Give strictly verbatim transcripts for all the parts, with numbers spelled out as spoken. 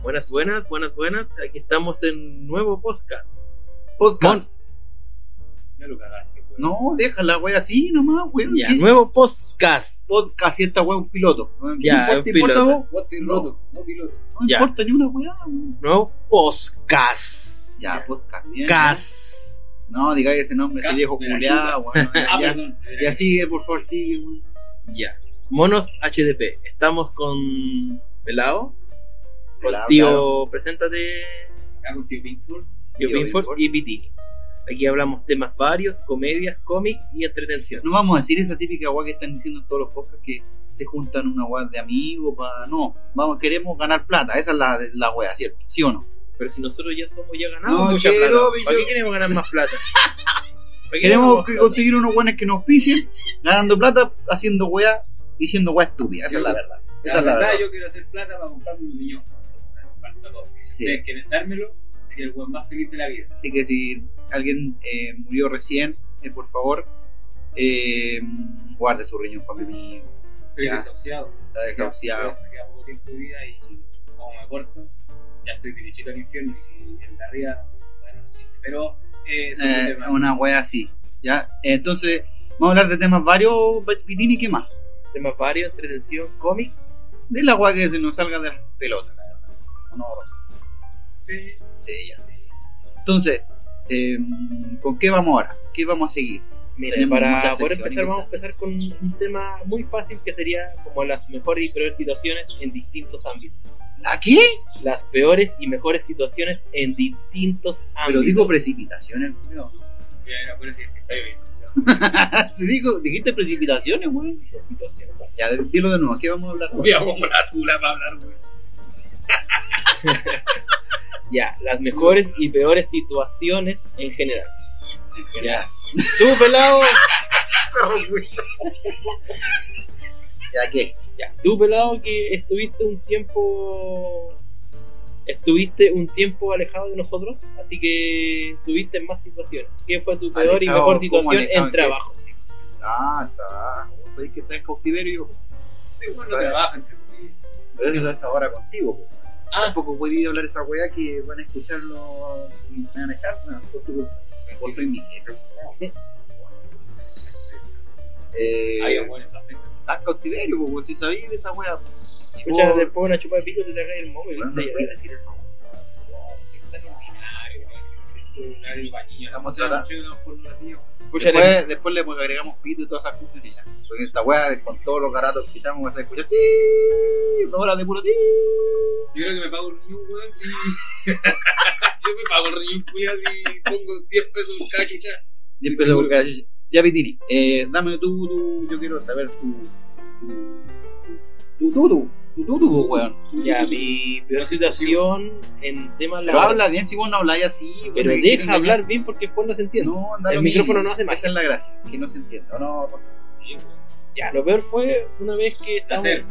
Buenas, buenas, buenas, buenas. Aquí estamos en nuevo podcast. Podcast. Ya lo cagaste, weón. No, déjala, wey, así nomás, weón. Ya, ¿Qué? nuevo podcast. Podcast y esta wey un piloto. ¿No Ya, importa, un ¿te importa piloto. vos? What piloto, no piloto. No Ya. importa ni una weá, weón. Nuevo podcast. Ya, podcast, bien. Cas. No, digáis ese nombre, ese Cas viejo de la culiado, weón. Ah, Ya, perdón. ya sigue, por favor, sigue, weón. Ya. Monos H D P. Estamos con Pelao. Con Pelao, tío, claro. preséntate. Acá con tío Pinkford. Tío Tío Pinford Pinford. y Pitini. Aquí hablamos temas varios, comedias, cómics y entretención. No vamos a decir esa típica weá que están diciendo en todos los podcasts que se juntan una weá de amigos para. No, vamos, queremos ganar plata. Esa es la, la weá, ¿cierto? ¿Sí o no? Pero si nosotros ya somos, ya ganamos No, mucha quiero, plata. yo- ¿Para qué queremos ganar más plata? ¿Para qué Queremos ganamos que plata? conseguir unos buenos que nos auspicien, ganando plata, haciendo weá, diciendo weá estúpida. Esa es la verdad. Esa La es la verdad, verdad. yo quiero hacer plata para comprarme un riñón. Me hace falta dos. Y si Sí. ustedes quieren dármelo, sería el weón más feliz de la vida. Así que si alguien eh, murió recién, eh, por favor, eh, guarde su riñón para mi amigo. Estoy Ya. desahuciado. Está desahuciado. Me queda poco tiempo de vida y como me corto, ya estoy derechito al infierno. Y si el de arriba, bueno, no existe. Pero, eh, ese es Eh, el tema. una wea así. ¿Ya? Eh, entonces, vamos a hablar de temas varios, Pitini, ¿qué más? Temas varios, entretención, cómic. De la wea que se nos salga de las pelotas, la verdad. ¿O no, Rosa? Sí. Sí, ya. Entonces, eh, ¿con qué vamos ahora? ¿Qué vamos a seguir? Mira, Tenemos para muchas poder secciones empezar, y vamos a cosas. empezar con un tema muy fácil que sería como las mejores y peores situaciones en distintos ámbitos. ¿La qué? Las peores y mejores situaciones en distintos ámbitos. Pero digo precipitaciones, weón. Voy a ir a poner si es que está lloviendo. Si digo, dijiste precipitaciones, weón. Dice situaciones. Ya, dilo de nuevo, ¿qué vamos a hablar? Voy a como la tula para hablar, weón. Ya, las mejores y peores situaciones en general. Ya. Tú, pelado, ¿Ya qué? ya, tú, pelado, que estuviste un tiempo, estuviste un tiempo alejado de nosotros, así que tuviste más situaciones. ¿Qué fue tu peor y Alejado, mejor ¿cómo situación alejado en en qué? trabajo? Ah, está. Vos sabés que está en cautiverio. Este weón no trabaja, entre comillas. Pero es que hablar esa hora contigo, po. Ah. Tampoco puedo hablar esa weá que van a escucharlo y me van a echar. Bueno, por tu culpa. Vos soy mi jefe. Eh, Ahí es bueno, está perfecto. Estás en cautiverio, po, vos si sabés de esa weá. Escucha, Vos- después una chupa de pico te trae el móvil. Bueno, no ¿viste? puedes decir eso. Si está en ordinario, weón. Una del bañillo. Vamos No a sé, tratar. mucho, no, por una silla. Escucha, Después, después le agregamos pito y todas esas cuestiones ya. Porque esta weá, con todos los garatos que estamos, vas a escuchar ¡tii! Dos horas de puro ¡tii! Yo creo que me pago el riñón, weón, si... Yo me pago el riñón, cuya, si pongo diez pesos en cada chucha. Y empezó por cada chicha. Ya, Pitini, eh, dame tú, tú, yo quiero saber tu. Tu, tu, tu, tu, tu, tu, tu, weón. ya, mi peor situación en temas Pero laborales. habla bien si vos no habláis así. Pero weón, que deja quieren hablar engañar. bien porque después no se entiende. No, anda El lo micrófono mismo. no hace magia. Esa es la gracia, que no se entienda. No, no, Sí, weón. Ya, lo peor fue una vez que estábamos... Hacer.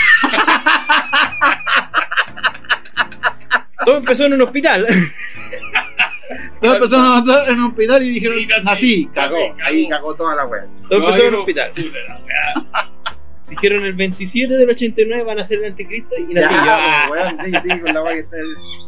Todo empezó en un hospital. Dos personas en un hospital y dijeron, Y nací, así, cagó. nací, cagó. Ahí cagó toda la wea. Todo No, empezó yo en un no- hospital. Puta la weá. Dijeron el veintisiete del ochenta y nueve van a ser el anticristo y nací Ya, yo. Ah, weón, sí, sí, con la wea que está.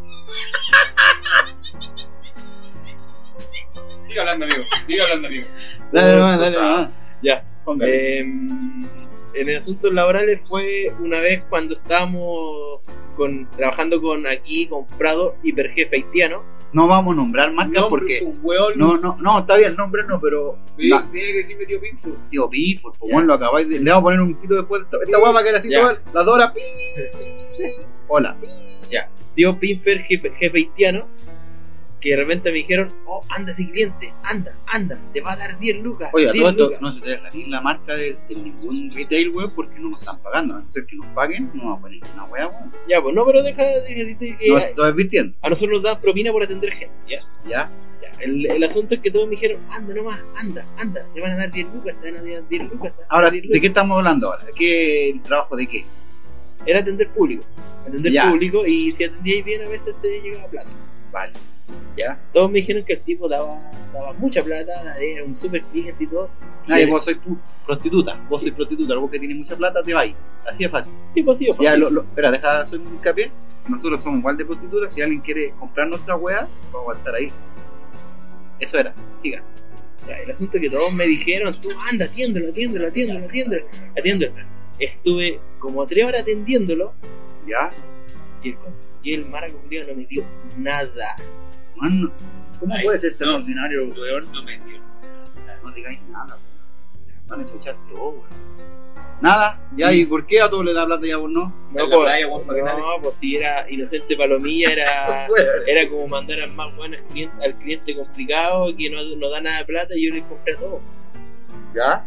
Sigue hablando, amigo. Sigue hablando, amigo. Dale, nomás, dale, nomás. Ya. Póngale. Eh, en asuntos laborales fue una vez cuando estábamos con, trabajando con aquí, con Prado, hiperjefe haitiano. No vamos a nombrar marcas Nombre, porque. un weón. No, no, no, está bien, nombre no, pero. Sí, la- tiene que decirme tío Pinkford. Tío Pifford, pues Ya. bueno, lo acabáis de. Le vamos a poner un pito después de esta, esta guapa que era así Ya. toda la Dora. pi. Hola. Tío Pinfer, jefe, jefe haitiano, que de repente me dijeron, oh, anda ese cliente, anda, anda, te va a dar diez lucas. Oiga, diez todo esto lucas". no se te debe salir la marca de, de ningún retail, weón, porque no nos están pagando. A no ser que nos paguen, no vamos a poner una wea, weón. Ya, pues no, pero deja, deja decirte que No, a, estoy advirtiendo. a nosotros nos dan propina por atender gente, ¿ya? Ya. Ya, El, el asunto es que todos me dijeron, anda nomás, anda, anda, te van a dar diez lucas, te van a dar diez lucas. te van a Ahora, dar diez ¿de lucas". qué estamos hablando ahora? ¿Qué trabajo de qué? Era atender público, atender Ya. público y si atendíais bien a veces te llegaba plata. Vale. ¿Ya? Todos me dijeron que el tipo daba, daba mucha plata, era un super cliente y todo. Y Ay, él- vos sois pu- prostituta, vos sois prostituta, vos que tienes mucha plata te vais. Así de fácil. Sí, pues sí, fue Ya, así. lo, lo, espera, deja hacer un hincapié. nosotros somos igual de prostitutas, si alguien quiere comprar nuestra weá, vamos a estar ahí. Eso era, siga. Ya, el asunto es que todos me dijeron, tú anda, atiéndelo, atiéndelo, atiéndelo, atiéndelo, atiéndelo. Estuve como tres horas atendiéndolo ¿Ya? y el, y el maracumbio no me dio nada. Mano, ¿cómo Ay, puede ser tan no. ordinario, weón? No me dio. No digáis nada, weón. Van a echarte vos, weón. Nada, ya, ¿y por qué a todos le da plata y a vos no? No, En la pues, playa, weón, para que no, pues si era inocente palomilla, era, era como mandar al más bueno al cliente, al cliente complicado que no, no da nada de plata y yo le compré todo. ¿Ya?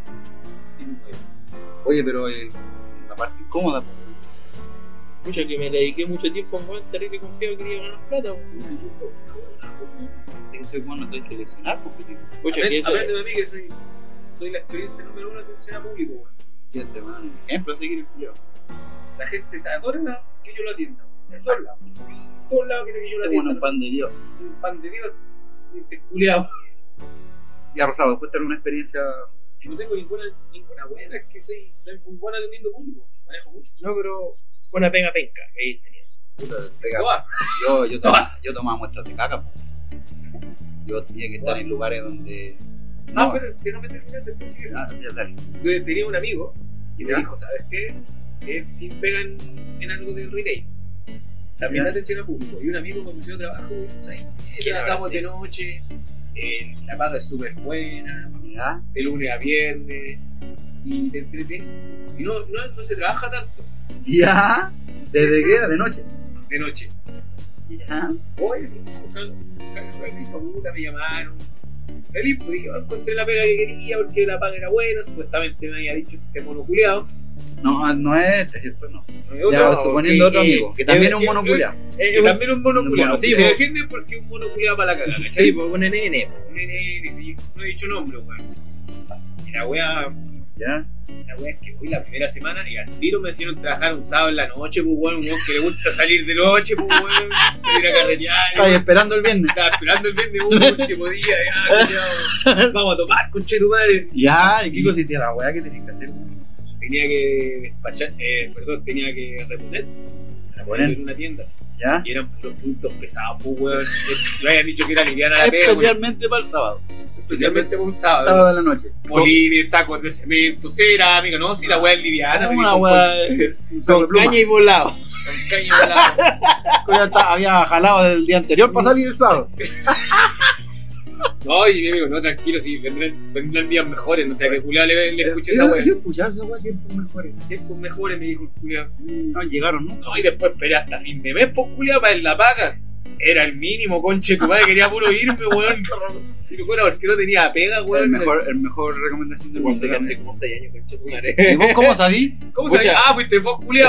Oye, pero eh, la parte incómoda, pues. Mucho que me dediqué mucho tiempo en un terrible confiado que quería ganar plata. De que soy bueno, soy seleccionado, porque Mucho que eso, Aprende de mí que soy, soy la experiencia número uno de atención a público, weón. siente, man. Ejemplo, seguir el culiao. La gente se adora que yo lo atienda. En todos lados. En todos lados quiere que yo lo Como atienda. un pan de Dios. Soy un pan de Dios. Este culiao. Ya, Rosado, cuéntale una experiencia. Que no tengo ninguna, ninguna buena, es que soy, soy muy buena atendiendo público. Manejo mucho. no, pero una pega penca que he tenido. Puta, pega. Toda. Yo, yo, tomaba, yo tomaba muestras de caca, po. Yo tenía que estar en lugares donde. Ah, No. pero déjame terminar después sigue. Ah, sí, dale. Yo tenía un amigo que me ¿Ya? dijo, ¿sabes qué? Él sí pega en, en algo de retail. También ¿Ya? la atención al público. Y un amigo me ofreció trabajo, y, ¿sabes qué? ¿Qué Trabajamos hace? de noche, eh, la paga es súper buena, ¿Ya? de lunes a viernes, y te entretengo. Y no, no, no se trabaja tanto ¿Ya? ¿Desde qué era? ¿De noche? de noche. ¿Ya? Oye, sí, cago de risa, puta, me llamaron. Feliz, pues dije, oh, encontré la pega que quería porque la paga era buena, supuestamente me había dicho que es monoculeado. No, no es este, ¿cierto? No. No, Ya, no, suponiendo que- otro que- amigo, que también que- es un monoculeado. Eh, que también es un monoculeado. Un Sí, monoculeado. se defiende porque es un monoculeado para la cagada, sí, ¿cachai? pues un nene. Un nene, sí, no he dicho nombre, weón. Y la wea, ¿Ya? la wea es que hoy la primera semana y al tiro me hicieron trabajar un sábado en la noche, pues weón, un weón que le gusta salir de noche, pues weón, ir a carretear. Estaba ahí esperando el viernes. Estaba esperando el viernes un último día, ya, culiao, vamos a tomar, conche tu madre. Ya, ¿y qué consistía la weá que tenías que hacer? Tenía que despachar, eh, perdón, tenía que reponer. Reponer. En una tienda, así. ¿Ya? Y eran puros productos pesados, pues weón. Me habían dicho que era liviana la pega, weón. Especialmente para el sábado. Especialmente un sábado. Sábado de la noche. Polines, sacos de cemento, cerámica, no, si la weá es liviana, me Una dijo, weá. con, Con Caña y volado. con caña volada. Ya está- había jalado del día anterior para salir el sábado. No, y mi amigo, no, tranquilo, si vendrán, vendrán días mejores, no sé, que culiao le, le escuché esa Yo- weá. Yo escuchaba esa weá tiempos mejores. Tiempos mejores, me dijo el culiao. No llegaron, ¿no? No, y después esperé hasta fin de mes, pues culiao, para ir la paga. Era el mínimo, conche, tu madre quería puro irme, weón. Si no fuera porque no tenía pega, El weón. mejor, el mejor recomendación del Igual mundo. te quedaste como seis años con Chetumare. ¿Y vos cómo sabís? ¿Cómo Pucha. sabes? Ah, fuiste vos, culiao.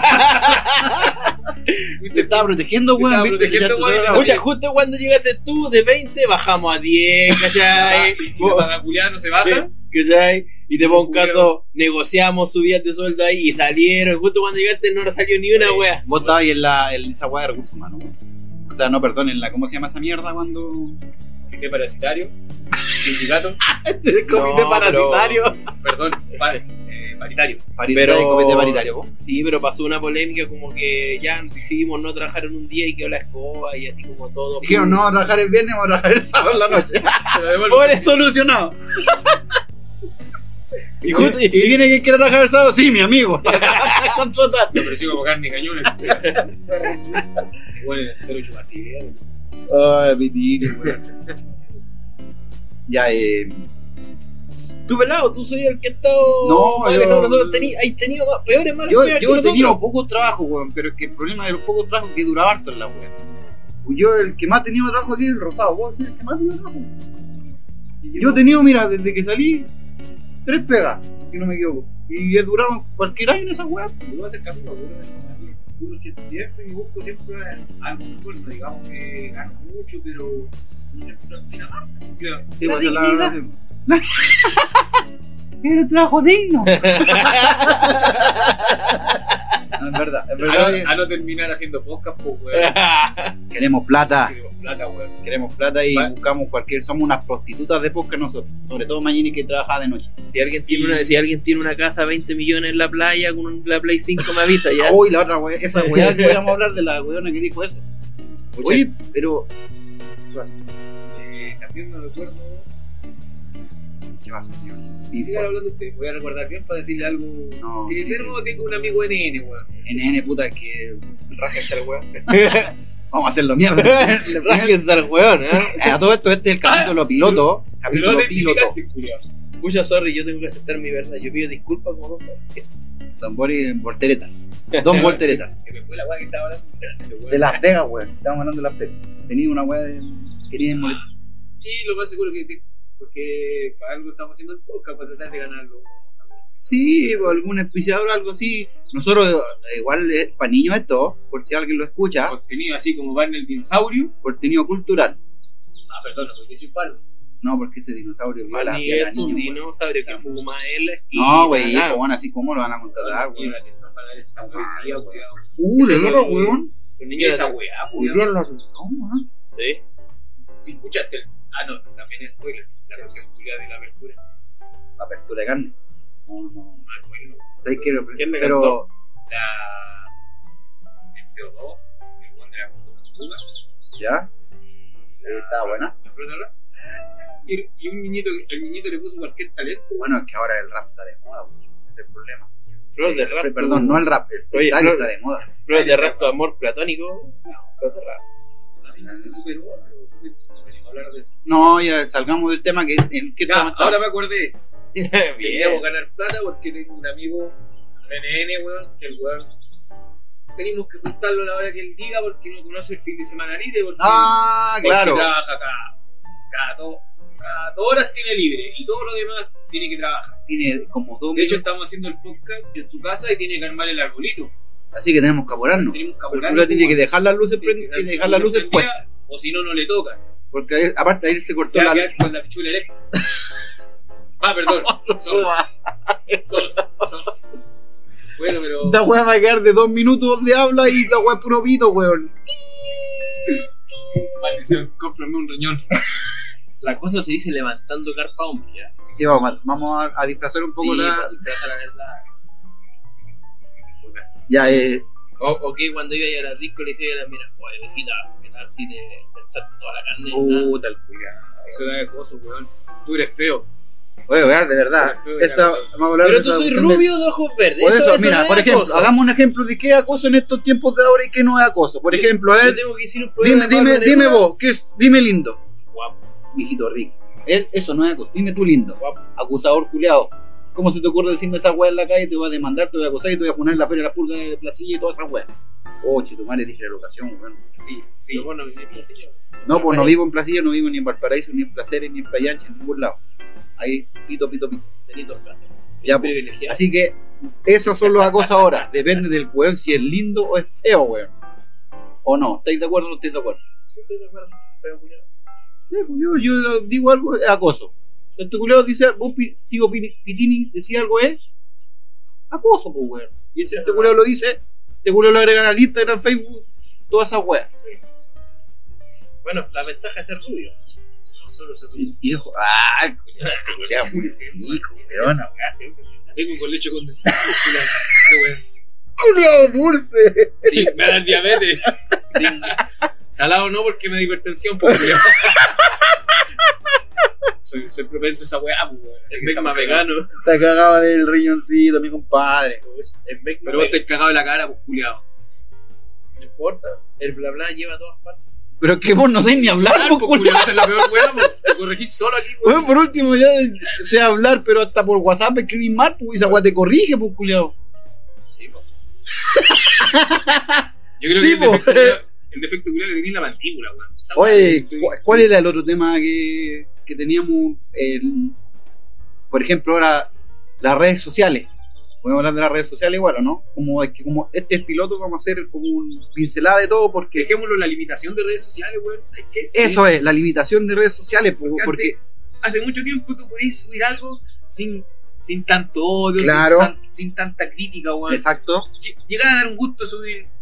Te estaba protegiendo, Te weón. estaba ¿viste? protegiendo, Te echaste weón. sobre la- Escucha, justo cuando llegaste tú de veinte, bajamos a diez, ¿cachai? Y la paga culiao no se baja. ¿Cachai? Y te pongo un Julio. caso, negociamos subidas de sueldo ahí y salieron. Justo cuando llegaste no nos salió ni una Sí. wea. Vos estabas ahí en, la, en esa weá de recursos humanos, weón. O sea, no, perdón, en la. ¿Cómo se llama esa mierda cuando.? Comité parasitario, sindicato, Este comité parasitario. perdón, pa- eh, paritario. Paritario, Pero- comité paritario, vos. Sí, pero pasó una polémica como que ya decidimos no trabajar en un día y quedó la escoba y así como todo. Dijeron, no vamos a trabajar el viernes, vamos a trabajar el sábado en la noche. Se lo devuelvo. Por eso. Solucionado. Y justo- ¿Y viene quien quiere trabajar el sábado? Sí, mi amigo. Contratar. Me ofreció como carne y cañones. Bueno, entero chupacía. Ay, pitito, weón. Ya, eh. Tú pelado, tú soy el que ha estado. No, más yo- alejado de nosotros. Tení, hay tenido más, peores malas Yo, pegas que yo he nosotros. tenido pocos trabajos, weón, pero es que el problema de los pocos trabajos es que duraba harto en la weón. Yo, el que más ha tenido trabajo aquí es el Rosado. ¿Vos sos el que más ha tenido trabajo? Yo he tenido, mira, desde que salí, tres pegas, si no me equivoco. Y he durado cualquier año en esa weá. Yo voy a hacer camino, duro siempre y busco siempre algo muy bueno. Digamos que gano mucho, pero no siempre termina más. Creo. Sí, La pues, la- dignidad. la- Pero trabajo digno. No, es verdad, es A verdad. no, a no terminar haciendo podcast, pues, weón. que Queremos plata. Queremos plata, weón. Queremos plata y Va. buscamos cualquier... Somos unas prostitutas de podcast nosotros. Sobre todo Mañini, que trabaja de noche. Si alguien tiene una, si alguien tiene una casa veinte millones en la playa con un, la Play cinco me avisa ya. Uy, la otra wea, esa weá que podíamos hablar de la weona que dijo eso. Oye, pero... Eh, también me recuerdo. ¿Qué pasa, señor? Y sigan hablando ustedes, voy a recordar bien para decirle algo. No, Que sí, de nuevo tengo un amigo N N, weón. N N, puta, que... Rájense el weón. Vamos a hacerlo mierda. Rájense al weón, ¿eh? A todo esto, este es el capítulo piloto. Pero Capítulo no te piloto. identificaste, culiao. Pucha, sorry, yo tengo que aceptar mi verdad. Yo pido disculpas como dos. Don Boris en volteretas. Dos volteretas. Se me fue la weá que estaba hablando. weón. De Las Vegas, weón. Estábamos hablando de Las Vegas. Tenía una weá de... Quería molestar. Sí, lo más seguro que. Porque para algo estamos haciendo el podcast, para tratar de ganarlo. Sí, o algún auspiciador o algo así. Nosotros, eh, igual, es para niños esto, por si alguien lo escucha, Contenido así como Barney el dinosaurio. contenido cultural. Ah, perdón, no porque soy paro. No, porque ese dinosaurio viola, Manny viola es un niños, weón. dinosaurio que fuma en la esquina. No, güey, nada. hijo, bueno, así como lo van a contratar, güey. Esa Uh, de verdad, weón. Los niños de- weá, Muy weón. bien la ¿Cómo, ah? Sí. Si escuchaste el. Ah, no, también es spoiler. La versión culiada de la apertura. Apertura de carne. No, no. Ah, bueno. ¿Sabes qué? ¿Quién le Pero, cantó? La. El C O dos, el buen de la cultura. ¿ya? Eh, Estaba buena. La fruta rap. Y, y un niñito, el niñito le puso cualquier talento. Bueno, es que ahora el rap está de moda, mucho. Ese es el problema. Flor de Eh, rap. Perdón, no el rap, el Oye, freestyle Flor- está de moda. Flor de rap, tu amor platónico. Flor de rap. A mí no se superó, pero no venimos a hablar de eso. No, ya salgamos del tema que... ¿En qué Ya, tema ahora estamos? me acordé. Bien. Queríamos ganar plata porque tengo un amigo, N N, weón, que el weón. Tenemos que juntarlo a la hora que él diga porque no conoce el fin de semana libre. Porque, Ah, porque claro. trabaja cada, cada, do- cada dos horas tiene libre y todo lo demás tiene que trabajar. Tiene como dos De hecho, minutos, estamos haciendo el podcast en su casa y tiene que armar el arbolito. así que tenemos que apurarnos. Tenemos que Porque apurarnos, uno tiene que weón. dejar las luces Tiene prendidas, que tiene que dejar las luces prendidas, puestas. o si no, no le toca. Porque ahí- aparte ahí se cortó Se va a la... quedar con la pichula eléctrica. Ah, perdón. Solo, solo, solo, solo. Bueno, pero. Esta weá va a quedar de dos minutos de habla y la weá es puro pito, weón. Maldición, cómprame un riñón. La cosa se dice levantando carpa hombre, ya. Sí, vamos, a- vamos a, a disfrazar un poco Sí, la... pues, deja la verdad. Ya, eh... O, o que cuando iba a ir a la disco le dije a la mira, oye, viejita, ¿qué tal si te pensaste toda la carne? Puta el culiao. Eso da acoso, weón. Tú eres feo. Oye, weón, de verdad. Pero feo, Esta, ya, vamos a hablar Pero de tú esa soy cuestión de- rubio de ojos verdes. Por eso, no mira, es por ejemplo, acoso. hagamos un ejemplo de qué es acoso en estos tiempos de ahora y qué no es acoso. Por ejemplo, a Yo ver, tengo que decir un dime, programa de dime, Pablo dime Neruda. vos, ¿qué es? Dime lindo. Guapo. Mijito rico. Él, eso no es acoso. Dime tú lindo. Guapo. Acusador culiao. ¿Cómo se te ocurre decirme esa weá en la calle? Te voy a demandar, te voy a acosar y te voy a funar en la feria de la pulga de Placilla y toda esa weá. Oh, chitumare, dije la locación, weón. Sí, sí. Pero bueno, mi platillo. No, pues no vivo en Placilla, no vivo ni en Valparaíso, ni en Placeres, ni en Playanche, en ningún lado. Ahí, pito, pito, pito. Delito en plaza. Ya, pues. Privilegiado. Así que, esos son los acosos ahora. Depende del weón si es lindo o es feo, weón. O no, ¿estáis de acuerdo o no estáis de acuerdo? Sí, estoy de acuerdo. Feo, culiao. Sí, pues yo, yo digo algo, es acoso. Este culiao dice, vos, pi- tío Pi- Pitini, decía algo, es acoso, pues, weón. Y si este culiao lo dice, este culiao lo agregan al Instagram, Facebook, todas esas weas. Bueno, la ventaja es ser rubio. No solo se Y, y dijo, ah, el culiao, este culiao muy rico, weón. Tengo con leche condensada. culiao. Qué weón. Culiao dulce. Sí, me da diabetes. Sí. Salado no porque me da hipertensión, pues, culiao. Soy, soy propenso a esa weá, pues, weón. Así Es que Megma estamos cagados. vegano. Está cagado del riñoncito, mi compadre. Es Megma Pero vos vegano. estás cagado de la cara, pues, culiao. No importa. El bla bla lleva a todas partes. Pero que vos no sabés ni hablar, Claro, po, pues, culiao. culiao, esa es la peor weá, pues. Te corregís solo aquí, Bueno, weón. por último, ya sé hablar, pero hasta por WhatsApp escribís mal, pues esa weá te corrige, pues, culiao. Sí, pues. Yo creo Sí, que el po. defecto, culiao- el defecto culiao que tenía es la mandíbula, weón. Esa weá Oye, que estoy- ¿cu- ¿cuál era el otro tema que, que teníamos? El, por ejemplo, ahora las redes sociales. Podemos hablar de las redes sociales igual, ¿o no? Como, es que como este es piloto, vamos a hacer como un pincelada de todo, porque Dejémoslo la limitación de redes sociales, weón. ¿Sabes qué? eso es, la limitación de redes sociales, pues, Porque porque... Hace mucho tiempo tú podías subir algo sin, sin tanto odio, Claro. sin, sin tanta crítica, weón. Exacto. Lle- Llegaba a dar un gusto subir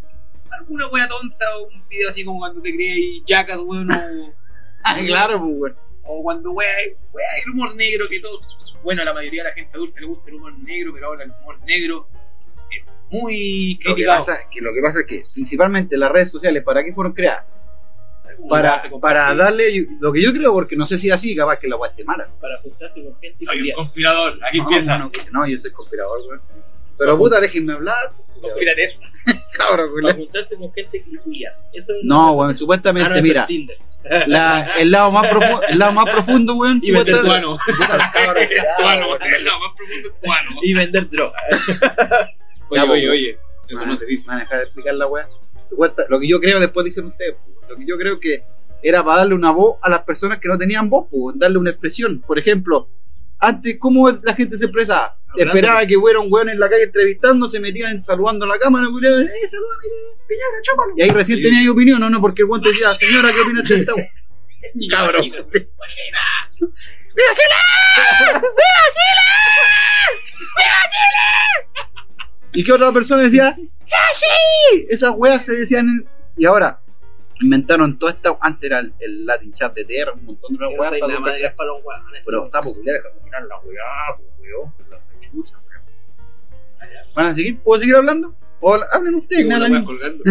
alguna wea tonta o un video así como cuando te crees Jackass, weón, o, Ah, claro, pues, weón. o cuando wea, wea, el humor negro que todo. Bueno, a la mayoría de la gente adulta le gusta el humor negro, pero ahora el humor negro es muy Lo que, criticado. pasa, que lo que pasa es que principalmente las redes sociales, ¿para qué fueron creadas? Como Para, hace compartir. para darle lo que yo creo, porque no sé si es así, capaz que la Guatemala. Para juntarse con gente y Soy un culiar. conspirador, aquí No, empieza. no, no, yo soy conspirador, weón. Pero puta, déjenme hablar. Conspirate. Cabrón, Para weón. juntarse con gente y culiar. Eso es No, lo- weón, Ah, no, supuestamente, eso es mira, Tinder. la, el, lado más profundo, el lado más profundo, weón, Y vender supuestamente- Tuano. Puta, cabrón, Tuano, weón. el lado más profundo es tuano. Y vender droga. Oye, Ya, oye, pues, oye, eso no se dice. Me van a dejar de explicar la weá. Supuesta- Lo que yo creo, después dicen ustedes, pues, lo que yo creo que era para darle una voz a las personas que no tenían voz, pues, darle una expresión. Por ejemplo, antes, ¿cómo la gente se expresaba? Hablando. Esperaba que hubiera un weón en la calle entrevistando, se metían saludando a la cámara, culiao, eh, salúdame, Piñera, chúpalo. Y ahí recién Sí. tenía ahí opinión, no, no, porque el weón te decía, señora, ¿qué opinas de esta weá? Cabrón. Imagínate. ¡Viva Chile! ¡Viva Chile! ¡Viva Chile! ¿Y qué otra persona decía? ¡Ya sí! Esas weas se decían en- y ahora inventaron todo esto. Antes era el, el Latin Chat de Tierra, un montón de Yo no weas soy para nada más conversar. para los huevones. Pero sapo, culiá, déjame mirar la weá, pues weón, por la chucha, weón. ¿Van a seguir? ¿Puedo seguir hablando? O hablen ustedes, Tengo me una hablan. wea colgando.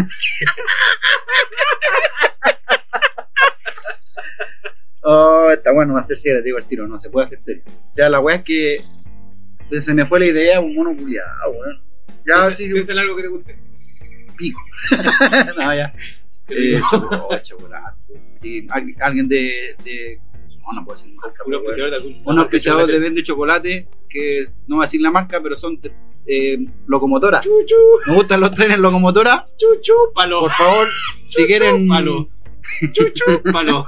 Oh, está bueno, va a ser serio, te digo el tiro, no se puede hacer serio. Ya la weá es que se me fue la idea, un mono culiado, weón. Ya, Piensa- sí, piensa en algo que te guste. pico. No, ya. Eh, chocolate, chocolate. Sí, alguien, alguien de, de. No, no puedo decir marca, Un pero, weón. auspiciador de algún- Un auspiciador de vende chocolate, que no voy a decir la marca, pero son eh, locomotoras. Chuchu, Me gustan los trenes locomotora. chuchu, palo. Por favor, si quieren. Palo. Chuchu, palo.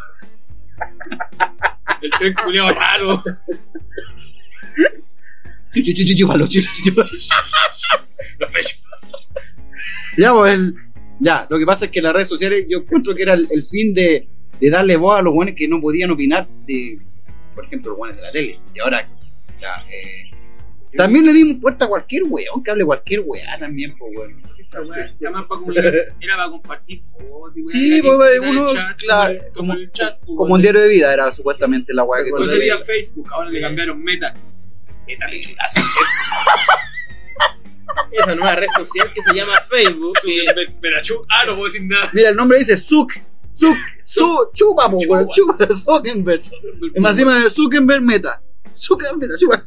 El tren culiao raro. Chu, chu, chu, chu, chu, palo, chu, chu, chu. Los pechos. Ya, pues, el- ya, lo que pasa es que las redes sociales yo encuentro que era el, el fin de, de darle voz a los buenos que no podían opinar de, por ejemplo, los buenos de la tele. Y ahora, ya, eh, también le dimos puerta a cualquier weón, que hable cualquier weá también, pues, weón. Esta wea, ya más para comunicar, era para compartir fotos. y wea, Sí, era pues, que- era uno, el chat, claro, como, como- el chat, pues, Como un diario de vida era supuestamente la weá que Cuando tú se veía leías. Facebook, ahora le cambiaron meta. Meta de chulazo. Esa nueva red social que se llama Facebook. que- Me, me la chu. Ah, no puedo decir nada. Mira, el nombre dice Zuck, Zuck, Zuck, chupa, po, weón, chupa, Zuckerberg. Es más encima de Zuckerberg Meta. Zuckerberg, chupa.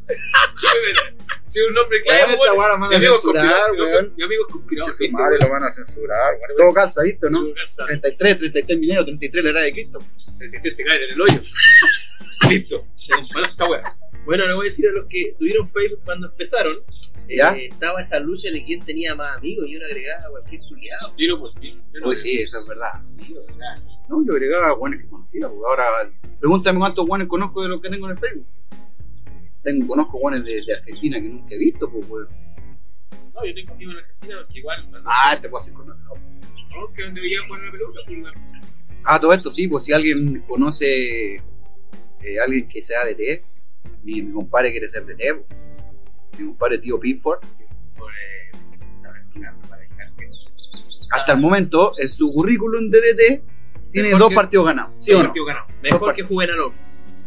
Si un nombre Weón, claro, esta weá la van mi a censurar, censurar, weón. Mi amigo es conspirador. Su madre lo van a censurar, weón. Todo calza, ¿viste, no? ¿no? treinta y tres, treinta y tres milenios, treinta y tres la era de Cristo. Que te, te cae en el hoyo. Listo. Se comparó esta wea. Bueno, le voy a decir a los que tuvieron Facebook cuando empezaron. eh, ¿Ya? estaba esa lucha de quién tenía más amigos y uno agregaba a cualquier culiado. Tiro por ti. Yo no Pues sé. sí, eso es verdad. Sí, verdad. No, yo agregaba buenos que conocía, porque ahora pregúntame cuántos buenos conozco de los que tengo en el Facebook. Tengo, conozco buenos de, de Argentina que nunca he visto, pues, weón. No, yo tengo amigos en Argentina porque igual. No, Ah, te puedo hacer conozco. no, que donde veía jugar la pelota, pues igual. Ah, todo esto sí, pues si alguien conoce eh, alguien que sea de T, mi, mi compadre quiere ser de T, pues. Mi compadre tío Pinford, Sobre. Estaba explicando para dejar que. hasta el momento en su currículum de D T tiene Mejor dos que- partidos ganados, ¿sí o no? Partido ganado. Mejor que Juvenal López.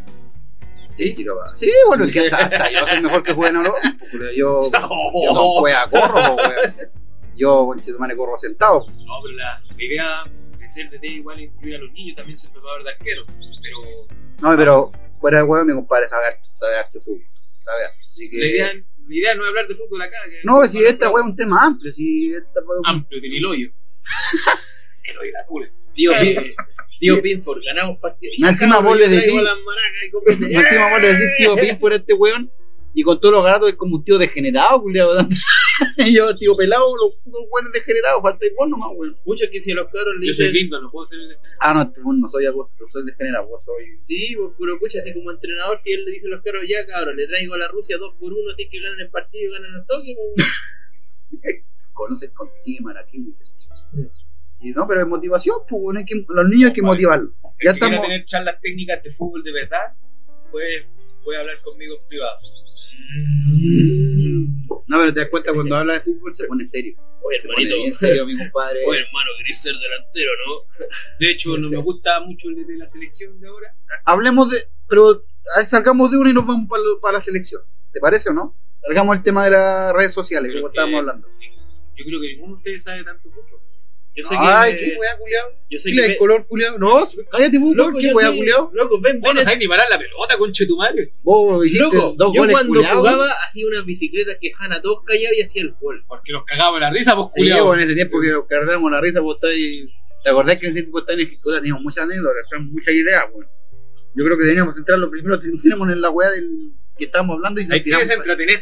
Sí, sí, lo va. Sí, bueno, es que hasta, hasta yo soy mejor que jueguen a los. Yo, yo no juega corro, po, weón. Yo, conchetumare, corro sentado. No, pero la, la idea de ser D T igual es incluir a los niños, también ser preparador de arquero. Pero No, pero fuera de juego, mi compadre sabe, sabe arte fútbol. Sabe arte. Así la, idea, que. la idea no es hablar de fútbol acá. Que No, si esta weá es un tema amplio, si esta weá es un- amplio, tiene el hoyo. El hoyo la tula. Tío, Eh. Pin- tío Pinford, ganamos partidos. Más encima vos le decís- Traigo las maracas y copete. Más encima vos le decís tío Pinford a este weón, y con todos los garatos es como un tío degenerado, culiado. Y yo, tío pelado, los putos weones degenerados, falta el vos nomás, weón. Muchos que si a los cabros le Yo soy dicen. lindo, no puedo ser el Ah, no, este weón no soy vos, no soy degenerado, vos soy. Sí, pues puro pucha, así como entrenador, si él le dice a los cabros, ya cabros, le traigo a la Rusia dos por uno, así que ganan el partido y ganan el toque, pues. Conoces consigue Maraquí, weón. Y no, pero es motivación, pues, weón, hay que, los niños hay que motivarlos. El Ya que quiera estamos. tener charlas técnicas de fútbol de verdad, puede, puede hablar conmigo en privado. No, pero te das cuenta cuando habla de fútbol se pone serio. Oye, Se pone hermanito. bien serio, mi compadre. Oye, hermano, querés ser delantero, ¿no? De hecho, no me gusta mucho el de la selección de ahora. Hablemos de. Pero a ver, salgamos de una y nos vamos para, para la selección. ¿Te parece o no? Salgamos el tema de las redes sociales, Pero como que- estábamos hablando. Yo creo que ninguno de ustedes sabe tanto fútbol. Yo sé Ay, que. qué weá, culiao. Yo sé ¿Qué que. le color, culiao? No, cállate, vos, Loco, qué yo weá, sí- culiao. Loco, ven, Vos ven. no sabés ni parar la pelota, conche tu madre. Vos hiciste Loco, dos yo goles, cuando culiao. jugaba hacía unas bicicletas que Hanna todos callaban y hacía el gol. Porque nos cagamos la risa, vos Sí, culiao. vos en ese tiempo que nos cargamos la risa, vos estás ahí. ¿Te acordás que en ese tiempo estáis en ejecuta? Teníamos muchas anécdotas, teníamos muchas ideas, weón. Yo creo que teníamos que entrar lo primero que tenemos en la weá del que estábamos hablando y Hay que tiramos- se entretener.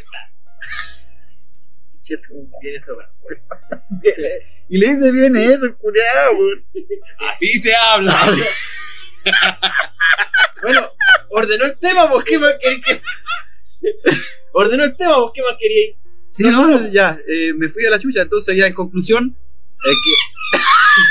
Viene sobra. Y le dice bien eso, el culiao, weón. Así se habla. Bueno, ordenó el tema, pues qué más queréis que. Ordenó el tema, pues qué más queríais. Sí, no, ya, eh, me fui a la chucha, entonces ya en conclusión, eh, que...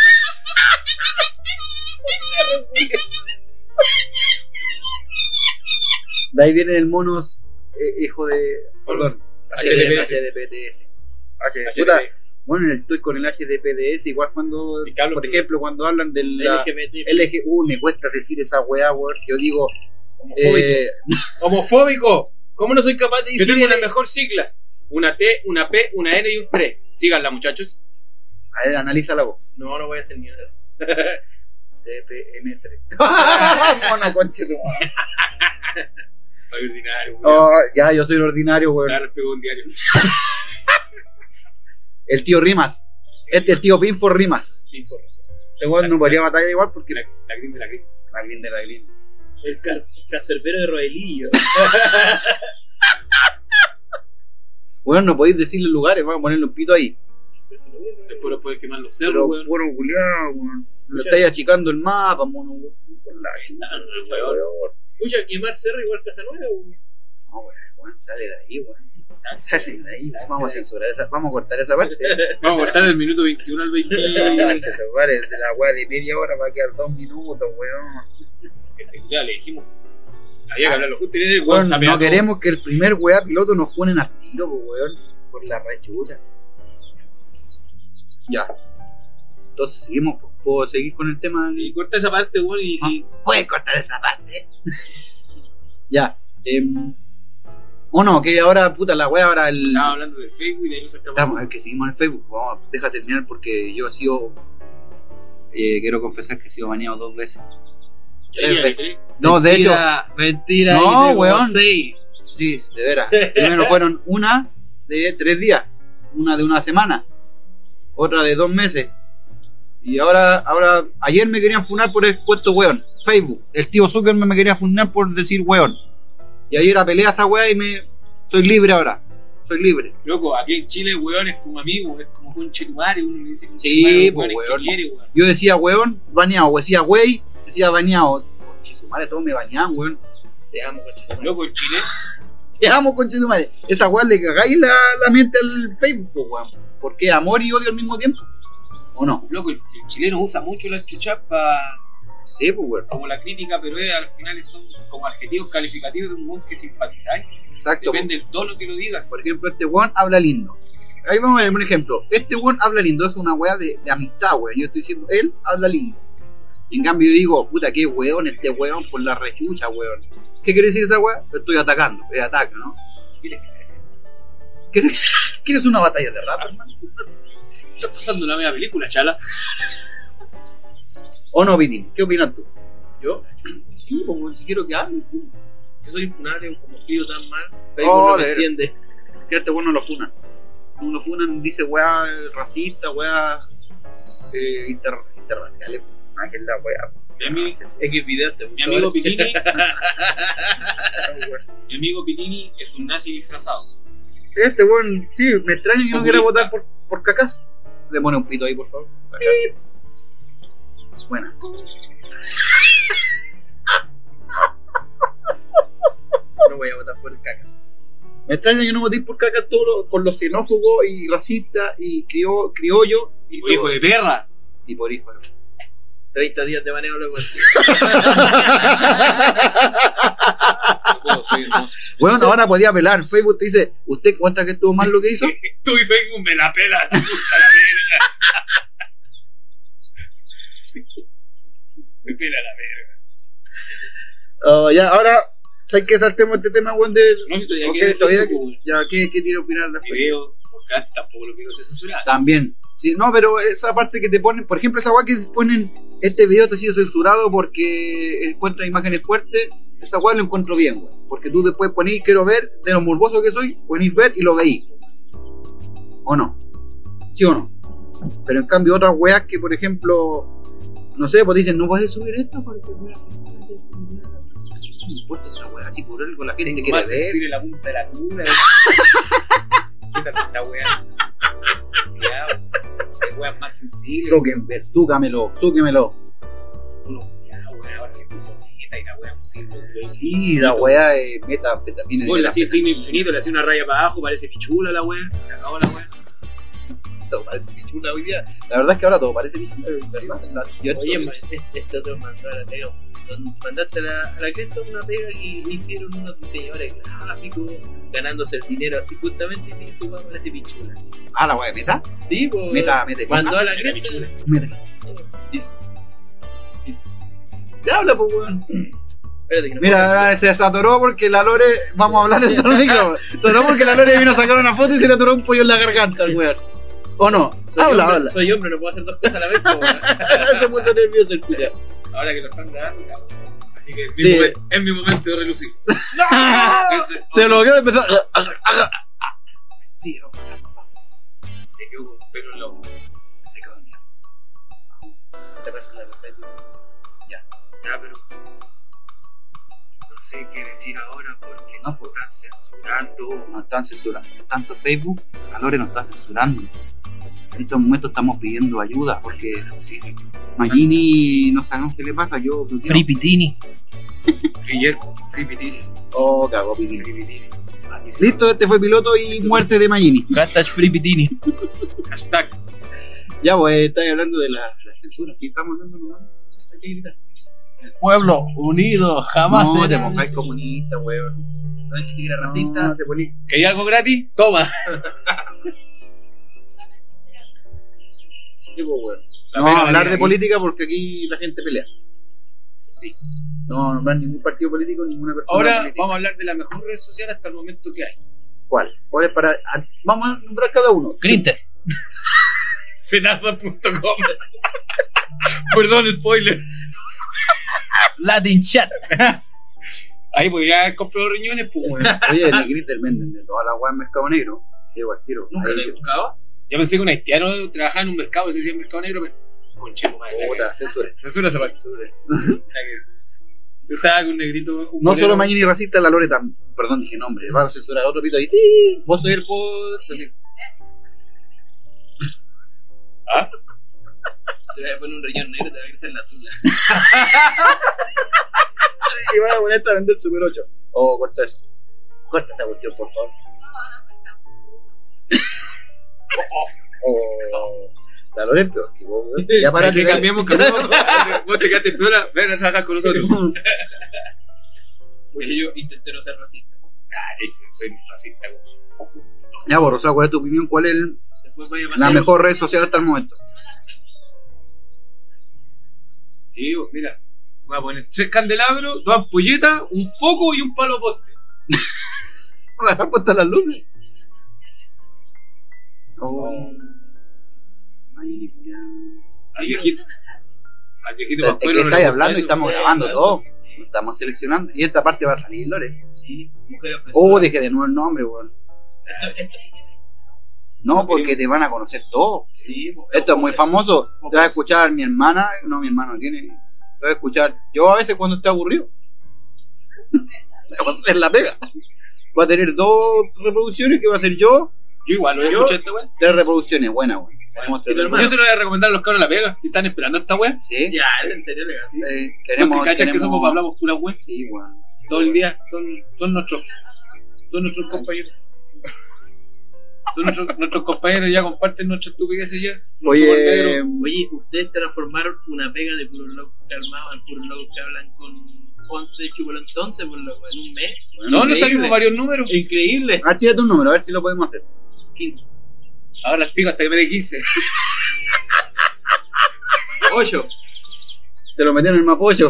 de ahí viene el monos, eh, hijo de... Perdón, H D P S. H D P T S. H D P. H D P. Puta, bueno, estoy con el H D P D S, igual cuando, Sí, Carlos, por pero- ejemplo, cuando hablan del la, L G B T. L G, uh, me cuesta decir esa weá, weón, yo digo... Homofóbico. Eh, Homofóbico. ¿Cómo no soy capaz de Yo decir tengo una L- mejor sigla. Una T, una P, una N y un tres. Síganla, muchachos. a ver, analízala vos. No, no voy a hacer ni nada. T P M tres. Mono, conche tu madre. Soy ordinario, Oh, ya, yo soy el ordinario, weón. Claro, pegó un diario. El tío Rimas. Este es el tío Pinfo Rimas. Este weón no podría matar igual porque La, la green de la green. la green de la green. El car- cancerbero de Roelillo. Weón, no podéis decirle lugares, vamos a ponerle un pito ahí. Después lo puedes quemar los cerros, Pero, weón. puro culiao, weón. Lo estáis achicando el mapa, mono, weón. Por la chucha, weón. weón. Pucha, quemar cerro igual Casa Nueva. weón. No, weón, weón, sale de ahí, weón. Sale de ahí. Vamos a censurar esa, vamos a cortar esa parte. Vamos a cortar del minuto veintiuno al veinte. Esa weá es de la weá de media hora va a quedar dos minutos, weón. Ya le dijimos. Había que hablarlo justo y el Weón, weón sapea no todo. queremos que el primer weá piloto nos funen al tiro, pues, weón. Por la rechucha. Ya. Entonces seguimos, pues. ¿Puedo seguir con el tema? Y corta esa parte, weón, y si. Puedes cortar esa parte. Ya. Eh, o no, que ahora, puta, la weá, ahora el. Estaba hablando del Facebook y de ahí nos sacamos. Estamos, es que seguimos en el Facebook. Vamos, deja terminar porque yo he sido. Eh, quiero confesar que he sido baneado dos veces. Ya, ya, ya. No, de hecho. Mentira, Mentira, No, hice como weón. seis. Sí, de veras. Primero fueron una de tres días, una de una semana, otra de dos meses. Y ahora, ahora, ayer me querían funar por el puesto weón. Facebook. El tío Zuckerman me quería funar por decir weón. Y ayer pelea esa weá y me. Soy libre ahora. Soy libre. Loco, aquí en Chile, weón, es como amigo, es como conchetumare, uno le dice Sí, conchetumare, pues, weón, es weón. que quiere, weón. Yo decía weón, baneado. O decía wey, decía baneado. Conche su madre, todos me bañaban, weón. Te amo, coche. Loco, en Chile, Te amo, conche tu madre. Esa weá le cagáis la, la mente al Facebook, po, weón. ¿Por qué amor y odio al mismo tiempo? ¿O no? loco, el, el chileno usa mucho las chuchas para Sí, pues, weón. como la crítica, pero es, al final son como adjetivos calificativos de un weón que simpatizáis. Exacto. Depende del tono que lo digas. Por ejemplo, este weón habla lindo. Ahí vamos a ver un ejemplo. Este weón habla lindo, es una weá de, de amistad, weón. Yo estoy diciendo, él habla lindo. En cambio, yo digo, puta, qué weón este weón por la rechucha, weón. ¿Qué quiere decir esa weá? Lo estoy atacando, es ataque, ¿no? ¿Qué quieres que te defienda? ¿Quieres, ¿Quieres una batalla de rap, hermano? Estás pasando una media película, chala. ¿O no, Vini? ¿Qué opinas tú? Yo, Sí, pues, weón, si quiero que hable. pues. yo soy funable, como escribo tan mal. Oh, Facebook no me de- entiende. Si a este weón no lo funan. No lo funan, dice weá racista, weá eh, inter, interraciales. Ah, que es la weá. Mi, ami- X videos te mi amigo Pitini, mi amigo Pitini es un nazi disfrazado. Este weón, sí, me extraña que no quiera Populista. votar por, por cacas. Le pone un pito ahí, por favor. Buena. No voy a votar por el cacas. Me extraña que no votéis por cacas todo lo- con los xenófobos y racistas y crió, criollo y, Tipo, hijo de perra. y por hijo. treinta días de baneo luego. No puedo soy hermoso. Bueno, ahora podía apelar. Facebook te dice, ¿usted encuentra que estuvo mal lo que hizo? Tú y Facebook me la pelas, puta la verga. Me pela la verga. Oh, ya, ahora, ¿sabes qué saltemos este tema, weón? De... No, si todavía Ok, queda todavía- Facebook, weón. Ya, ¿qué, qué tiene que opinar después? Video, podcast, tampoco los videos se censuran. También. Sí, no, pero esa parte que te ponen, por ejemplo, esa weá que te ponen, este video te ha sido censurado porque encuentra imágenes fuertes, esa weá lo encuentro bien, weón. Porque tú después ponís, quiero ver, de lo morboso que soy, ponís ver y lo veís. ¿O no? ¿Sí o no? Pero en cambio otras weas que, por ejemplo, no sé, pues dicen, no puedes subir esto porque weá, no importa esa wea, así por algo la gente Tengo quiere más ver. sensible la punta de la luna. ¿Qué tal esta weá? Ya, qué weá más sensible. Zuckerberg, zúcamelo, zúquemelo. Uno, ya, weá, ahora que puso meta y la weá un símbolo. Sí, la wea de metanfetamina. Bueno, le hacía el signo infinito, le hacía una raya para abajo, parece pichula la weá. Se acabó la weá. Todo parece pichula hoy día. La verdad es que ahora todo parece pichula, Sí. ¿verdad? La- cierto. Oye, ma- este, este otro mandó a la pega. Mandaste a la, a la cresta una pega que hicieron unos diseñadores gráficos ganándose el dinero así justamente y su papá parece pichula. Ah, la wea de meta. Sí, pues. Meta, meta. Mandó a la Era cresta. pichula. Meta. Dice- Se habla, pues, weón. Espérate que no Mira, puedo- ahora se atoró porque la Lore. Vamos a hablar en todo el micro. Se atoró porque la Lore vino a sacar una foto y se le atoró un pollo en la garganta al weón. ¿O no? Soy Habla, hombre, habla. Soy hombre, no puedo hacer dos cosas a la vez. po, weón. Se puso nervioso el culiao. Ahora que lo están grabando, cabrón. Así que es mi, Sí. momento, es mi momento de relucir. Ese- Se bloqueó y empezó. Sí, no. Me quedo con pelo en la boca. Se quedó mierda. Te paso la cosa, Ya, pero. No sé qué decir ahora porque No, no pues. están censurando. Nos están censurando. Tanto Facebook, la Lore nos está censurando. En estos momentos estamos pidiendo ayuda porque Sí, Magini no sabemos qué le pasa. Yo. Free Pitini. Friller, Free Pitini, Oh, cagó, Pini. Free Pitini. Aquí se Listo, este fue piloto y muerte de Magini. Hashtag Free Pitini. llama. Hashtag. Ya, pues, estáis hablando de la, la censura. Sí, estamos hablando nomás. Hay que gritar. El pueblo unido jamás No, te será- pongáis comunista, weón. No es que era No, racista. te ponís. ¿Quería algo gratis? Toma. Sí, pues, weón. La No pena vamos a hablar valía de aquí. política porque aquí la gente pelea. Sí. No nombrar ningún partido político, ninguna persona Ahora política. vamos a hablar de la mejor red social hasta el momento que hay. ¿Cuál? ¿Cuál es para.? a- vamos a nombrar cada uno. Grinter. Fenardo punto com. Perdón, spoiler. Latin Chat. Ahí podría haber comprado riñones, pues, weón. Oye, en el Grindr venden de todas las weas en Mercado Negro. Sí, igual tiro. Nunca lo he Ahí, buscado. Yo pensé que un haitiano trabajaba en un mercado, se decía mercado negro, pero. Concheco, madre. puta, censura. Censura esa parte. Censura. Tú sabes que un negrito. Un No moreno- solo Magini racista, la Lore también. Perdón, dije nombre. Va a censurar otro pito ahí. ¡Ti! Vos sois el post. Así. ¿Ah? Te voy a poner un riñón negro, te va a crecer la tula. Y van a ponerte a vender Super ocho. Oh, corta eso. Corta esa cuestión, por favor. Oh, la Lore es peor que vos, weón. Ya para que cambiemos, cambiemos. Vos te quedaste piola, ven a trabajar con nosotros. Porque yo intenté no ser racista. Ah, ese, soy racista, weón. Ya, vos, Rosa, ¿cuál es tu opinión? ¿Cuál es el- Después vaya a la mandar- mejor red social hasta el momento? Sí, mira. Voy a poner tres candelabros, dos ampolletas, un foco y un palo poste. ¿Vas a dejar puestas las luces? Oh. Magini, ya. Al viejito. Al viejito Es Pascuero que no le estáis gusta hablando y eso. estamos Eh, grabando claro. todo. Sí. Estamos seleccionando. Y esta parte va a salir, Lore. Sí, mujer opresora. Oh, dije de nuevo el nombre, weón. Esto- esto- No, porque te van a conocer todos. Sí, Esto es muy famoso. Te va a escuchar mi hermana. No, mi hermano no tiene. Te va a escuchar. Yo a veces cuando estoy aburrido. Le va a hacer la pega. Va a tener dos reproducciones que va a ser yo. Yo igual lo voy a Yo- escuchar esta weá. Tres reproducciones buenas, weón. Tenemos tres ¿y tu hermano? Yo se lo voy a recomendar a los cabros de la pega. Si están esperando esta weá. Sí. Ya, en serio, legal. Sí. Eh, Los queremos. que cachan que queremos- somos para hablamos pura weá. Sí, weón. Todo el día. Son, son nuestros. Son nuestros compañeros. Son nuestros, nuestros compañeros, ya comparten nuestra estupidez ya. Oye, Nuestro humor negro. Oye, ustedes transformaron una pega de puros locos calmados en puros locos que hablan con once chupalo entonces, por lo en un mes. No, no Increíble. salimos varios números. Increíble. A ver, tírate un número, a ver si lo podemos hacer. quince. Ahora las pico hasta que me dé quince. ocho. Te lo metieron en el mapollo. A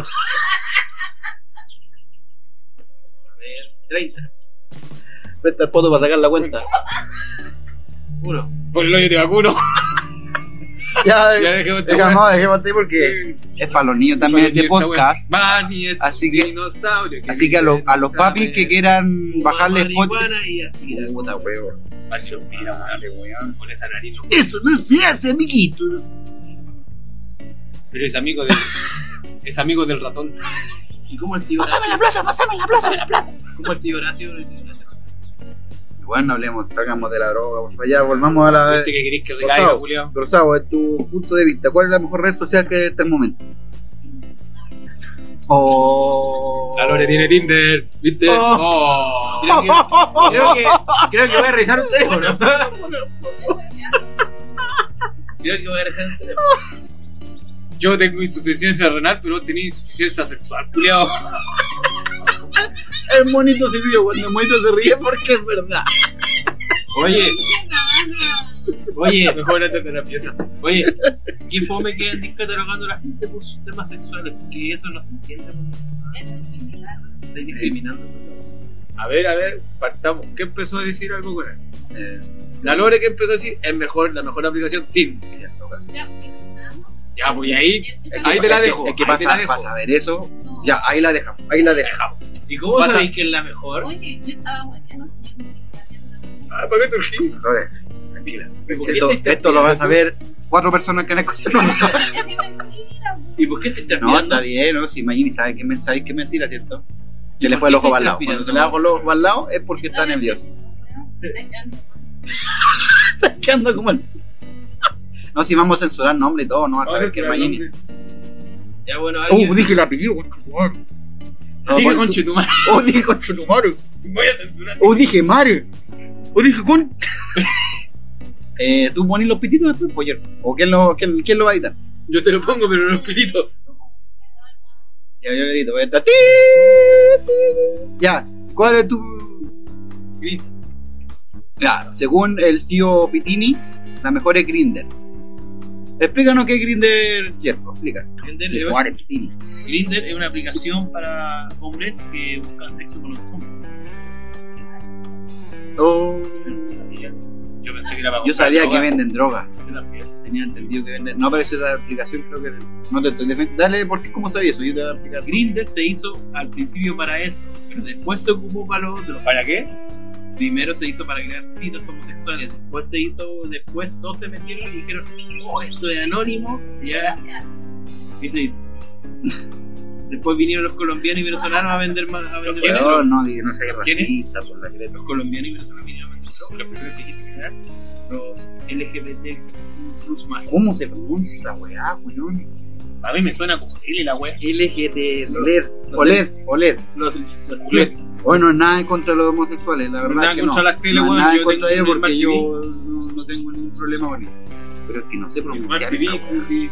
ver, treinta. Presta el poto para sacar la cuenta. uno. Por el hoyo te vacuno. Ya, Ya dejemos esta dejamos, weá. dejemos ahí porque es para los niños también este podcast. Barney es Así un que- dinosaurio. Así que a los, a los papis que quieran bajarle Spotify. marihuana y aspira. Puta huevo. Barney lo mira, madre, weón. Con esa nariz no. Eso no se hace, amiguitos. Pero es amigo del. Es amigo del ratón. ¿Y cómo el tío Pásame Horacio? la plata, pásame la plata, pásame la plata. ¿Cómo el tío Horacio? El tío Horacio? Bueno, no hablemos, salgamos de la droga, por favor. Ya volvamos a la. ¿Viste que querés que recaiga, Rosado, Julio? Rosado, es tu punto de vista. ¿Cuál es la mejor red social que hay hasta el momento? Oh. La Lore tiene Tinder, ¿viste? Oh. Oh. Creo que, creo, que, creo que voy a revisar un teléfono. Creo que voy a revisar un teléfono. Yo tengo insuficiencia renal, pero vos tenés insuficiencia sexual, culiao. El monito se ríe cuando el monito se ríe porque es verdad. Oye, oye, Mejor antes de la pieza. oye, qué fome que anden catalogando a la gente por sus temas sexuales, porque eso no se entiende. Eso es criminal. Estoy discriminando. A ver, a ver, partamos. ¿Qué empezó a decir algo con él? Eh, La Lore que empezó a decir es mejor, la mejor aplicación Tinder. cierto, casi. Ya, Ya, pues y ahí, Es ahí te la Es que- dejo. Es que ahí te la pasa, dejo. para saber eso. Ya, ahí la dejamos, ahí la dejamos. ¿Y cómo Pasa- sabéis que es la mejor? Oye, yo estaba bueno, no sé. Ah, ¿para qué te urgí? Lore, tranquila. ¿Y por qué Esto, te esto lo van a saber cuatro personas que han escuchado. Es mentira, ¿Y por qué te estás No, mirando? está bien, ¿no? Si Magini sabe que, men- sabe que es mentira, ¿cierto? Se le fue el ojo para el lado. Cuando se le da el ojo para el lado es porque está nervioso. Está quedando como el. No, si vamos a censurar nombre y todo, no va a saber que es Magini. Ya bueno, alguien. Uh, dije el apellido, con No, Diga, con- conche tu madre. Oh, dije con Chutumaro. Voy a censurar. Oh, dije Mario. Oh, dije con. eh, ¿Tú pones los pititos después, pollo? ¿O quién lo, quién, quién lo va a editar? Yo te lo pongo, pero en los pititos. Ya, yo le edito, voy a estar. Ya, ¿cuál es tu. Claro, según el tío Pitini, la mejor es Grindr. Explícanos qué es Grindr, Jerko, explica. Grindr Es es, Juárez Pitini. Grindr es una aplicación para hombres que buscan sexo con otros hombres. Oh, Yo pensé que era para yo sabía que droga. venden droga. Yo también. Tenía entendido que venden. No, pero esa es la aplicación, creo que. No te estoy defendiendo. Dale, porque ¿cómo sabía eso? Yo te voy a explicar. Grindr se hizo al principio para eso, pero después se ocupó para lo otro. ¿Para qué? Primero se hizo para crear citas homosexuales, después se hizo, después todos se metieron y dijeron, oh, esto es anónimo, y ya, y se hizo. Después vinieron los colombianos y venezolanos a vender más, a vender ¿Quiénes? droga. No, no, no sé qué ¿Quiénes? racista por la que Los colombianos y venezolanos vinieron a vender droga. Los primeros que dijiste que eran los L G B T plus más. ¿Cómo se pronuncia esa weá, weón? A mí me suena como tele la wea. L G T, L E D, no O L E sé. D, O L E D. Los, los Culé. Bueno, nada en contra de los homosexuales, la verdad Nada es que contra no. las tele, No, weón, nada en yo contra de tengo ellos un porque Smart yo no, no tengo ningún problema con ellos. Pero es que no sé pronunciar esa weá.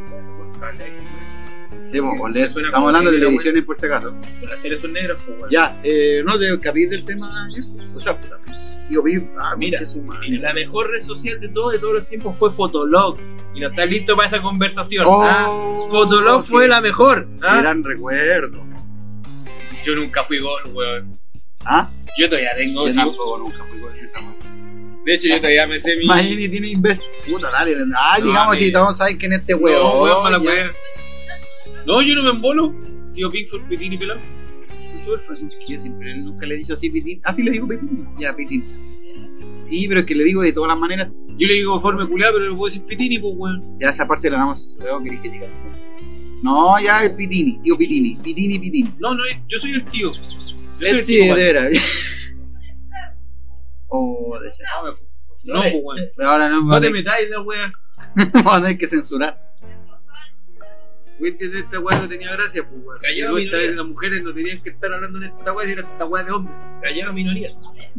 Sí, pues, O L E D. Suena Estamos como hablando de tele, televisiones por si acaso. Las teles son negras, pues weón. Ya, eh, no te capís del tema. O sea, puta. Tío, vi, ah, Mira, que su madre. la mejor red social de todos, de todos los tiempos fue Fotolog. Y no estás listo para esa conversación. Oh, ¿ah? Fotolog sí. fue la mejor. ¿ah? Gran recuerdo. Yo nunca fui gol, weón. ¿Ah? Yo todavía tengo. Yo sí, tampoco nunca fui con esa weá. de hecho, yo todavía me sé mi. Magini tiene imbécil. Puta, dale. Ay, No, digamos, amigo. si todos saben que en este No, huevo. weón, mala ya. wea. No, yo no me embolo. Tío Pickford, Pitín y Pelado. Es súper fácil, es que yo siempre nunca le he dicho así Pitín. Ah, sí le digo Pitín. Ya, Pitín. Sí, pero es que le digo de todas las maneras. Yo le digo forma culiada, pero le puedo decir Pitini, pues weón. Ya esa parte la vamos a censurar, que dije diga. No, ya es Pitini, tío Pitini. Pitini, Pitini. No, no, yo soy el tío. Yo soy El el sí, psicópata. de veras. Oh, de ser. No, me fu- me fu- no, pues weón. Pero ahora no, No te vamos metáis la wea. a tener que censurar. Güey, que esta weá no tenía gracia, pues weón. Callado, Si esta minoría. vez las mujeres no tenían que estar hablando en esta weá, si era esta weá de hombre. Callado minoría.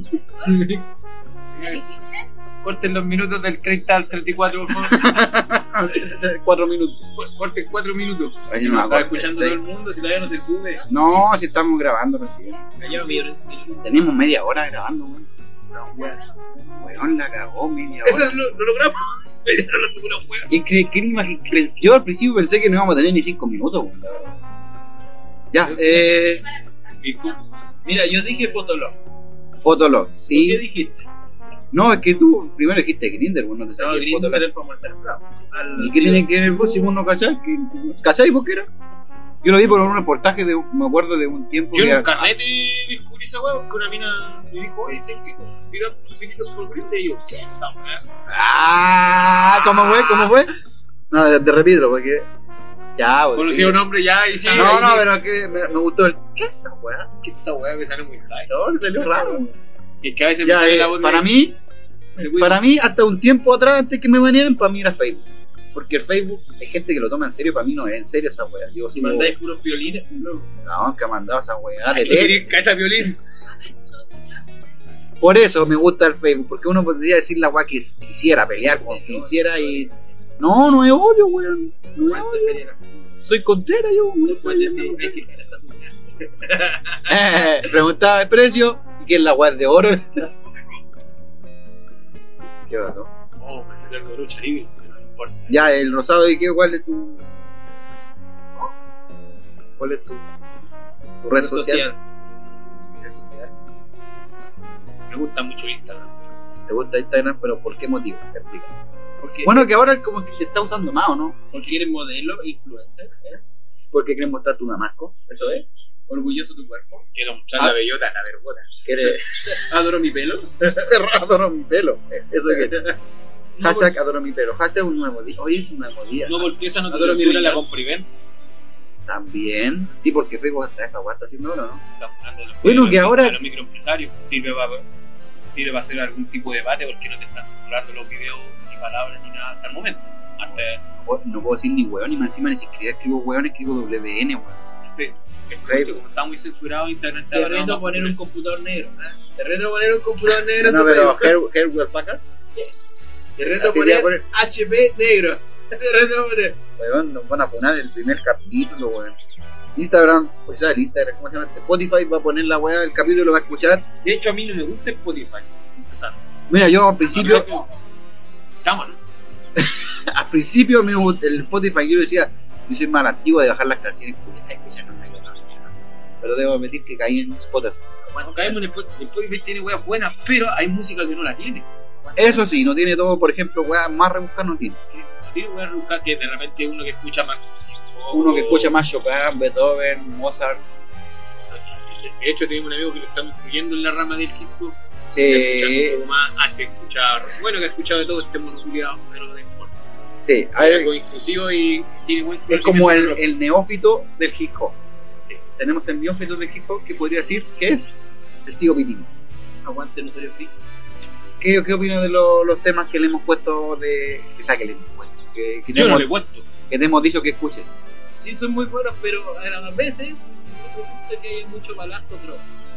¿Qué dijiste? Corten los minutos del treinta al treinta y cuatro, por favor. Cuatro minutos. Cu- Corte cuatro minutos. Ay, Si no no me está acuerdo, escuchando sí. todo el mundo, si todavía no se sube. No, si estamos grabando recién. Allá mi, mi, Tenemos media hora grabando, weón. No, weón. Weón, la cagó media hora. Eso lo, lo logramos. Pero no lo logramos, weón. ¿Quién cree, quién imagi- cre- Yo al principio pensé que no íbamos a tener ni cinco minutos, weón, la verdad. Ya, Yo sí. eh. Y cu- Mira, yo dije Fotolog. Fotolog, ¿Qué sí. dijiste? No, es que tú primero dijiste Grindr, weón, no te No, sabías Grindr Fotolog. era para muerta bravo. Al- ¿Y qué tiene que ver vos si vos no cachás? ¿Qué- ¿Cachai vos qué era? Yo lo vi por un reportaje de, un- me acuerdo de un tiempo Yo que- en un carnet descubrí esa weá porque una mina me dijo, oye, ¿sabes qué? Mira, pinitos por Grindr. Y yo, ¿qué es esa weá? Ah, ¿cómo fue? ¿Cómo fue? No, te, te repito, porque. Ya, porque- Conocí a un hombre ya y sí. No, ahí no, sí. pero que me, me gustó el. ¿Qué es esa weá? ¿Qué es esa weá que sale muy raro? No, me salió raro. Y es que a veces me Ya, sale eh, la voz para de... mí, el güey. para mí, hasta un tiempo atrás, antes que me banearan, para mí era Facebook. Porque el Facebook, hay gente que lo toma en serio, para mí no es en serio esa weá. Yo sí me. Mandáis puros violines, loco. No, que ha mandado esa weá. de Ay, té. que esa violín. Por eso me gusta el Facebook, porque uno podría decir la weá que quisiera, pelear con quien quisiera y. No, no es odio, weón. No es ¿Cuánto odio. feria? Soy contera yo. weón. Después de decir, hay que caer esta tuya. Eh, preguntaba el precio y que es la weá de oro. ¿Qué pasó? Oh, me salió algo de lucha libre, pero no importa. Ya, el rosado, ¿y qué? ¿Cuál es tu. ¿Cuál es tu, tu red social? Red social. Me gusta mucho Instagram. ¿Te gusta Instagram? ¿Pero por qué motivo? Explica. Porque, Bueno, que ahora es como que se está usando más, ¿o no? porque eres modelo, influencer, ¿eh? Porque quieres mostrar tu damasco, eso es. Orgulloso de tu cuerpo. Quiero mostrar Ah. la bellota, la vergüenza. ¿Quieres. Adoro mi pelo. Adoro mi pelo. Eso es que. Hashtag adoro mi pelo. Hashtag un nuevo día. Oye, es un nuevo día. No, porque esa no te Adoro mi censura la brillo. compra y ven. También. Sí, porque Facebook hasta esa guata haciendo ahora, ¿no? Está funando a los- Bueno, a los- que ahora- a los microempresarios. Sirve para, sirve para hacer algún tipo de debate porque no te están censurando los videos, ni palabras, ni nada hasta el momento. Hasta No puedo, no puedo decir ni weón, ni más encima ni siquiera escribo weón, escribo W N, weón. el Facebook. El Facebook. Facebook, como está muy censurado, Instagram se Te ha reto ganado a poner más un computador negro. ¿eh? Te reto a poner un computador negro en No, tu pero Facebook. Hair, Hair Packard. Te reto a Así te voy a poner poner- H P negro. Te reto a poner. Weón, nos van a poner el primer capítulo, weón. Instagram, pues ya, el Instagram, ¿cómo se llama? Spotify va a poner la weá, el capítulo lo va a escuchar. De hecho, a mí no me gusta Spotify. Empezando. Mira, yo al principio, Cámara. al principio me gust- el Spotify yo decía, yo soy más antiguo de bajar las canciones culiadas, escuchar una cosa. Pero debo admitir que caí en Spotify. Cuando caemos en Spotify, Spotify tiene weas buenas, pero hay música que no la tiene. Eso sí, no tiene todo, por ejemplo, weá, más rebuscadas no tiene. Tiene weas rebuscadas que de repente uno que escucha más. Uno que escucha más Chopin, Beethoven, Mozart. De hecho, tenemos un amigo que lo estamos incluyendo en la rama del hip hop. Sí, Escuchando un poco más antes de escuchar. Bueno, que ha escuchado de todo este monoculiado, pero no importa. sí. A Hay ver, algo inclusivo y tiene buen es como el, conocimiento el neófito del hip hop. Sí. Tenemos el neófito del hip hop que podría decir que es el tío Pitín. Aguante Notorio Free. ¿Qué, qué opinas de lo- los temas que le hemos puesto de. O sea, que le hemos puesto? Que, que, te Yo no hemos, le he puesto. que te hemos dicho que escuches. Sí, son muy buenos, pero a las veces me gusta que haya mucho balazo, pero.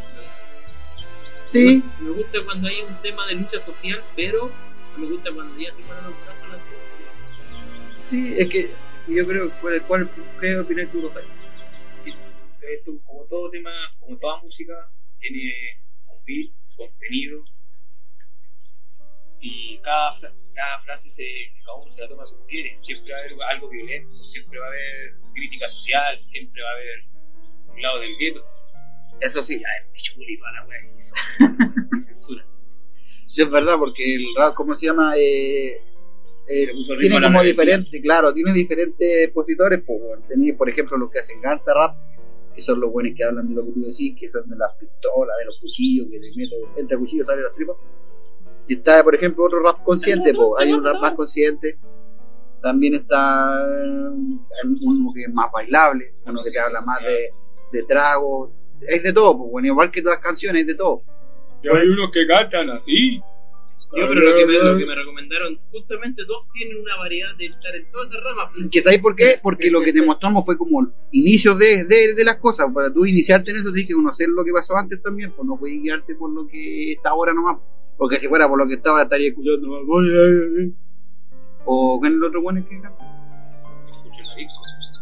Sí, Me gusta cuando hay un tema de lucha social, pero me gusta cuando ya te ponen los brazos a la sí, es que yo creo que cuál, ¿qué opinas tú, Rafael? Esto, como todo tema, como toda música, tiene un beat, contenido. Y cada, fra- cada frase se, cada uno se la toma como quiere. Siempre va a haber algo violento, siempre va a haber crítica social, siempre va a haber un lado del gueto. Eso sí, Ya es pichulito a la wea y eso. Y censura. sí es verdad, porque el rap, ¿cómo se llama? Eh, eh, Le puso ritmo tiene a la como melodía. diferente, claro, tiene diferentes expositores. Pues, bueno, tenía, por ejemplo, los que hacen gangsta rap, que son los buenos que hablan de lo que tú decís, que son de las pistolas, de los cuchillos, que te meto entre cuchillos sale las tripas. Y está, por ejemplo, otro rap consciente, pues, hay un rap más consciente. También está eh, uno que es más bailable, uno que te habla más de, de trago. Es de todo, pues, bueno, igual que todas las canciones, es de todo. Y hay unos que cantan así. Yo, pero lo que, me, lo que me recomendaron, justamente todos tienen una variedad de estar en todas esas ramas. ¿Que sabéis por qué? Porque lo que te mostramos fue como inicios de, de, de las cosas. Para tú iniciarte en eso tienes que conocer lo que pasó antes también, pues no puedes guiarte por lo que está ahora nomás. Porque si fuera por lo que está ahora estaría escuchando más. ¿O con el otro bueno que canta? Escucho en la disco.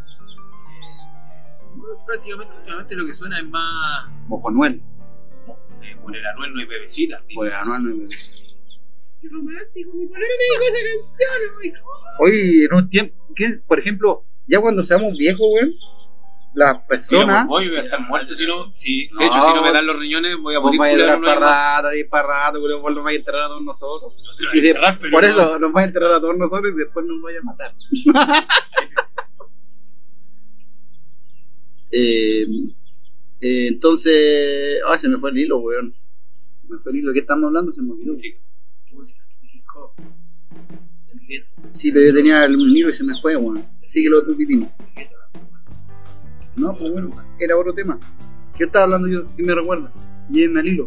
Eh, prácticamente últimamente lo que suena es más Mojonuel. eh, por el Anuel no hay bebecita. Por el Anuel no hay- Qué romántico, mi padre me dijo esa canción, güey. Oye, en un tiempo, ¿qué? Por ejemplo, ya cuando seamos viejos, weón, las personas. Voy, voy a estar muerto si no. Si, de No, hecho, si no me dan los riñones, voy a Vos morir vais a culero, durar no hay para más. rato, y para rato, pero vos nos vais a enterrar a todos nosotros. No te lo Y voy a de- enterrar, pero por no. eso nos vais a enterrar a todos nosotros y después nos vais a matar. eh, eh, entonces, ay, se me fue el hilo, weón. Se me fue el hilo. ¿De qué estamos hablando? Se me olvidó. Música. Música, hip hop, el gueto, Sí, pero yo tenía el- un hilo y se me fue, weón. Síguelo otro pitino. el gueto, No, pues bueno, era otro tema. ¿Qué estaba hablando yo? ¿Quién me recuerda? Llévenme al hilo.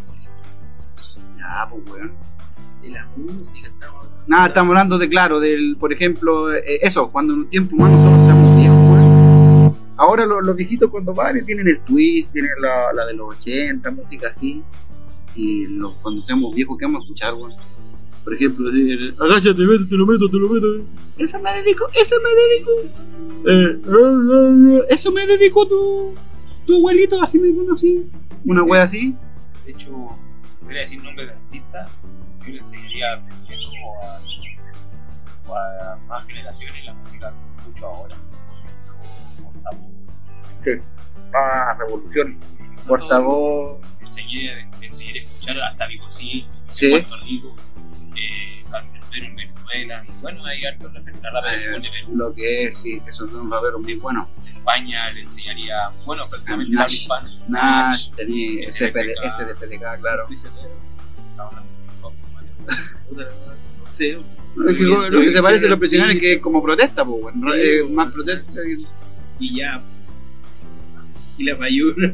Ya, pues weón. de la música, estamos hablando. Nada, estamos hablando de, claro, del, por ejemplo, eh, eso, cuando en un tiempo más nosotros seamos viejos, weón. Ahora los, los viejitos cuando van tienen el twist, tienen la, la de los ochenta, música así. Y los, cuando seamos viejos, ¿qué vamos a escuchar, weón? Por ejemplo, así, el, agáchate, vete, te lo meto, te lo meto. Esa me dedico, esa me dedico. Eh, eh, eh, eso me dedicó tu, tu abuelito, así me conocí. Una wea así. De hecho, si pudiera decir nombre de artista, yo le enseñaría a aprender como a, o a más generaciones la música que escucho ahora. Por ejemplo, Portavoz. Sí. Ah, revolución. Portavoz. Enseñé, enseñé a escuchar hasta Vico Sí, Sí. en Puerto Rico, eh, Cancerbero en Venezuela, y bueno, hay harto referente a rap Eh, de Perú. Lo que es, sí, que son unos raperos muy buenos. En España le enseñaría, bueno, prácticamente Nash. habla hispana. Nash, tenía S D F K. S D F K, claro. Dice, pero, estamos hablando de hip hop, ¿vale? Puta, no sé. Lo que, lo que se parece a los prisioneros es que es como protesta, pues, bueno, Sí, eh, pues, más protesta. que- Y ya. Y la payuna.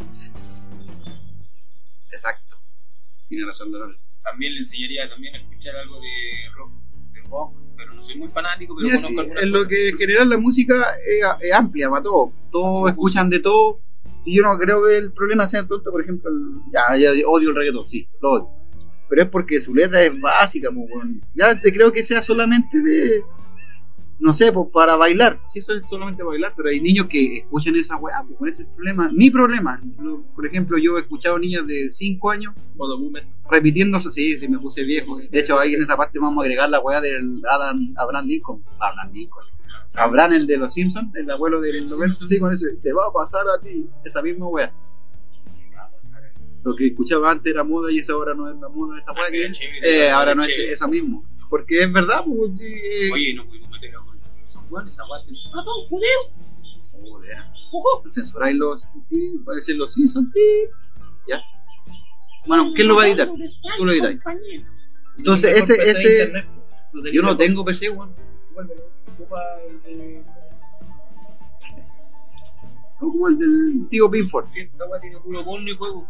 Exacto. Tiene razón, Dolores. También le enseñaría también a escuchar algo de rock, de rock, pero no soy muy fanático, pero Mira, conozco sí, algunas en lo cosas. que en general la música es, es amplia para todo. Todos escuchan de todo. Si yo no creo que el problema sea tonto, por ejemplo, el- ya, ya odio el reggaetón, sí, lo odio. Pero es porque su letra es básica, pues, bueno. Ya te creo que sea solamente de, no sé, pues para bailar. Sí, eso es solamente bailar, pero hay niños que escuchan esa weá, pues con ese es el problema. Mi problema, lo- por ejemplo, yo he escuchado niños de cinco años Modo boomer. repitiendo eso, sí, sí, me puse viejo. De hecho, ahí en esa parte vamos a agregar la weá del Adam, Abraham Lincoln. Abraham Lincoln. Abraham, el de los Simpsons, el abuelo del El Nobel. Simpson. Sí, con eso, te va a pasar a ti. Esa misma weá. Lo que escuchaba antes era moda y esa ahora no es la moda, esa weá que Era es. chévere, Eh, ahora no es chévere. eso mismo. Porque es verdad, pues. sí, eh, Oye, no pudimos meter con los Simpsons, weón, esa weá del ratón judeo. joder. Censuráis los. sí, puede decir los Simpsons, sí. Ya. Bueno, ¿quién lo va a editar? Tú lo editas. Entonces, ese. Mejor P C de ese internet, pues. Lo yo no mejor. tengo P C, weón. Ocupa el de- No como el del tío Pinford. Sí, esta weá tiene puro porno y juego.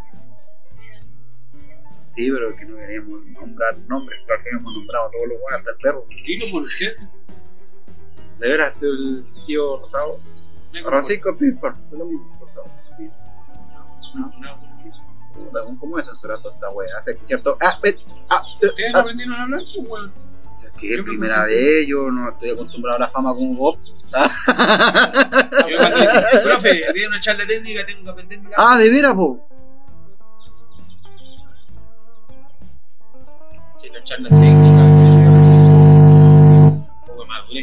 Sí, pero que no queríamos nombrar nombres, claro que hemos nombrado a todos los buenos, hasta el perro. Dilo por qué. De veras, este es el tío Rosado. Francisco Pinford, es lo mismo, Rosado. Sí. Puta, ¿cómo es censurar toda esta wea? Hace escuchar todo. Ah, ven, ah, eh, ¿Ustedes no ah. aprendieron a hablar? Pues, weón. Es que Yo es creo primera que sí. vez, yo no estoy acostumbrado a la fama como vos. ¿Sabes? Yo cuando dice, profe, había una charla técnica, tengo que aprender mi Ah, de veras, po. Sí, las charlas técnicas, un poco de madurez.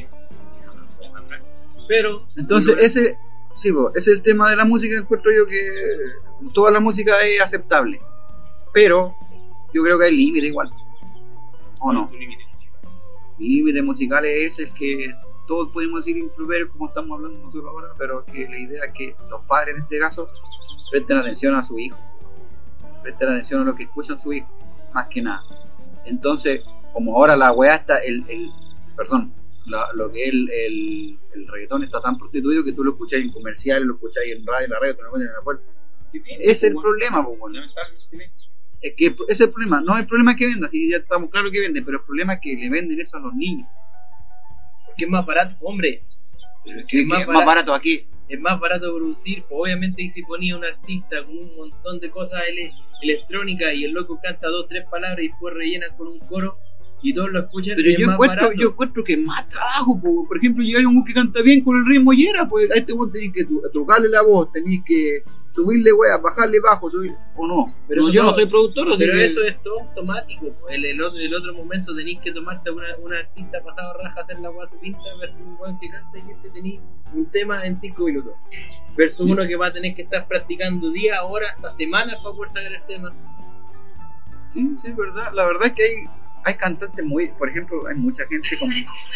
Pero, Entonces, ese, sí, po, ese es el tema de la música. Encuentro yo que toda la música es aceptable. Pero yo creo que hay límite igual. ¿O no? tu límite musical. Mi límite musical es el que todos podemos decir improver como estamos hablando nosotros ahora, pero que la idea es que los padres en este caso presten atención a su hijo, presten atención a lo que escuchan su hijo, más que nada. Entonces, como ahora la weá está, el, el perdón, la- lo que es el, el, el reggaetón está tan prostituido que tú lo escuchás en comerciales, lo escuchás en radio, en la radio, te lo ponen en la fuerza. ¿Qué tiene? Ese es el Pues, problema, pues, bueno. lamentablemente. Es que ese es el problema, no es el problema que venda, si ya estamos claros que venden, pero el problema es que le venden eso a los niños. Porque es más barato, hombre. Pero es que Es más es más barato. barato aquí. Es más barato producir. Pues obviamente, y si ponía un artista con un montón de cosas ele- electrónicas y el loco canta dos, tres palabras y después rellena con un coro, y todos lo escuchan. Pero y es yo más encuentro, barato. yo encuentro que es más trabajo, po. Por ejemplo, llega un weón que canta bien con el ritmo y era, pues a este weón tenés que tu- tocarle la voz, tenés que subirle weá, bajarle bajo, subir, o no. Pero Pero eso yo no todo- soy productor, así Pero que- eso es todo automático. po. El, el, otro, el otro momento tenéis que tomarte una, una artista pasado raja, hacer la guasa pinta, versus un weón que canta y este tenéis un tema en cinco minutos. Versus Sí. uno que va a tener que estar practicando días, horas, hasta semanas para poder sacar el tema. Sí, sí, es verdad. La verdad es que hay, hay cantantes muy. Por ejemplo, hay mucha gente como.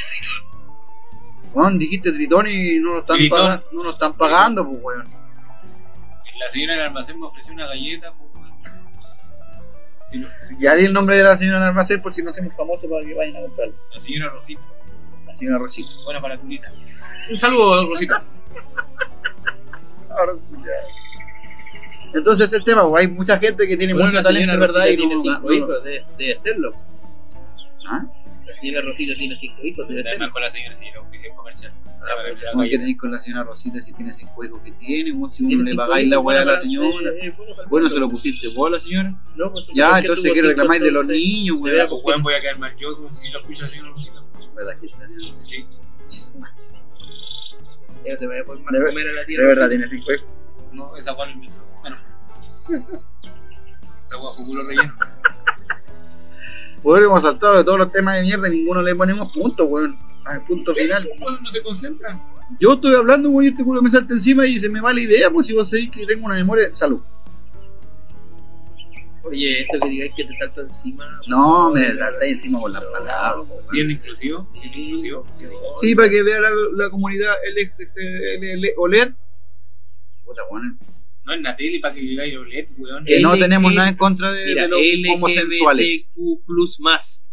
Juan, dijiste Tritón y no nos están, Tritón. paga- no nos están pagando, pues, weón. La señora del almacén me ofreció una galleta, pues, weón. Y lo ofrecí. Ya di el nombre de la señora en almacén por si no hacemos famosos para que vayan a comprarlo. La señora Rosita. La señora Rosita. Buena para Turita. Un saludo, Rosita. Ahora sí, ya. Entonces ese es el tema, pues, hay mucha gente que tiene Bueno, mucho la talento, señora ¿verdad? Rosita Y tiene no, cinco no- hijos, debe, debe serlo. ¿Ah? La señora Rosita tiene cinco hijos, debe Además serlo. con la señora, sí, la auspicia comercial. Ya, para que la ¿Cómo que galleta. tenéis con la señora Rosita si tiene cinco hijos que tiene? Vos, si uno Tiene le cinco pagáis la hijos, weá a la para- señora. eh, eh, bueno, para el Bueno, mundo. se lo pusiste vos a la señora. No, pues, entonces, Ya, ¿por qué entonces tuvo que cinco, reclamáis de los entonces? niños, De weón. veras, Pues, weón, voy a quedar mal yo si lo escucha la señora Rosita. ¿Verdad que está? Sí. Ya te vaya a poder más De ver- comer a la tía De verdad, Rosita. tiene cinco hijos. No, esa weá lo inventó. Bueno. Esa weá fue culo relleno. Weón, hemos saltado de todos los temas de mierda y ninguno le ponemos punto, weón. Al punto final. Weón, no se concentra. Yo estoy hablando, weón, y este culo me salta encima y se me va la idea, pues si vos sabéis que tengo una memoria. Salud. Oye, esto que digáis que te salta encima. No, me salta encima con las palabras. weón. ¿Tiene inclusivo? ¿Tiene inclusivo? Sí, para que vea la, la comunidad L L O L E D. Puta, weón. No es Natelli para que llegáis a O L E D, weón. Que no L G tenemos nada en contra de, Mira, de los homosexuales. L G B T Q plus más.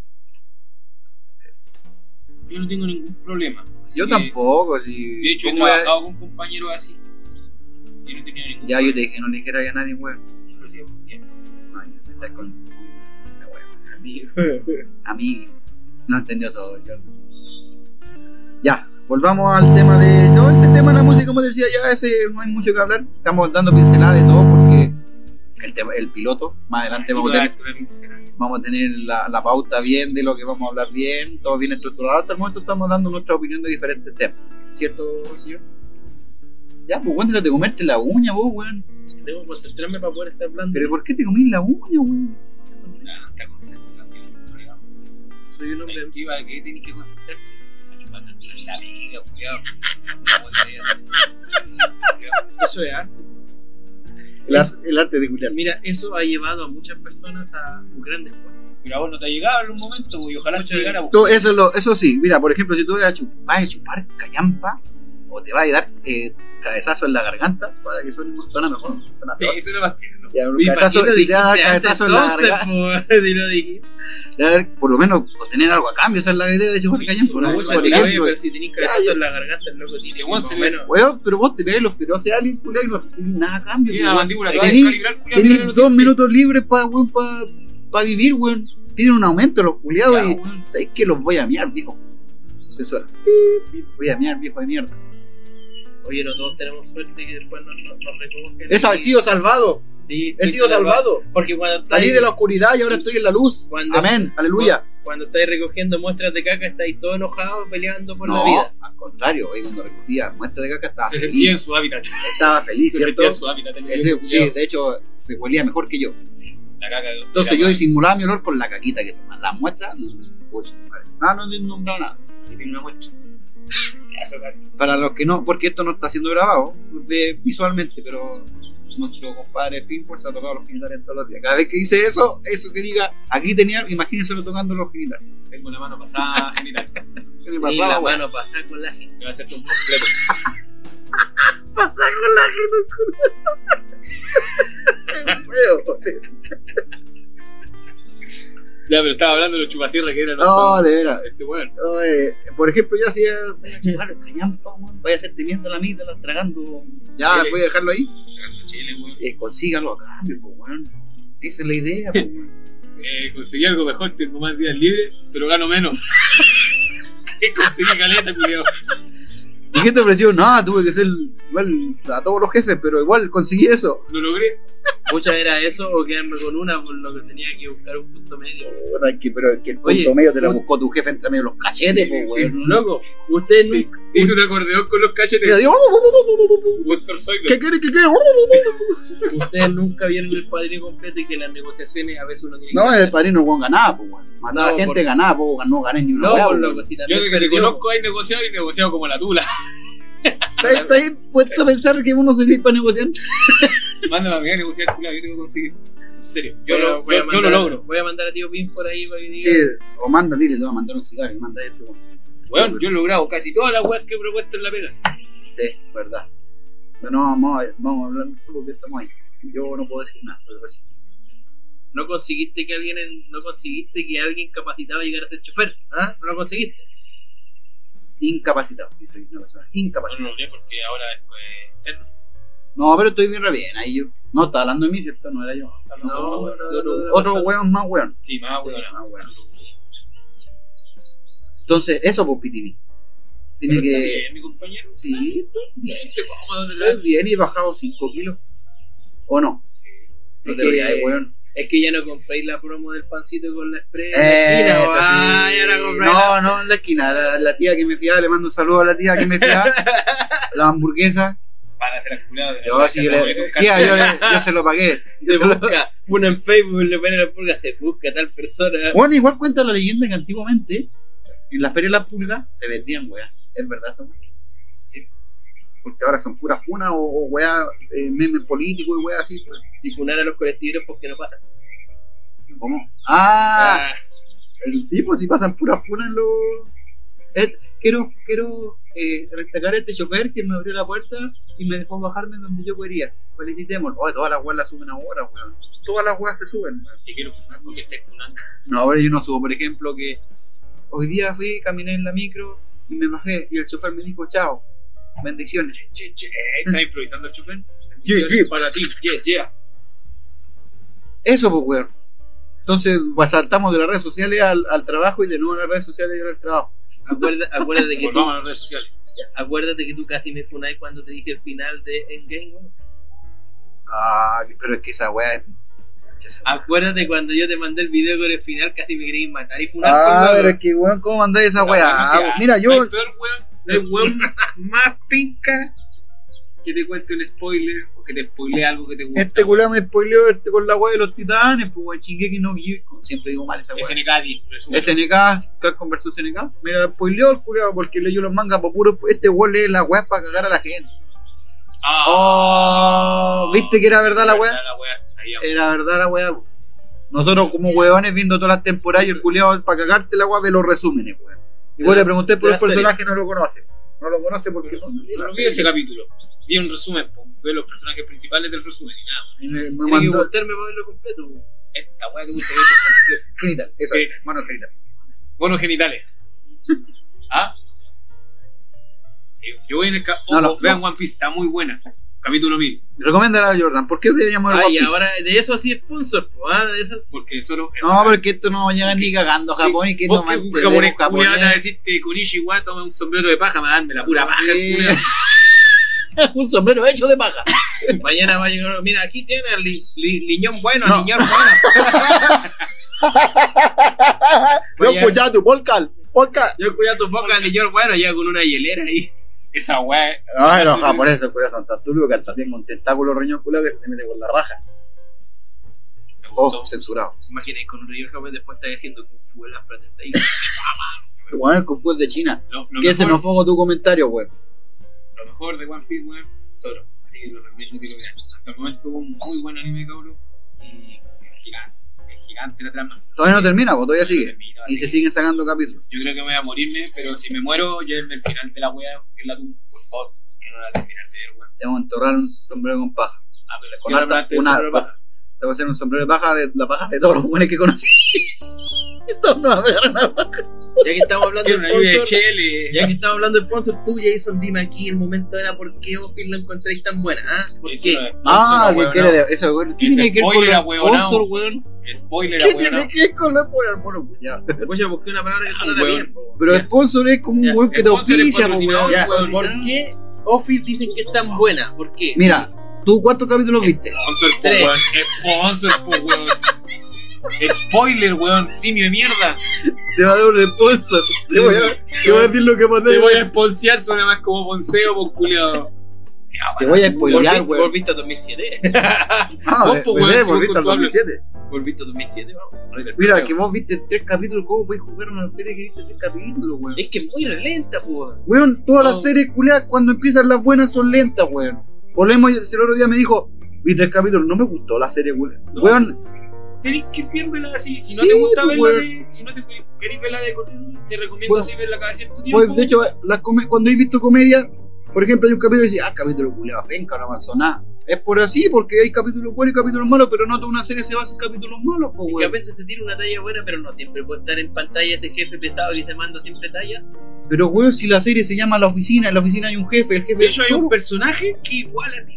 Yo no tengo ningún problema. Así Yo que, tampoco, si. De hecho, he ¿cómo voy a- trabajado con compañeros así. Yo no he tenido ningún Ya, yo problema. te dije que no le dijera a nadie, weón. Lo hacía por tiempo. Ay, me estás con. La weón, amigo. Amigo. No entendió todo, yo. Ya, volvamos al tema de. Yo, este tema de la música, como decía, ya ese no hay mucho que hablar. Estamos dando pinceladas de todo porque el tema, el piloto, más adelante vamos a tener, Una pincelada. vamos a tener la, la pauta bien de lo que vamos a hablar bien, todo bien estructurado. Hasta el momento estamos dando nuestra opinión de diferentes temas. ¿Cierto, señor? Ya, pues cuéntate de comerte la uña, vos, weón. Debo concentrarme para poder estar hablando. Pero ¿por qué te comís la uña, weón? Una alta concentración, digamos. Soy un hombre. ¿Sabes qué iba? ¿Qué tenés que concentrarte? A chupar la liga, culiao. No podés hacer. Eso es arte. El, ar- el arte de culiar. Mira, eso ha llevado a muchas personas a grandes puestos. Pero a vos no te ha llegado en un momento, güey. Ojalá te Mucho- llegara a vos. Tú, eso, es lo, eso sí, mira, por ejemplo, si tú vas a, chup- vas a chupar callampa o te vas a dar eh, cabezazo en la garganta, para que suene, suena mejor. Suena Sí, peor. eso era más tierno. Ya, un ¿Y para cabezazo, qué lo si te vas a dar dijiste cabezazo antes, en la entonces, garganta, po? Si lo dijiste. te va a dar, por lo menos obtener algo a cambio, esa es la idea de chupar Sí, callampa. una ¿no? bolsa Por de Oye, ejemplo, pero si tenés Ya, cabezazo yo- en la garganta, el loco tiene Igual más se o le- menos. weón, pero vos te pegáis los feroces aliens, culiao, y no recibís nada a cambio. Tiene weón. la mandíbula toda Tenís- descalibrar, culiao. Tenés mira lo dos que- minutos libres para pa, pa vivir, weón. Piden un aumento los culiados Ya, y weón. sabéis que los voy a miar, viejo. Eso suena. Voy a miar, viejo de mierda. Oye, no todos tenemos suerte que después nos, nos, nos recogen. He sido salvado. Sí, He sí, sido claro. salvado. Porque cuando Salí estáis- de la oscuridad y ahora estoy en la luz. Cuando- Amén. Aleluya. Cuando estáis recogiendo muestras de caca, estáis todos enojados peleando por la No, vida. al contrario. Hoy cuando recogía muestra de caca estaba Se feliz. sentía en su hábitat. Estaba feliz, Se ¿cierto? sentía en su hábitat. el Ese- culiao. sí, de hecho, se huelía mejor que yo. La caca de- Entonces de yo la- disimulaba mi olor con la caquita que tomaba. Las muestras, ocho. Ah, no, no he nombrado nada. Ahí tiene una muestra. Eso, caca. Para los que no, porque esto no está siendo grabado eh, visualmente, pero nuestro compadre Pinford se ha tocado los genitales todos los días. Cada vez que dice eso, eso que diga, aquí tenía, imagínenselo tocando los genitales. Tengo la mano pasada genital. ¿Qué le Y pasaba, la weón? mano pasar con la gente. Me va a hacer un completo. Pasar con la gente. Feo. Ya, pero estaba hablando de los chupacierras que eran. No, de veras. Este weón. No, eh, por ejemplo, yo hacía, voy a chupar callampa, weón, voy a hacer teniendo la mitad, tragando. Ya, Chile. voy a dejarlo ahí. Sacando Chile, weón. Eh, consígalo a cambio, pues, weón. Esa es la idea, pues, weón. Eh, conseguí algo mejor, tengo más días libres, pero gano menos. ¿Qué conseguí caleta, culiao? ¿Y qué te ofreció? Nada, tuve que ser igual a todos los jefes, pero igual conseguí eso. Lo logré. Muchas era eso o quedarme con una, por lo que tenía que buscar un punto medio. Puta, es que, pero es que el punto Oye, medio te lo un- buscó tu jefe entre medio de los cachetes, pues, weón. Loco, ustedes nunca. Hizo un acordeón con los cachetes. Mira, digo, Walter Soyber. ¿qué quiere? ¿Qué quiere? Ustedes nunca vieron el padrino completo y que las negociaciones a veces uno tiene que. No, hacer. el padrino weón ganaba, pues, weón. Mataba No, gente, por- ganaba, pues, no gané ni una No, weá, por pues, loco, weón. si Yo también desde que te perdió. conozco hay negociado y negociado como la tula. ¿Está está ahí puesto a pensar que uno se sirve para negociar? Mándame a mí a negociar, tula, yo tengo que conseguir. En serio, yo, Voy a- lo, voy a yo, yo mandar- lo logro. Voy a mandar a tío Pin por ahí para que diga. Sí, o manda, dile, te voy a mandar un cigarro y manda este, weón. Bueno, yo he logrado casi todas las weas que he propuesto en la pega. Sí, verdad. Pero no, vamos a, vamos a hablar porque estamos ahí. Yo no puedo decir nada, pero sí. No conseguiste que alguien en- no conseguiste que alguien capacitado llegara a ser chofer, ¿ah? No lo conseguiste. Incapacitado. Yo soy una persona No incapacitado. lo logré porque ahora es externo. No, pero estoy bien re bien ahí yo. No, está hablando de mí, ¿cierto? No era yo. No, no, no, Otro, no, otro no, weón más weón. Sí, más weón. Más weón. Entonces, eso pues Pitini. Tiene Pero está que. bien, mi compañero. Sí, ¿Te sientes cómodo de estoy la... bien y he bajado cinco kilos. ¿O no? No Es te lo que- digas, weón. Es que ya no compréis la promo del pancito con la spray en Eh, la esquina, eso ah, sí. ya la compráis. No, no, en la esquina. La, la tía que me fiaba, le mando un saludo a la tía que me fiaba. La hamburguesa. Van a ser acumulados de la Yo suerte, sí hasta le. por eso un Tía, yo, cartel. le- yo se lo pagué. Se busca, una en Facebook, le pone la pulga, se busca tal persona. Bueno, igual cuenta la leyenda que antiguamente en la feria de la pulga se vendían weas. Es verdad, eso. Sí. Porque ahora son puras funas o, o weas, eh, memes políticos y weas así. Pues. Y funar a los colectivos porque no pasan. ¿Cómo? Ah, Ah, el- sí, pues sí pasan puras funas en los. Eh, quiero quiero eh, destacar a este chofer que me abrió la puerta y me dejó bajarme donde yo quería. Felicitémoslo. Oh, todas las weas las suben ahora, weón. Todas las weas se suben, weón. Te quiero funar porque estáis funando. No, ahora yo no subo, por ejemplo, que hoy día fui, caminé en la micro y me bajé y el chofer me dijo chao, bendiciones. Che, che, che. ¿Estás improvisando el chofer? Yeah, yeah. Para ti, yeah, yeah. Eso, pues, weón. Entonces, pues, saltamos de las redes sociales al, al trabajo y de nuevo de las redes sociales y al trabajo. acuerda- acuérdate que tú, Volvamos a las redes sociales. acuérdate que tú casi me funáis cuando te dije el final de Endgame, weón. Ah, pero es que esa weá es. Acuérdate cuando yo te mandé el video con el final, casi me queréis matar y funar Ah, por pero weón. es que, weón, ¿cómo mandáis esa O sea, weá? bueno, Ah, si hay- mira, hay yo. peor weón, no hay weón más pinca que te cuente un spoiler o que te spoile algo que te gusta. Este culiao me spoileó este con la weá de los titanes, pues, weón, chingue que no vi. Siempre digo mal esa weá. S N K, di, resumen. S N K, Capcom versus S N K. Mira, spoileó el culiao porque leyó los mangas por puro. Este weón lee la weá para cagar a la gente. Ah, Oh, ¿viste que era verdad la weá? Era la weá, sabíamos. Era verdad la weá. po. Nosotros como weones viendo todas las temporadas y el culiao para cagarte la weá ve los resúmenes, weón. Y vos De- le pregunté por de el la personaje, no lo conoce. No lo conoce porque no. No vi ese capítulo. Vi un resumen, po, veo los personajes principales del resumen y nada. Y me, me Tiene que mandó gustarme para verlo completo, weón. Esta weá te gusta ver completo. genital, eso Sí. es, mano genital. Buenos genitales. ¿Ah? Sí, yo voy en el. Ca No, Ojo, no, vean no. One Piece, está muy buena. Capítulo mil. Recomiéndala a Jordan, ¿por qué deberíamos ver Ah, One y Piece? ahora de eso sí sponsor, po, ah, de eso. Porque solo. No, porque esto no va a llegar ni cagando a Japón y que no Vos que un mantenemos japonés culiao japonés. van a decirte Kunishiwa toma un sombrero de paja, me darme la pura paja. el Sí. culiao. Un sombrero hecho de paja. Mañana va a llegar, mira, aquí tiene el li, li- liñón bueno, No. liñón bueno. Yo escuchaba tu podcast, podcast. Yo cuido tu boca, el liñón bueno, ya con una hielera ahí. Esa weá. Ay, los japoneses, culiao, son tan turbios que hasta tienen un tentáculo riñón culiao que se te mete con la raja. Me Oh, gustó. censurado. Imagínate, con un río japonés después está haciendo Kung Fu en las protestas ahí. Bueno, el Kung Fu es de China. Lo, lo ¿Qué mejor, xenófobo tu comentario, weón? lo mejor de One Piece, weón, Zoro. Así que lo recomiendo que lo vean. Hasta el momento hubo un muy buen anime, cabrón. Y es gigante. Es gigante la trama. Todavía no termina, pues todavía sigue. Termina, Y así se que siguen sacando capítulos. Yo creo que me voy a morirme, pero si me muero, llévenme el final de la wea, que es la tumba, por favor. Que no la voy a terminar de ver, weón. Te vamos a enterrar un sombrero con paja. Ah, pero Con yo harta- hablarte de una- Zoro baja. Te voy a hacer un sombrero de paja de la paja de todos los buenos que conocí. Estos no agarran la paja. Ya que estamos hablando Quiero de una lluvia de sponsor, chele. ya que estamos hablando de sponsor, tú, Jason, dime aquí, el momento era por qué Office lo encontréis tan buena, ¿ah? ¿Por Eso qué? no es- Ah, eso no es que quiere de eso, weón. ¿Qué Ese tiene que ver con spoiler el ahueonao. sponsor, weón? Spoiler, ¿Qué ahueonao. tiene que ver con el spoiler? Bueno, pues ya. Pues ya busqué una palabra que sonara weón. bien, po. Pero Ya. sponsor es como un Ya, weón que te sponsor es auspicia, pues, patrocinador, weón. Ya, weón. ¿por qué Office dicen que es tan buena? ¿Por qué? Mira, ¿Tú cuántos capítulos viste? Sponsor, po, Tres. weón. Sponsor, po, weón. Spoiler, weón. Simio de mierda. Te va a dar un sponsor. Te voy a, te voy a decir lo que mandé. Te voy a sponsear, suena más como Ponceo, po, culiao. Te voy a spoilear, Volvi- weón. Volviste a dos mil siete. Ah, Vos, ve- po, ve, weón, si volviste vos al dos mil siete. Volviste a dos mil siete, vamos. No hay del Mira, problema. que vos viste tres capítulos, ¿cómo podés jugar una serie que viste tres capítulos, weón? Es que es muy lenta, pues. Weón, todas No. las series culiadas cuando empiezan las buenas son lentas, weón. Volvemos, el otro día me dijo, vi tres capítulos, no me gustó la serie, weón. No, Weón, Tenés que verla así. Si no Sí, te gusta pues, verla weón. de. Si no te querés verla de corrido, te recomiendo Bueno, así verla cada cierto tiempo. pues, de hecho, las come- cuando he visto comedia, por ejemplo, hay un capítulo que dice, ah, capítulo culiado, venga, no avanzó nada. Es por así, porque hay capítulos buenos y capítulos malos, pero no toda una serie se basa en capítulos malos, pues, Y que a weón. veces se tira una talla buena, pero no siempre puede estar en pantalla este jefe pesado que te manda siempre tallas. Pero, weón, si la serie se llama La Oficina, en la oficina hay un jefe, el jefe De hecho, hay un todo. personaje que igual a ti.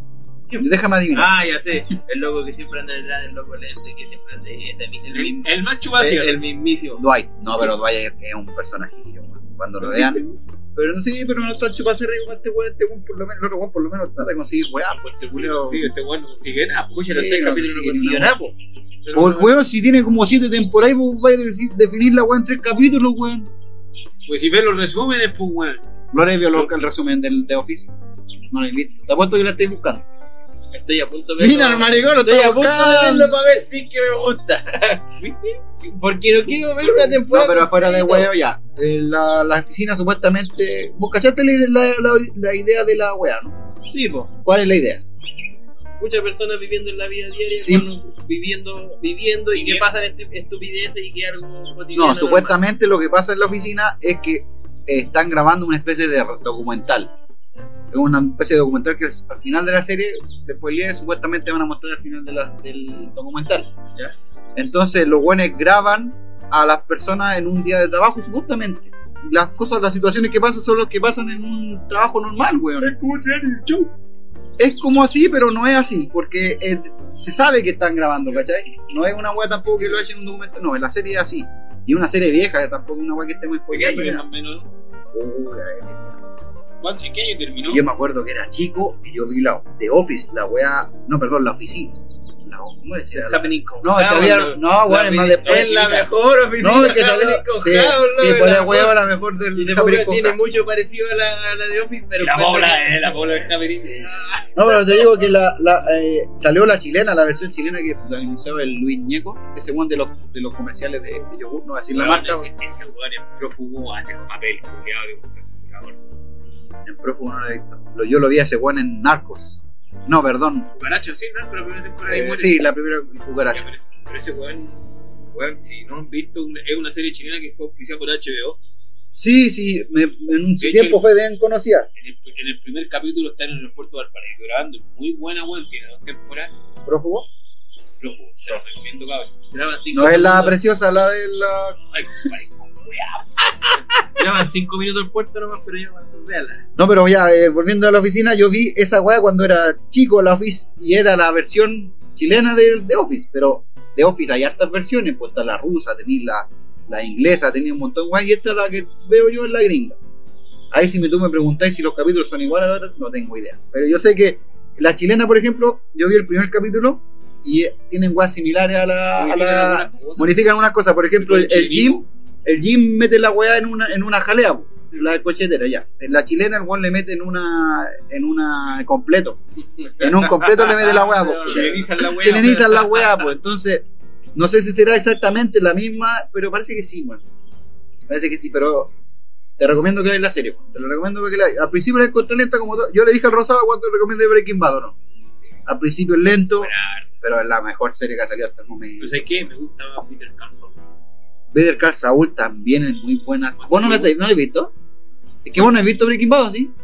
Déjame adivinar. Ah, ya sé. El loco que siempre anda detrás del loco lente, que siempre anda el, el, el, El, mismo- el más el, chupacio. el mismísimo. Dwight. No, pero Dwight es un personajillo, weón. Cuando lo vean. Pero no sí, pero no está chupacerre como este weón, este weón por lo menos, el otro weón por lo menos trata de conseguir weá, pues este Sí, culiao. sí, este weón no consigue nada. Escucha, los Sí, tres no capítulos no consigue consiguió nada. nada, po. Pero Por no- weón, si tiene como siete temporadas, vos vais a decir- definir la weá en tres capítulos, weón. Pues si ves los resúmenes, pues weón. Lore vio lo- el resumen del The Office. No lo he visto. Te apuesto que la estáis buscando. Estoy a punto de verlo. Mira, el maricón lo Estoy está a punto de buscando. verlo para ver si es que me gusta. ¿Viste? Sí, porque no quiero ver una No, temporada. pero afuera de completa. weón ya. Eh, la, la oficina supuestamente. Vos cachaste la, la, la, la idea de la weá, ¿no? Sí, po. ¿Cuál es la idea? Muchas personas viviendo en la vida diaria, Sí. bueno, viviendo, viviendo y que pasan estu- estupideces y que algo cotidiano. No, supuestamente lo que pasa en la oficina es que eh, están grabando una especie de documental. Es una especie de documental que al final de la serie, después de supuestamente van a mostrar al final de la- del documental. ¿Ya? Entonces los buenos graban a las personas en un día de trabajo, supuestamente. Las cosas, las situaciones que pasan son las que pasan en un trabajo normal, weón. Es como traer el show. Es como así, pero no es así, porque eh, se sabe que están grabando, ¿cachai? No es una weá tampoco que lo echen en un documental, no, en la serie es así. Y una serie vieja, tampoco es una weá que estemos ¿De qué año es spoileando. más o menos? Uh, la- ¿Cuánto- ¿En qué año terminó? Yo me acuerdo que era chico y yo vi la The Office, la weá, no, perdón, la oficina. La, ¿Cómo decía? La- Happening con No, es que Howl, había, lo- no, weón, es más la- después. Es la mejor oficina. No, es que salió. Happening con Sí, Howl, sí, lo- fue la la mejor. weá la mejor del Y de Happening poco con tiene Howl. mucho parecido a la, a la de Office, pero La encuentro bola, que- eh, la bola del Javerín. No, pero te digo que la, la, eh, salió la chilena, la versión chilena que protagonizaba el Luis Ñeco, ese weón de los, de los comerciales de, de yogur, no voy a decir la marca. Ese, ese weón es prófugo, hace papel, culiado de un torturador. En prófugo no lo he visto. Lo- Yo lo vi a ese weón en Narcos. No, perdón. Cucaracho, sí, ¿no? Pero la primera temporada Eh, ahí muere. sí, la primera Ya, cucaracha. pero, ese- pero ese weón, weón, si no han visto, una- es una serie chilena que fue auspiciada por H B O. Sí, sí, me, en un De tiempo hecho, fue bien conocida. En el, en el primer capítulo está en el aeropuerto de Valparaíso grabando. Muy buena, weón, tiene dos temporadas. ¿Prófugo? Prófugo, se lo recomiendo, cabrón. Graban cinco No es la minutos- preciosa, la de la. Ay, compadre, con weá. Graban cinco minutos el puerto nomás, pero ya, véala. No, pero ya, eh, volviendo a la oficina, yo vi esa weá cuando era chico, la Office, y era la versión chilena de, de Office. Pero de Office hay hartas versiones, pues está la rusa, tenéis la, la inglesa, tenéis un montón de weá, y esta es la que veo yo en la gringa. Ahí si me, tú me preguntáis si los capítulos son iguales a la otra, no tengo idea. Pero yo sé que la chilena, por ejemplo, yo vi el primer capítulo y eh, tienen weas similares a la... a Modifican la- algunas cosas. modifican algunas cosas, por ejemplo, el, Pero el Jim, el Jim mete la weá en una, en una jalea, po, la cochetera, ya. En la chilena el weón le mete en una, en una completo. En un completo le mete la weá, po. Chilenizan la weá. Chilenizan la weá, pues. Entonces, no sé si será exactamente la misma, pero parece que sí, bueno. Parece que sí, pero te recomiendo que veas la serie, pues. Te lo recomiendo porque la, al principio la encontré lenta, como to- yo le dije al Rosado cuando recomiendo Breaking Bad, ¿o no? Al principio es lento, Buena. pero es la mejor serie que ha salido hasta el momento. Pero ¿sabes qué? Me gusta más Peter Carlson. Better Call Saul también es muy buena. ¿Vos no la, no la has visto? Es que vos no has visto Breaking Bad, ¿sí?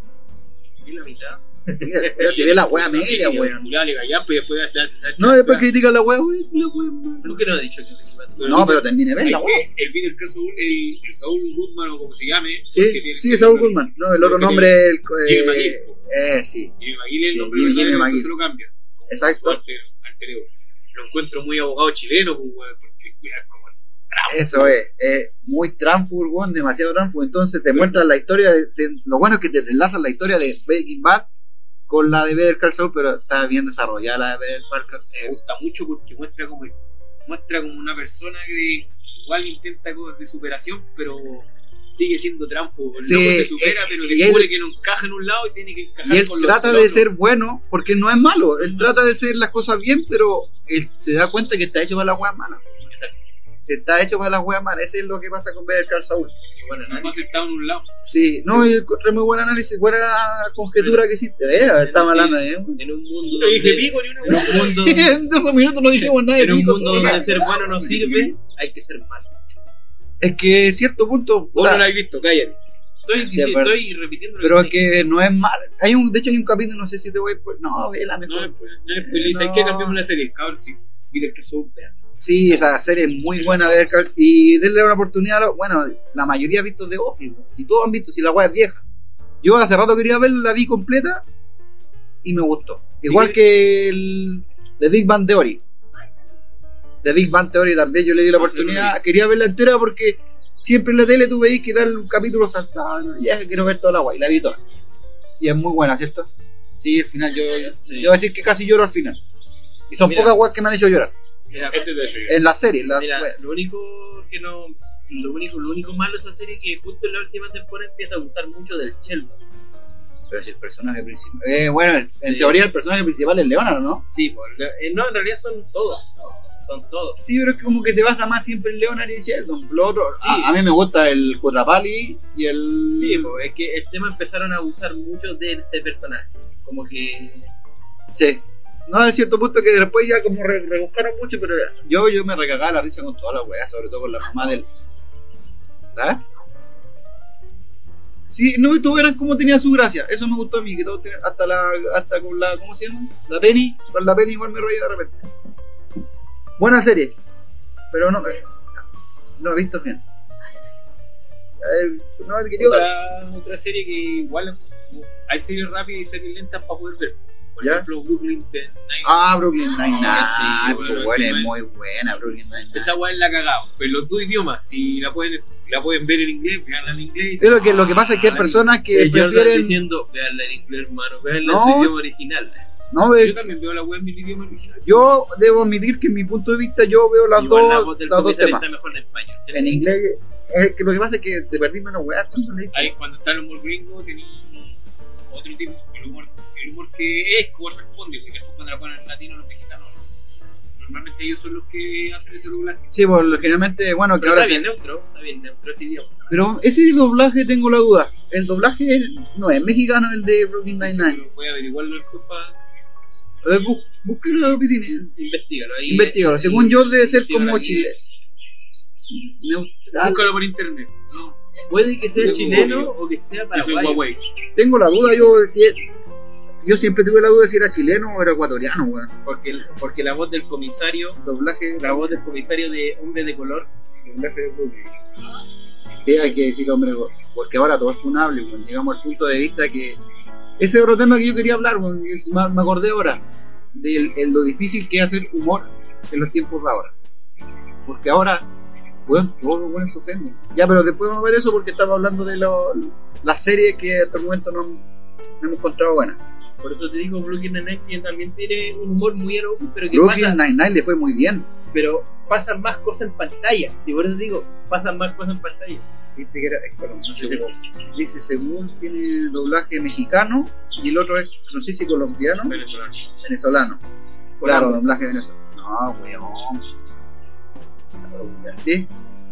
Y la mitad. Pero si ve la wea media, weón. Dale, gallampa y después hace hace ¿sabes No, qué? después critica la wea, weón. La wea, man. ¿Por qué no he dicho que Breaking Bad? No, pero termine de ver ¿sabes la wea. qué? El Peter Carlson, el, el Saúl Goodman o como se llame. Sí, porque tiene- sí, es Saul Goodman. No, el otro porque nombre es el. Jimmy Eh, McGill. eh, sí. Jimmy McGill es el Sí, nombre Jimmy- verdadero, Jimmy después McGill. se lo cambia. Exacto. Su alter, alter ego. Lo encuentro muy abogado chileno, pues, weón, porque cuidar como el Eso es, es muy transfur, weón, demasiado transfur. Entonces te muestran la historia de, de- lo bueno es que te enlazan la historia de Breaking Bad con la de Better Call Saul, pero está bien desarrollada la de Better Call Saul. Me Eh, gusta mucho porque muestra como muestra como una persona que igual intenta cosas de superación, pero sigue siendo tránfugo. El Sí, loco se supera, eh, pero y descubre él- que no encaja en un lado y tiene que encajar y él con los trata con de los ser otros. bueno, porque no es malo. Él trata de hacer las cosas bien, pero él se da cuenta que está hecho para las weas malas. Exacto. Se está hecho para las weas malas. Eso es lo que pasa con Better Call Saul. Y bueno, No fue sentado en un lado. Sí, no, y encontré muy buen análisis, buena conjetura que hiciste. Eh, estamos sí. hablando de en un mundo No dije donde, pico ni una en un mundo, en esos minutos no dijimos nada de en un pico, mundo solo donde nada. ser bueno no sirve, hay que ser malo. Es que en cierto punto, Vos puta, no la has visto, cállate. Estoy, Sí, es sí, verdad. estoy repitiendo lo pero es dije. que no es mal. Hay un, de hecho hay un capítulo, no sé si te voy a... No, vela No mejor. le pues, no le spoilees. No. Hay que cambiar la serie, cabrón. Sí, Peter que son vean. Sí, esa serie es muy buena ver y denle una oportunidad. a lo- Bueno, la mayoría ha visto The Office. ¿No? Si todos han visto, si la weá es vieja. Yo hace rato quería verla, la vi completa y me gustó. Igual Sí. que el The Big Bang Theory. The Big Bang Theory también yo le di la No, sí, oportunidad. lo Quería verla entera porque siempre en la tele tú veis que tal un capítulo saltado. ¿No? Ya quiero ver toda la weá y la vi toda. Y es muy buena, ¿cierto? Sí, al final yo, Sí. yo voy a decir que casi lloro al final. Y son Mira. pocas weas que me han hecho llorar. Mira, Este de eso. En la serie, en la mira, weas. lo único que no. Lo único, lo único malo de esa serie es que justo en la última temporada empieza a usar mucho del Sheldon. Pero si el personaje principal. Eh, bueno, en Sí. teoría el personaje principal es Leonard, ¿no? Sí, por, eh, no, en realidad son todos. Son todos. Sí, pero es como que se basa más siempre en Leonard y Sheldon. Lo otro, Sí. a, a mí me gusta el Cuatrapali y el. Sí, po, es que el tema empezaron a usar mucho de ese personaje. Como que. Sí. No, es cierto punto que después ya como re- rebuscaron mucho, pero yo, yo me recagaba la risa con todas las weas, sobre todo con la mamá del. ¿Sabes? Sí, no, y todos eran como tenía su gracia. Eso me gustó a mí, que todos tenían, hasta la, hasta con la, ¿cómo se llama? La Penny, con la Penny igual me reía de repente. Buena serie, pero no, eh, no he visto bien. Eh, no, que yo, Otra, otra serie que igual hay series rápidas y series lentas para poder ver. Por ¿Ya? ejemplo, Brooklyn Nine-Nine. ah, Brooklyn Nine-Nine, Ah, sí, pues bueno, bueno, sí, es bueno. muy buena Brooklyn Nine-Nine. Esa weá es la cagada. Pero los dos idiomas, si la pueden, la pueden ver en inglés, veanla en inglés. Pero que lo que pasa es que hay Ah, personas que Eh, Jordan prefieren. diciendo, veanla en inglés, hermano, veanla No. en su idioma original. No, eh, Yo también veo la weá en mi idioma original. yo debo admitir que en mi punto de vista yo veo las Igual la dos, voz del las dos comisario temas. está mejor en español. ¿sí? En inglés, es que lo que pasa es que te perdí menos weas cuando leí. Ahí cuando está el humor gringo tenía otro tipo, el humor, el humor que es corresponde, porque después cuando la ponen en latino los mexicanos, normalmente ellos son los que hacen ese doblaje. Sí, pues generalmente, bueno, que Pero ahora está sí. bien neutro, está bien neutro este idioma. Pero ese doblaje tengo la duda. El doblaje es- no es mexicano el de Brooklyn Nine-Nine. Pero voy a averiguarlo después para... A ver, bú- búsquelo, Pitini. Investígalo ahí. Investígalo. eh, Según yo debe ser investígalo como aquí. Chile. Neutral. Búscalo por internet. No, Puede que sea Yo chileno soy o que sea yo soy paraguayo. Huawei. Tengo la duda, yo si es- yo siempre tuve la duda de si era chileno o era ecuatoriano, weón. Porque, el- porque la voz del comisario, Doblaje, la voz del comisario de Hombre de Color, doblaje de Brooklyn. Sí, hay que decirlo, hombre, porque ahora todo es funable, weón. Llegamos al punto de vista que ese es otro tema que yo quería hablar, weón, y es- me me acordé ahora de lo difícil que es hacer humor en los tiempos de ahora. Porque ahora, weón, todos los buenos se ofenden. Ya, pero después vamos a ver eso porque estaba hablando de lo- las series que hasta el momento no, no hemos encontrado buenas. por eso te digo, Brooklyn Nine-Nine también tiene un humor muy erótico, pero que Brooklyn pasa, Nine-Nine le fue muy bien. pero pasan más cosas en pantalla. Y por eso digo, pasan más cosas en pantalla. Viste que era, es colombiano, no sé si- dice, según tiene doblaje mexicano y el otro es, no sé si colombiano, Venezolano. venezolano. Claro, doblaje venezolano. No, weón. ¿Sí?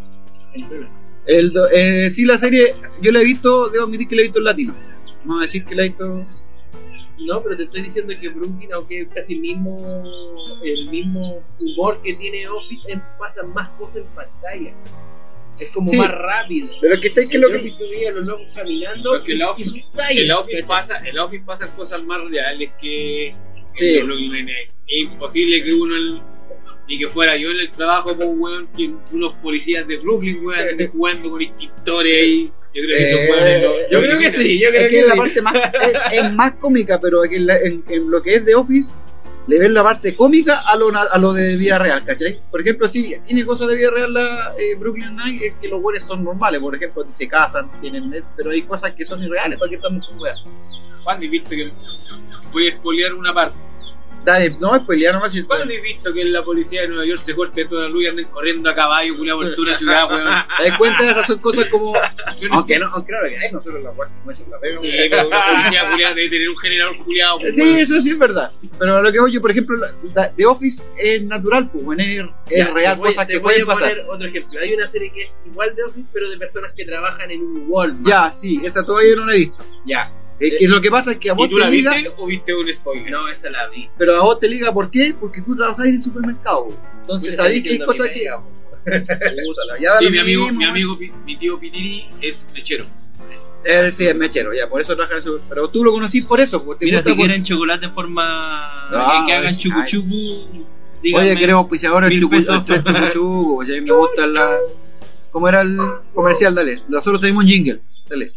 El do- eh, sí, la serie, yo la he visto, debo admitir que la he visto en latino. Vamos a decir que la he visto. No, pero te estoy diciendo que Brooklyn, aunque es casi el mismo, el mismo humor que tiene Office, eh, pasan más cosas en pantalla. Es como Sí. más rápido. Pero que sé que En lo que. Office tú veías a los locos caminando Porque y, el y Office- sus tallas, En la Office ¿cachai? pasa, en la Office pasan cosas más reales que Sí. en Brooklyn Nine-Nine. Es imposible que uno el- ni que fuera yo en el trabajo con weón, que unos policías de Brooklyn weón estén jugando con extintores y yo creo que esos Eh, weones no- Yo no creo que critican. sí, yo Es creo que que es la sí. parte más. Es, es más cómica, pero en, la- en- en lo que es de Office, le ven la parte cómica a lo, na- a lo de vida real, ¿cachai? Por ejemplo, si tiene cosas de vida real la eh, Brooklyn Nine, es que los güeyes son normales, por ejemplo, se casan, tienen net, pero hay cosas que son irreales, ¿para qué estamos con weas? Juan, ¿y viste que voy a spoilear una parte. Dale, no me spoilear nomás. Si ¿Cuándo habéis visto que en la policía de Nueva York se corte toda la luz y anden corriendo a caballo, culiao, por toda la ciudad, weón? ¿Te das cuenta? Esas son cosas como. Yo no Aunque no, aunque claro que hay nosotros la guardia como eso la pega. Sí, pero una policía culiada debe tener un generador culiado. Sí, eso sí es verdad. Pero lo que oye, por ejemplo, la, la- The Office es natural, pues, bueno, es, es Ya, real, te voy- cosas te que voy pueden a pasar. poner otro ejemplo. Hay una serie que es igual de Office, pero de personas que trabajan en un Walmart. Ya, sí, esa todavía no la he visto. Ya. Es que lo que pasa es que a vos ¿Y tú te la liga, viste o viste un spoiler? No, esa la vi. pero a vos te liga, ¿por qué? Porque tú trabajas en el supermercado. güey. Entonces, Pues sabés que hay entiendo cosas mi que. pega, po. Puta, la- ya da Sí, lo mi amigo, mismo, mi güey. amigo, Pi- mi tío Pitiri es mechero. Él sí es mechero, ya, por eso trabaja en el super- Pero tú lo conocís por eso, pues, te Mira, gusta si por- quieren chocolate en forma Ah, que hagan ay, chucu ay. chucu, díganme. Oye, queremos auspiciadores mil chucu, pesos. el chucu chucu, ya me gusta la. ¿Cómo era el comercial? Dale, nosotros tenemos un jingle, dale.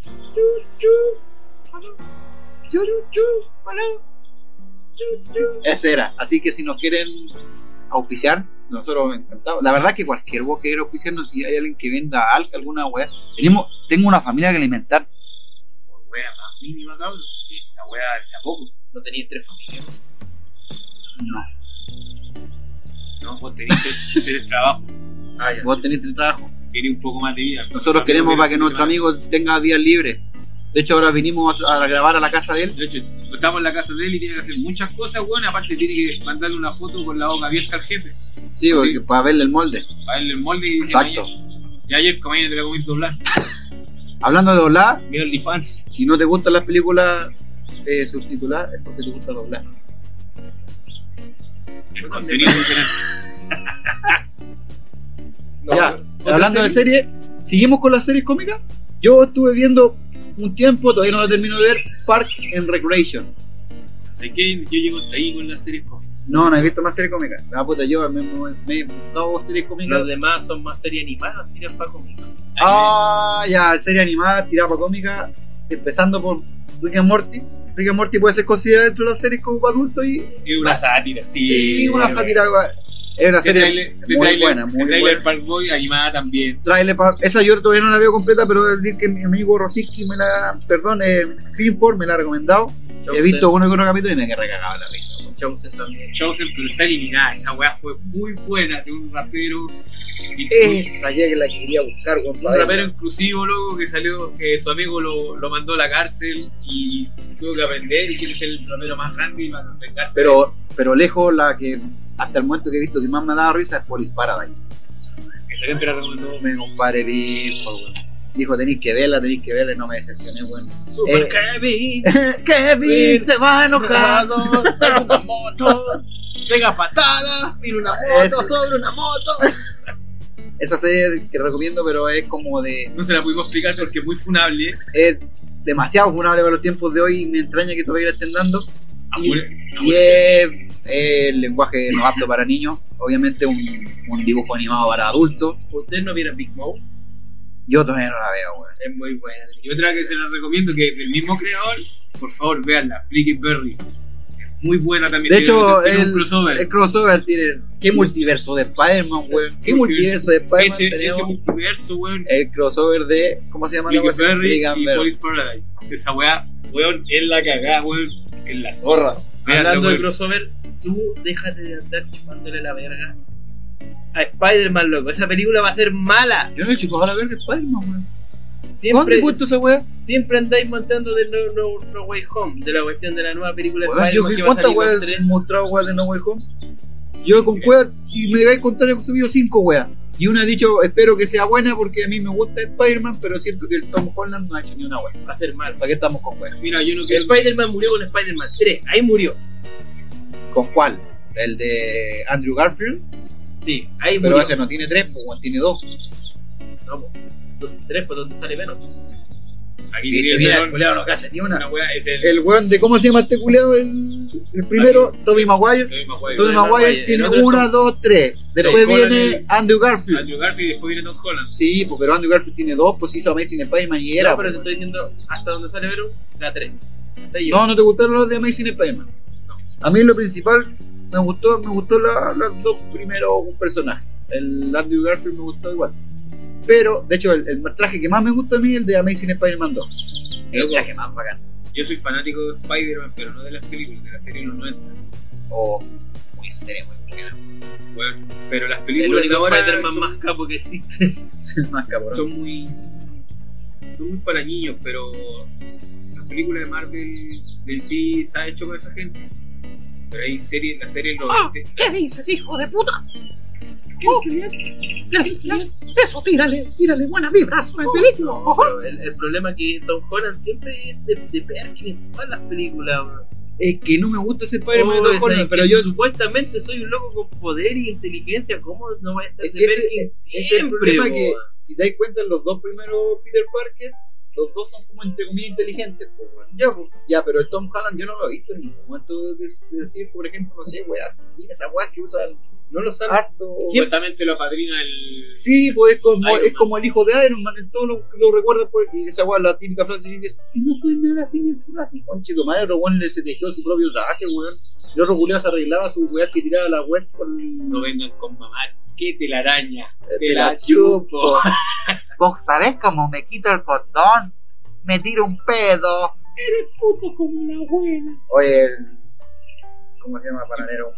Ese era, así que si nos quieren auspiciar, nosotros encantados. La verdad que cualquier vos que quiera auspiciarnos, si hay alguien que venda algo, alguna weá, tenemos, tengo una familia que alimentar. Por wea más mínima, cabrón. Sí, la wea de a poco. No tenéis tres familias. No, No, vos tenés tres, tres trabajos. Ah, ya. vos tenés el trabajo. Tenés un poco más de vida. Nosotros queremos para que nuestro amigo tenga días libres. De hecho, ahora vinimos a, a grabar a la casa de él. De hecho, estamos en la casa de él y tiene que hacer muchas cosas, weón. Aparte, tiene que mandarle una foto con la boca abierta al jefe. Sí, porque, para verle el molde. Para verle el molde y dice: Exacto. Y ayer, como ayer te la comí doblar. Hablando de doblar, Mi OnlyFans. si no te gustan las películas eh, subtituladas, es porque te gusta doblar. El contenido diferente. No, Ya, ¿otra hablando de serie? series, ¿seguimos con las series cómicas? Yo estuve viendo un tiempo, todavía no lo termino de ver, Park and Recreation. ¿Sabes qué? Yo llego hasta ahí con las series cómicas. No, no he visto más series cómicas. La puta, yo me, me, me he buscado series cómicas. Los demás son más series animadas, tiran pa' cómicas. Ah, ya, serie animada, tirada para cómica, empezando por Rick and Morty. Rick and Morty puede ser considerada dentro de las series como para adultos y... Es una sátira, sí. Sí, una bueno, sátira. Es una De serie trailer, de muy trailer, buena, de muy trailer buena. Park Boy animada también. Trailer pa- esa yo todavía no la veo completa, pero debo decir que mi amigo Rosicky me la... Perdón, eh, Greenford me la ha recomendado. He visto uno que otro capítulo y me quedé recagado la risa. güey. Chosen también. Chosen, pero está eliminada. Esa weá fue muy buena. De un rapero. Esa ya que la que quería buscar, Un compadre. rapero inclusivo, loco, que salió, que su amigo lo, lo mandó a la cárcel y tuvo que aprender y quiere ser el rapero más grande y para vengarse. Pero, pero lejos, la que hasta el momento que he visto que más me ha dado risa es Police Paradise. Esa gente la recomendó. Me compadre Biffo, güey. Dijo, tenéis que verla, tenéis que verla y no me decepcioné, güey. Super Eh, Kevin. Kevin se va enojado. Tiene una moto. Pega patadas. Tiene una moto Ese. sobre una moto. Esa serie que recomiendo, pero es como de... No se la pudimos explicar porque es muy funable. Es demasiado funable para los tiempos de hoy y me extraña que todavía la estén dando. Amor, Y amor, es el lenguaje no apto para niños. Obviamente un, un dibujo animado para adultos. ¿Ustedes no vieron Big Mouth? Yo todavía no la veo, güey. Es muy buena. Y otra que se la recomiendo, que es del mismo creador, por favor, véanla, Flicky Berry. Es muy buena también. De tiene- hecho, tiene el, un crossover. el crossover tiene... ¿Qué multiverso de Spider-Man, güey? ¿Qué multiverso de Spider-Man ese, tenemos? ese multiverso, weón. El crossover de... ¿Cómo se llama la Flicky cosa? Berry Big and y Berry. Police Paradise. Esa weá, weón, es la cagada, weón. Es la zorra. Véanla, Hablando de weón. crossover, tú déjate de andar chupándole la verga a Spider-Man, loco. Esa película va a ser mala. Yo no he hecho para ver Spider-Man, güey. ¿Dónde Siempre, puesto esa weá? siempre andáis montando de no, no, no Way Home, de la cuestión de la nueva película de Weón, yo Spider-Man vi que va a cuántas salir weas los tres. han mostrado weas de No Way Home. Yo con weas, si me digáis contar, he subido cinco weas. Y una ha dicho, espero que sea buena porque a mí me gusta Spider-Man, pero siento que el Tom Holland no ha hecho ni una wea. Va a ser mal. ¿Para qué estamos con weas? Mira, yo no quiero. Spider-Man murió con Spider-Man tres, ahí murió. ¿Con cuál? ¿El de Andrew Garfield? Sí, ahí Pero murió. ese no tiene tres, pues weón, tiene dos. No, po. Dos, tres, pues donde sale menos. Aquí Y quería mira, tener el culiao no cacha ni una una. wea, es el. El weón de, ¿cómo se llama este culiao? El, el primero, Tobey Maguire. Tobey Maguire. Tobey Maguire, Maguire el tiene otro es una, Tom- dos, tres. Después Tom Holland viene y- Andrew Garfield. Andrew Garfield y después viene Tom Holland. Sí, pues, pero Andrew Garfield tiene dos, pues hizo Amazing Spider-Man y era. No, pero pues, te estoy diciendo hasta donde sale Venom, la tres. Hasta ahí No, ¿no te gustaron los de Amazing Spider-Man? No. A mí lo principal, me gustó, me gustó la- las dos primeros personajes. El Andrew Garfield me gustó igual. Pero, de hecho, el, el traje que más me gusta a mí es el de Amazing Spider-Man dos. El Loco. traje más bacán. Yo soy fanático de Spider-Man, pero no de las películas, de la serie de los noventa. Oh, muy serio, muy buena. Bueno, pero las El películas de único ahora Spider-Man son, más capo que existe. Más cabrón. son muy son muy para niños, pero las películas de Marvel en sí está hecho para esa gente. Pero hay series, la serie de los ¡Oh! veinte, ¿Qué dices, hijo de puta? Oh, gracias. Eso, tírale, tírale buenas vibras a la película. No, Ojo. pero el, el problema es que Tom Holland siempre es de, de Perkin en todas las películas. weón. Es que no me gusta ese Spider-Man de Oh, Tom es Holland, que pero yo. supuestamente soy un loco con poder y inteligencia. ¿Cómo no va a estar Es de que ese, Perkin ese es el siempre? problema weón? que, si te das cuenta, los dos primeros Peter Parker, los dos son como entre comillas inteligentes, pues, weón. Ya, pues. Ya, pero el Tom Holland yo no lo he visto en ningún momento de, de decir, por ejemplo, no sé, weá, mira esa weá que usan No lo saben. harto. supuestamente lo apadrina el Sí, pues es como, Iron es Man. como el hijo de Iron Man, en todo lo, lo recuerda, pues, y esa weá, la típica frase que dice, "Y no soy nada sin el traje". Conchito madre, otro weón le se tejió su propio traje, weón. El otro culiao se arreglaba su weá que tiraba la web con no vengan con mamá, que telaraña, Te te la la chupo. Vos sabés cómo me quito el condón. Me tiro un pedo. Puto como la abuela. Oye, el... ¿cómo se llama? Panadero.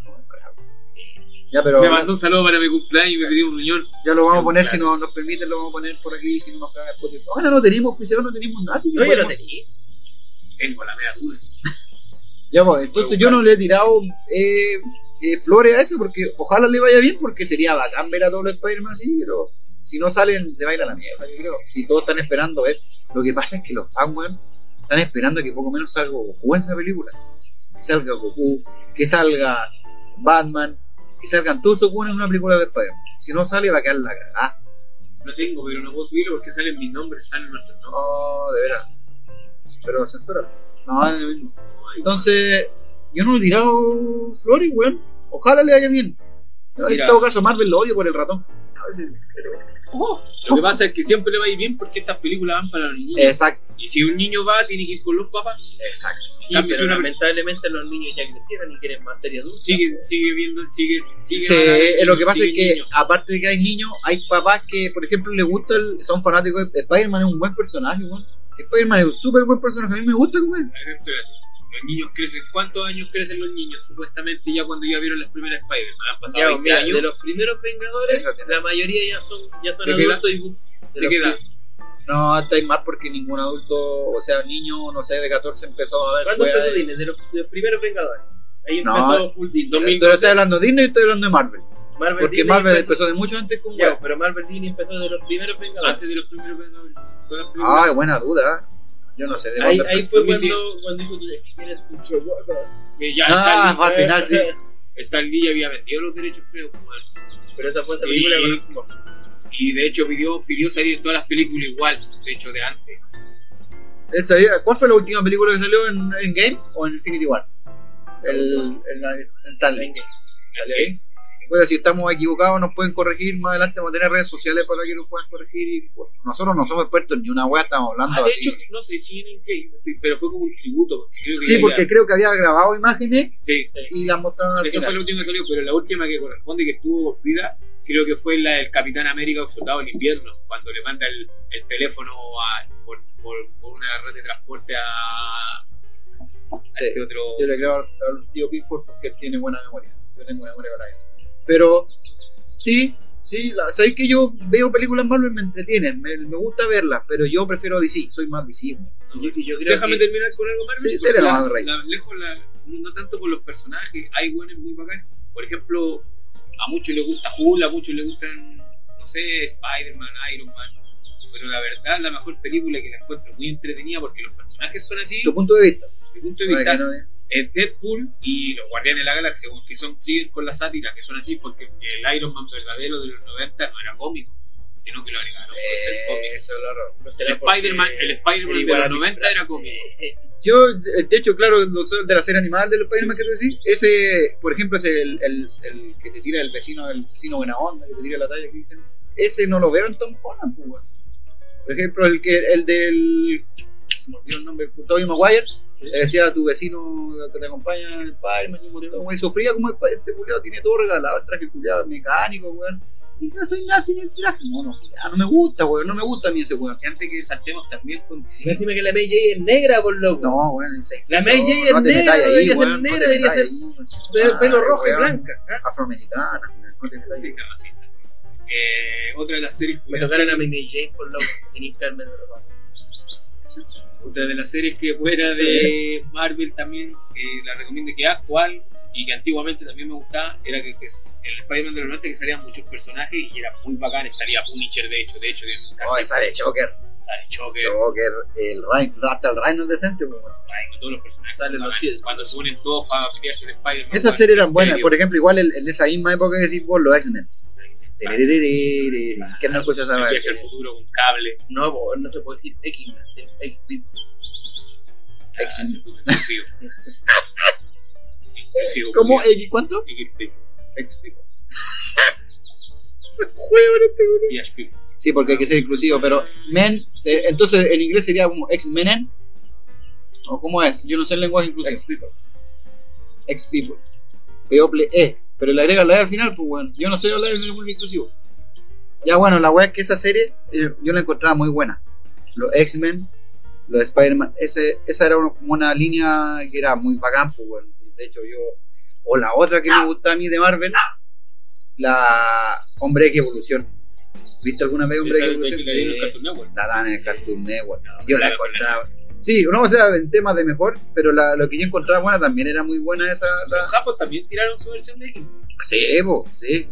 Ya, pero Me mandó un saludo para mi cumpleaños y me pidió un riñón. ya lo vamos a un poner, si clásico. nos, nos permiten, lo vamos a poner por aquí, si no nos caga Spotify. Bueno, no tenemos, pues no tenemos nada, así que No, yo lo podemos- tenía. Tengo la media dura. Ya, pues, entonces yo no le he tirado eh, eh, flores a eso, porque ojalá le vaya bien, porque sería bacán ver a todos los Spider-Man así, pero si no salen, se va a ir a la mierda, yo creo. Si todos están esperando ver, lo que pasa es que los fans, weón, están esperando que poco menos salga Goku en esa película. Que salga Goku, que salga Batman, que salgan todos esos weones en una película de Spider-Man. Si no sale, va a quedar la cagada. Lo tengo, pero no puedo subirlo porque salen mis nombres, salen nuestros nombres. No, de veras. Pero censura. No, es lo mismo. Entonces, yo no le he tirado flores, weón. Ojalá le vaya bien. En Mira. todo caso, Marvel lo odio por el ratón. A veces, pero... Lo que pasa es que siempre le va a ir bien porque estas películas van para los niños. Exacto, Y si un niño va, tiene que ir con los papás. exacto. Sí, Cambio, pero si una- lamentablemente los niños ya crecieron y quieren más serie adulta. Sigue, sigue viendo, sigue, sigue. Sí, sigue eh, lo que pasa es que, niño. aparte de que hay niños, hay papás que, por ejemplo, les gusta, el, son fanáticos de Spider-Man, es un buen personaje, weón. Spider-Man es un súper buen personaje, a mí me gusta como es. A ver, espérate. Los niños crecen. ¿Cuántos años crecen los niños? Supuestamente ya cuando ya vieron las primeras Spider-Man. Han pasado Ya, veinte mira, años. de los primeros Vengadores, Eso tiene. la mayoría ya son, ya son ¿De qué adultos y de ¿De los qué edad? que- No, hasta hay más porque ningún adulto, o sea, niño, no sé, de catorce empezó a ver. ¿Cuándo weá, empezó y- Disney? De los, de los primeros Vengadores. Ahí No, empezó full Disney. dos mil Pero estoy hablando de Disney y estoy hablando de Marvel. Marvel Porque Disney Marvel empezó- empezó de mucho antes con Ya, weá. pero Marvel Disney empezó de los primeros Vengadores. Antes de los primeros Vengadores. Con las primeras- Ah, buena duda. Yo no sé de Ahí, cuándo ahí empezó. fue dos mil diez. cuando, cuando dijo tú, es que tienes mucho guapo. Que ya Ah, Stan fue al Lee- final, sí. Stan Lee ya había vendido los derechos, creo. como él. Pero esa fue esa Y- película con los- Y de hecho pidió, pidió salir en todas las películas igual. De hecho, de antes. Esa- ¿Cuál fue la última película que salió en, en Game o en Infinity War? El, el, el Stanley. ¿Salió ahí? Pues si estamos equivocados nos pueden corregir, más adelante vamos a tener redes sociales para que nos puedan corregir y, pues, nosotros no somos expertos en ni una wea, estamos hablando Ah, de así. hecho, no sé si en qué, pero fue como un tributo. Porque creo que Sí, ya- porque creo que había grabado imágenes Sí, y las mostraron al esa fue final. la última que salió, pero la última que corresponde que estuvo vida, creo que fue la del Capitán América o Soldado del Invierno, cuando le manda el, el teléfono a, por, por, por una red de transporte a, a Sí, este otro. yo le creo al, al tío Pickford porque él tiene buena memoria. Yo tengo memoria para él. Pero sí, sí, la, sabéis que yo veo películas Marvel, me entretienen, me, me gusta verlas, pero yo prefiero D C, soy más D C. No, Yo, yo creo Déjame que terminar con algo más. Sí, porque dale, la- no, Rey. la- lejos la- no, no tanto por los personajes, hay buenos muy bacanes. Por ejemplo, a muchos les gusta Hulk, a muchos les gustan, no sé, Spider-Man, Iron Man. Pero la verdad, la mejor película que la encuentro muy entretenida porque los personajes son así, Tu punto de vista. desde mi punto de Para vista, que no- es Deadpool y los Guardianes de la Galaxia, que son, siguen con la sátira, que son así porque el Iron Man verdadero de los noventa no era cómico, sino que lo agregaron por ser cómico. Eh, Eso es lo raro. no El será porque- Spider-Man, el Spider-Man de igual los a mí- noventa era cómico. Eh, Yo, de hecho, claro, el de la serie animal del Spider-Man que tú decís, ese, por ejemplo, ese el, el, el que te tira el vecino, el vecino buena onda, que te tira la talla que dicen, ese no lo veo en Tom Holland, pues, weón. Por ejemplo, el que el del se me olvidó el nombre, Tobey Maguire, le decía a tu vecino que te acompaña en el Spider-Man, y un montón, güey, sufría como el Spider- este culiado tiene todo regalado, el traje culiado mecánico, weón. Y yo soy nazi en el traje. No, no, ya, no me gusta, weón. No me gusta a mí ese weón. Que antes que saltemos también con Y sí, Decime que la May J es negra, por loco. No, weón, en serio. La May J No, es no te negra, metáis ahí, debería ser weón, no negra, te debería metáis ser ahí, Pe- pelo Ay, rojo y weón. blanca. ¿Ah? Afroamericana, weón, no te metáis ahí. sí, racista. Eh, otra de las series Me tocaron a mi May J, por loco. Tenéis que darme de verdad. otra de las series que fuera de Marvel también, eh, la recomiendo que actual y que antiguamente también me gustaba, era que, que el Spider-Man de los noventa que salían muchos personajes y eran muy bacanes. Salía Punisher, de hecho, de hecho, que me encanta. No, sale Joker. Sale Joker, Joker, el Rhino, hasta el Rhino es decente, pues, weón. Rhino, todos los personajes. Salen son los bacanes. siete. Cuando se unen todos para pelearse el Spider-Man. Esas weón, series eran buenas, Imperio. por ejemplo, igual en, en esa misma época que decís vos, los X-Men. Que no escuchas El esa viaje al futuro con cable. No, po, no se puede decir X-Men. es X-Men. Ah, X-Men. se puso inclusivo. Inclusivo, ¿Cómo? culiao. ¿X cuánto? X-Men. X-Men. P H P. Sí, porque hay que ser inclusivo, pero men, eh, entonces en inglés sería como X-Men. ¿O cómo es? Yo no sé el lenguaje inclusivo. X-People. X-People. People E. Pero le agrega la E al final, pues bueno. Yo no sé hablar en el lenguaje inclusivo. Ya bueno, la weá es que esa serie eh, yo la encontraba muy buena. Los X-Men, los Spider-Man, ese, esa era uno- como una línea que era muy bacán, pues bueno. De hecho yo... O la otra que me gusta a mí de Marvel, la Hombre X Evolución. ¿Viste alguna vez Hombre Esa X es la Evolución? que le dieron el Cartoon Network. La dan en el Cartoon Network. No, Yo la pero- encontraba... Sí, no, o sea, en temas de mejor, pero la, lo que yo encontraba buena también era muy buena esa... la- Los japos también tiraron su versión de X. Sí, po, sí.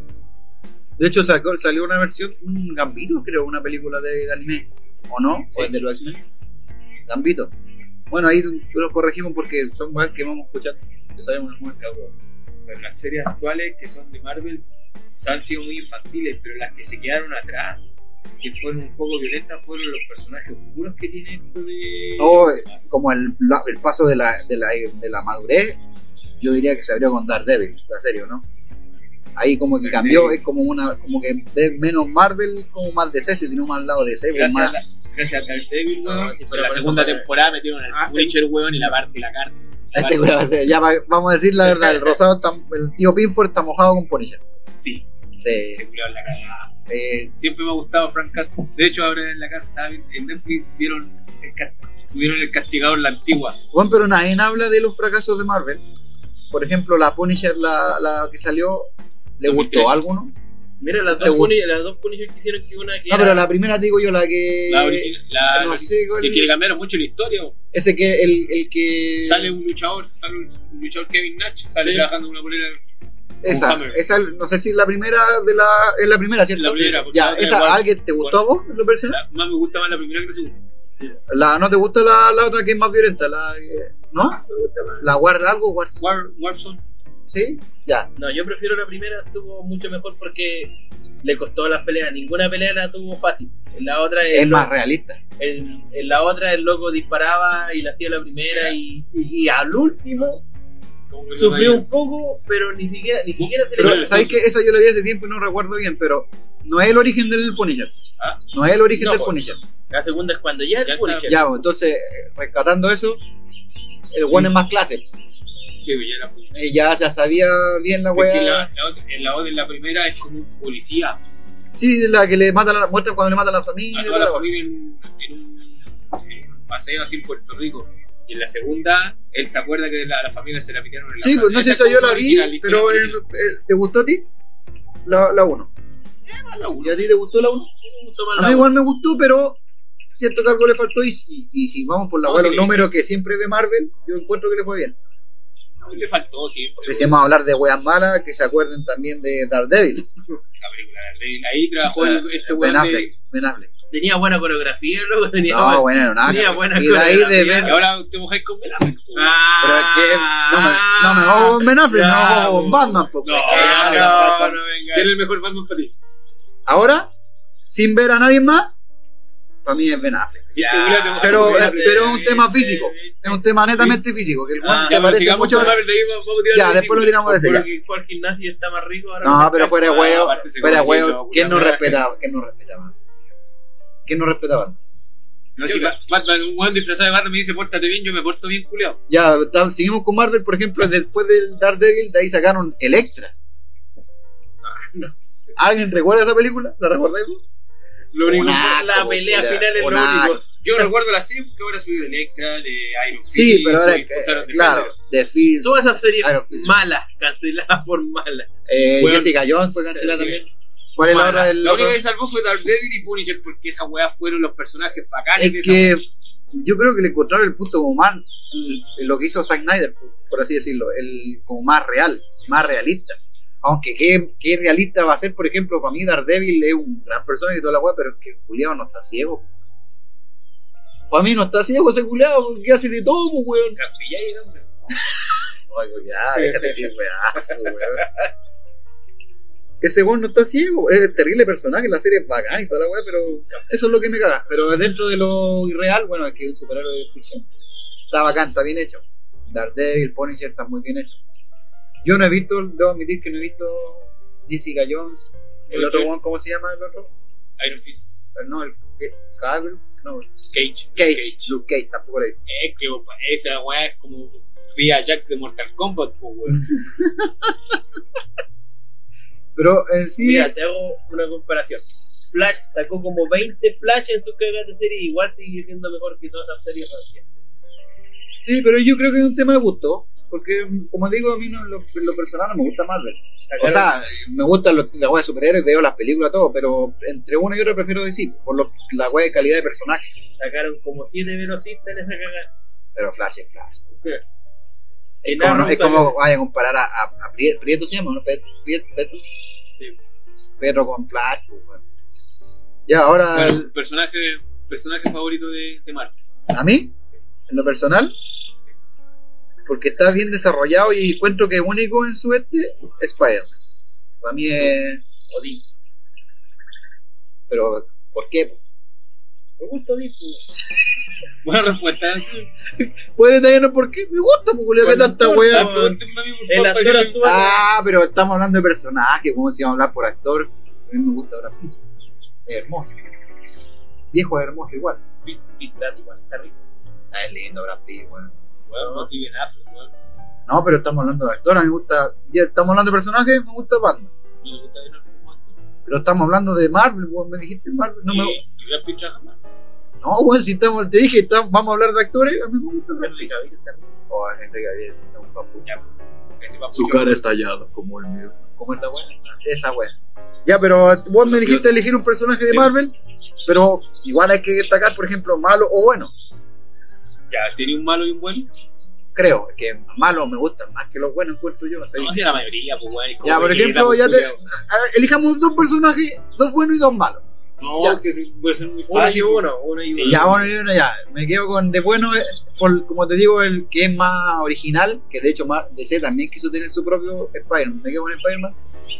De hecho, sacó, salió una versión, un Gambito, creo, una película de, de anime. ¿O no? Sí. ¿O es de los X-Men? Gambito. Bueno, ahí lo corregimos porque son cosas que vamos a escuchar. Que sabemos cómo es que hago. Pero las series actuales que son de Marvel han sido muy infantiles, pero las que se quedaron atrás, que fueron un poco violentas, fueron los personajes oscuros que tiene esto de. No, como el, la- el paso de la, de, la, de la madurez, yo diría que se abrió con Daredevil, la serie, ¿no? Ahí como que cambió, es como una como que ve menos Marvel, como más D C, se tiene más al lado de D C, pues, Gracias a, más... la, gracias a Daredevil, No, weón, sí, en pero la por segunda eso fue- temporada metieron al Ah, Punisher, weón, y la parte la carta. la Este, parte- weón, o sea, ya va- vamos a decir la verdad, el rosado, está, el tío Pinford está mojado con Punisher. Sí, Sí, se culiaron la cagada. sí. Siempre me ha gustado Frank Castle. De hecho, ahora en la casa estaba viendo- en Netflix vieron el, ca- subieron el castigador la antigua. Bueno, pero nadie habla de los fracasos de Marvel. Por ejemplo, la Punisher, la, la que salió, ¿le dos mil gustó tres. a alguno? Mira, las ¿Te dos, gusta? Punisher, las dos Punisher que hicieron que una que No, era- pero la primera te digo yo, la que... La original, la, no la- sé cuál- que, que le cambiaron mucho la historia. weón. Ese que, el, el que... Sale un luchador, sale un un luchador Kevin Nash, sale Sí. trabajando en una polera. Esa, Hammer. esa, no sé si es la primera de la... Es la primera, ¿cierto? La primera, porque Ya, la otra esa, igual- ¿alguien te gustó a vos, en lo personal? La- más me gusta más la primera que la segunda. La, ¿No te gusta la, la otra que es más violenta? La, que- ¿No? La War algo, War... War, Warzone. ¿Sí? Ya. No, yo prefiero la primera, estuvo mucho mejor porque le costó las peleas. Ninguna pelea la tuvo fácil. En la otra, el Es más loco- realista. en, en la otra el loco disparaba y la hacía la primera y, y, y al último Como que sufrió no un poco, pero ni siquiera ni siquiera se le Pero, Pero- ¿sabes qué? Esa yo la vi hace tiempo y no recuerdo bien, pero no es el origen del Punisher. ¿Ah? No es el origen No, del pues. Punisher. La segunda es cuando ya Ya el Punisher. Ya, pues, entonces, eh, rescatando eso, el bueno es más clase. Sí, ya la puta. Eh, ya, ya sabía bien la Es que wea. la, la otra- en la otra, en la primera es como un policía Sí, la que le matan a la, muestran cuando le matan a la familia. a toda la la wea. familia en, en un, en un paseo así en Puerto Rico. Y en la segunda, él se acuerda que la, la familia se la pidieron en la Sí, pues no sé Esa si es yo como la vi, original, historia pero el- original. el- ¿te gustó a ti? La, la uno. La uno. ¿Y a ti te gustó la uno? Me gustó más A la mí otra. igual me gustó, pero siento que algo le faltó. Y, y, y si vamos por la No, wea, sí los le- números que siempre ve Marvel, yo encuentro que le fue bien. No, le faltó siempre. Porque si vamos a hablar de weas malas, que se acuerden también de Daredevil. La película de Daredevil. Ahí trabajó el- este Ben weón de. Affleck. Ben Affleck. Tenía buena coreografía, loco. Tenía No, buena- bueno, no nada. tenía buena Y de ahí de coreografía. Ben Y ahora te mojáis con Ben Affleck. Ah, Pero es que no me, no me jodo con Ben Affleck, ya, me jodo con po. Batman. po. No, Ah, no, no, no, venga. ¿Quién es el mejor Batman para ti? Ahora, sin ver a nadie más, para mí es Ben Affleck. Ya, te mojáis Pero, con Ben eh, Affleck. pero es un tema físico, es un tema netamente físico, que el weón Ah, se Ya, pero parece sigamos mucho con a... Marvel, de ahí vamos a tirar Ya, de después lo cine. tiramos de ese ya. Porque fue al gimnasio y está más rico ahora. No, me pero encanta. fuera de Ah, huevo, aparte se fuera de come huevo, chilo, ¿quién no puta madre. respetaba? ¿Quién no respetaba? ¿Quién no respetaba? No, si Ba- Batman, un weón disfrazado de Batman me dice, pórtate bien, yo me porto bien, culiao. Ya, ta- seguimos con Marvel, por ejemplo, después del Daredevil, de ahí sacaron Electra. ¿Alguien recuerda esa película? ¿La recordáis vos? Lo único Un que asco, la pelea culiao, final es un lo asco. único. Yo recuerdo la serie porque ahora subió Electra, de Iron Fist. Sí, pero ahora, y juntaron eh, de claro, género. The Fist. Todas esas series Iron Fist. malas, canceladas por malas. Eh, Bueno, Jessica Jones fue cancelada sí. también. ¿Cuál es la Mala. otra? del La otro? única que salvó fue Daredevil y Punisher porque esas weas fueron los personajes bacanes de Es esa que wea. yo creo que le encontraron el punto como más l- lo que hizo Zack Snyder, por, por así decirlo, el como más real, más realista. Aunque qué, qué realista va a ser, por ejemplo, para mí Daredevil es un gran personaje y toda la weá, pero es que el culiado no está ciego. Para mí no está ciego ese culiado, porque hace de todo, pues, weón. Campillay, hombre. Ay, pues ya, déjate decir weá, pues, weón. Ese weón no está ciego, es el terrible personaje, la serie es bacán y toda la weá, pero eso es lo que me caga. Pero dentro de lo irreal, bueno, es que es un superhéroe de ficción. Está bacán, está bien hecho. Daredevil, Punisher está muy bien hecho. Yo no he visto, debo admitir que no he visto Jessica Jones. El Oye, otro yo- weón, ¿cómo se llama el otro? Iron Fist. Eh, No, el ¿qué? Cable, no, Cage. Cage, Luke Cage, tampoco lo he visto. Es que opa, esa wea es como vi a Jax de Mortal Kombat, pues weón. Pero en sí, Mira, te hago una comparación. Flash sacó como veinte Flash en sus cagas de serie y igual sigue siendo mejor que todas las series rancias. sí, pero yo creo que es un tema de gusto. Porque, como digo, a mí no, en lo, en lo personal no me gusta Marvel. O Sacaron- sea, me gustan los, las weas de superhéroes, veo las películas, todo, pero entre una y otra prefiero decir, por lo, la wea de calidad de personaje. sacaron como siete velocistas en esa cagada. Pero Flash es Flash. Es En como, Arrow es salió- como vaya a comparar a, a, a Prie- Prieto, se llama, ¿no? Pet- Piet- Petro, Sí. Petro con Flash, pues, bueno. Ya, ahora, Bueno, el- personaje, personaje favorito de, de Marvel. a mí, en lo personal, porque está bien desarrollado y encuentro que único en su este es Spider-Man. Para mí es Odín. Pero, ¿por qué? Me gusta Odín, pues. Buena respuesta. Sí. Puede detallarnos por qué. Me gusta, porque le hace tanta actor, wea. no. Pregúntenme a mí, por El favor, para actor decirle- actúa. Ah, pero estamos hablando de personaje, ¿cómo se llama hablar por actor? A mí me gusta Brad Pitt. Es hermoso. Viejo es hermoso igual. Pit, Pit Rat igual, está rico. Ah, es lindo Brad Pitt, weón. Weón, no estoy bien Affleck, weón. No, pero estamos hablando de actor, a mí me gusta. Ya estamos hablando de personaje, me gusta Batman. No me gusta bien Affleck como actor. Pero estamos hablando de Marvel, weón. Me dijiste Marvel. No, me... Y- y Brad Pitt trabaja más. no weón, si estamos, te dije, estamos- vamos a hablar de actores, a mí me gusta Brad Henry Pitt. Cavill está rico. Oh, Henry Cavill, me gusta mucho. Ya, ese papucho. estallada como el mío. ¿Cómo está buena? Esa weón. Ya, pero vos me dijiste elegir un personaje de Sí. Marvel, pero igual hay que destacar, por ejemplo, malo o bueno. Ya, tiene un malo y un bueno. Creo que malo me gustan más que los buenos, encuentro yo. O sea, No, si la mayoría, pues weón. es como ya, por Vegeta, ejemplo, pues, ya te, culiao. a ver, elijamos dos personajes, dos buenos y dos malos. No, ya. que sí, puede ser muy Uno fácil. y uno, uno y Sí. uno. Ya, bueno, y uno ya. Me quedo con de bueno, eh, por, como te digo, el que es más original, que de hecho más D C también quiso tener su propio Spider-Man. Me quedo con Spider-Man.